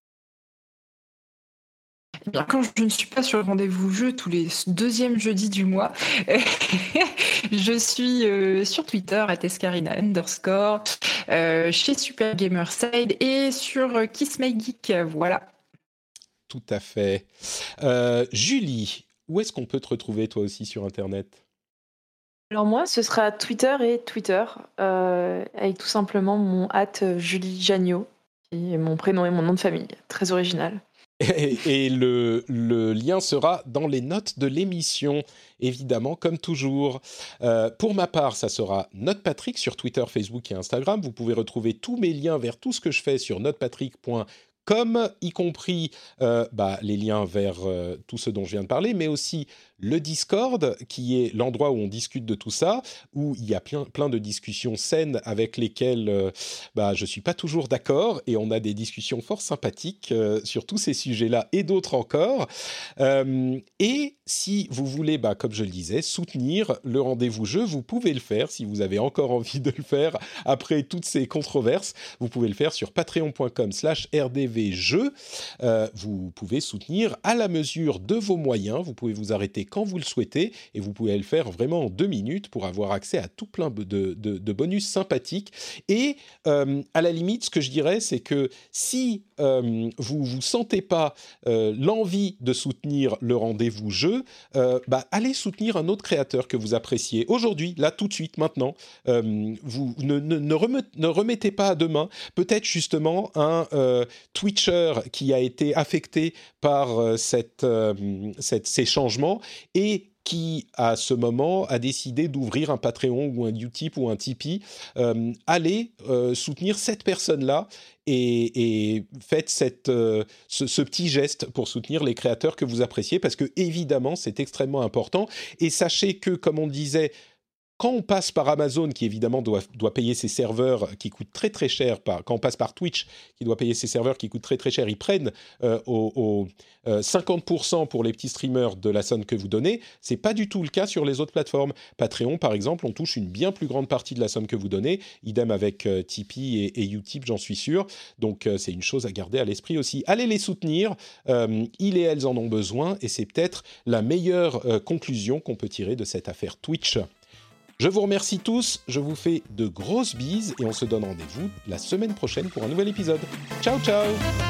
Alors, quand je ne suis pas sur le rendez-vous jeu tous les 2e jeudis du mois, je suis sur Twitter @escarina_, chez Super Gamerside et sur Kiss My Geek, voilà. Tout à fait. Julie, où est-ce qu'on peut te retrouver toi aussi sur Internet ? Alors moi, ce sera Twitter, avec tout simplement mon @Julie Jagnot, qui est mon prénom et mon nom de famille, très original. Et le lien sera dans les notes de l'émission, évidemment, comme toujours. Pour ma part, ça sera NotePatrick sur Twitter, Facebook et Instagram. Vous pouvez retrouver tous mes liens vers tout ce que je fais sur notepatrick.com, y compris les liens vers tout ce dont je viens de parler, mais aussi le Discord, qui est l'endroit où on discute de tout ça, où il y a plein de discussions saines avec lesquelles je ne suis pas toujours d'accord, et on a des discussions fort sympathiques sur tous ces sujets-là et d'autres encore. Et si vous voulez, comme je le disais, soutenir le rendez-vous jeu, vous pouvez le faire, si vous avez encore envie de le faire après toutes ces controverses, vous pouvez le faire sur patreon.com/rdvjeux. Vous pouvez soutenir à la mesure de vos moyens, vous pouvez vous arrêter quand vous le souhaitez, et vous pouvez le faire vraiment en 2 minutes pour avoir accès à tout plein de bonus sympathiques. Et à la limite, ce que je dirais, c'est que si vous sentez pas l'envie de soutenir le rendez-vous jeu, allez soutenir un autre créateur que vous appréciez. Aujourd'hui, là, tout de suite, maintenant, vous ne remettez pas à demain peut-être justement un Twitcher qui a été affecté par ces changements et qui, à ce moment, a décidé d'ouvrir un Patreon ou un Utip ou un Tipeee. Allez soutenir cette personne-là et faites ce petit geste pour soutenir les créateurs que vous appréciez, parce que, évidemment, c'est extrêmement important. Et sachez que, comme on disait, quand on passe par Amazon, qui évidemment doit payer ses serveurs qui coûtent très très cher, quand on passe par Twitch, qui doit payer ses serveurs qui coûtent très très cher, ils prennent 50% pour les petits streamers de la somme que vous donnez. C'est pas du tout le cas sur les autres plateformes. Patreon, par exemple, on touche une bien plus grande partie de la somme que vous donnez. Idem avec Tipeee et Utip, j'en suis sûr. Donc c'est une chose à garder à l'esprit aussi. Allez les soutenir. Ils et elles en ont besoin, et c'est peut-être la meilleure conclusion qu'on peut tirer de cette affaire Twitch. Je vous remercie tous, je vous fais de grosses bises et on se donne rendez-vous la semaine prochaine pour un nouvel épisode. Ciao, ciao!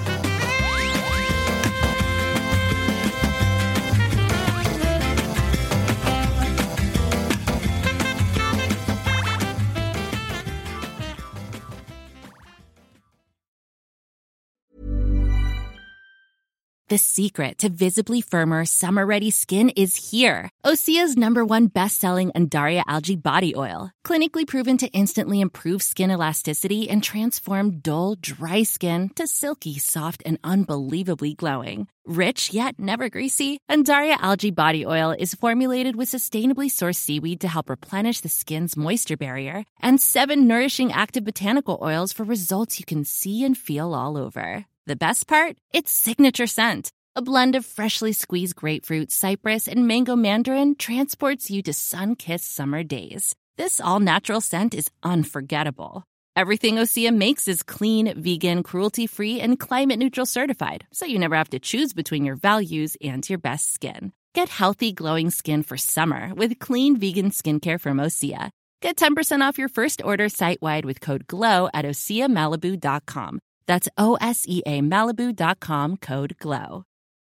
The secret to visibly firmer, summer-ready skin is here. Osea's #1 best-selling Undaria Algae Body Oil. Clinically proven to instantly improve skin elasticity and transform dull, dry skin to silky, soft, and unbelievably glowing. Rich yet never greasy, Undaria Algae Body Oil is formulated with sustainably sourced seaweed to help replenish the skin's moisture barrier, and 7 nourishing active botanical oils for results you can see and feel all over. The best part? Its signature scent. A blend of freshly squeezed grapefruit, cypress, and mango mandarin transports you to sun-kissed summer days. This all-natural scent is unforgettable. Everything Osea makes is clean, vegan, cruelty-free, and climate-neutral certified, so you never have to choose between your values and your best skin. Get healthy, glowing skin for summer with clean, vegan skincare from Osea. Get 10% off your first order site-wide with code GLOW at OseaMalibu.com. That's OSEAMalibu.com, code GLOW.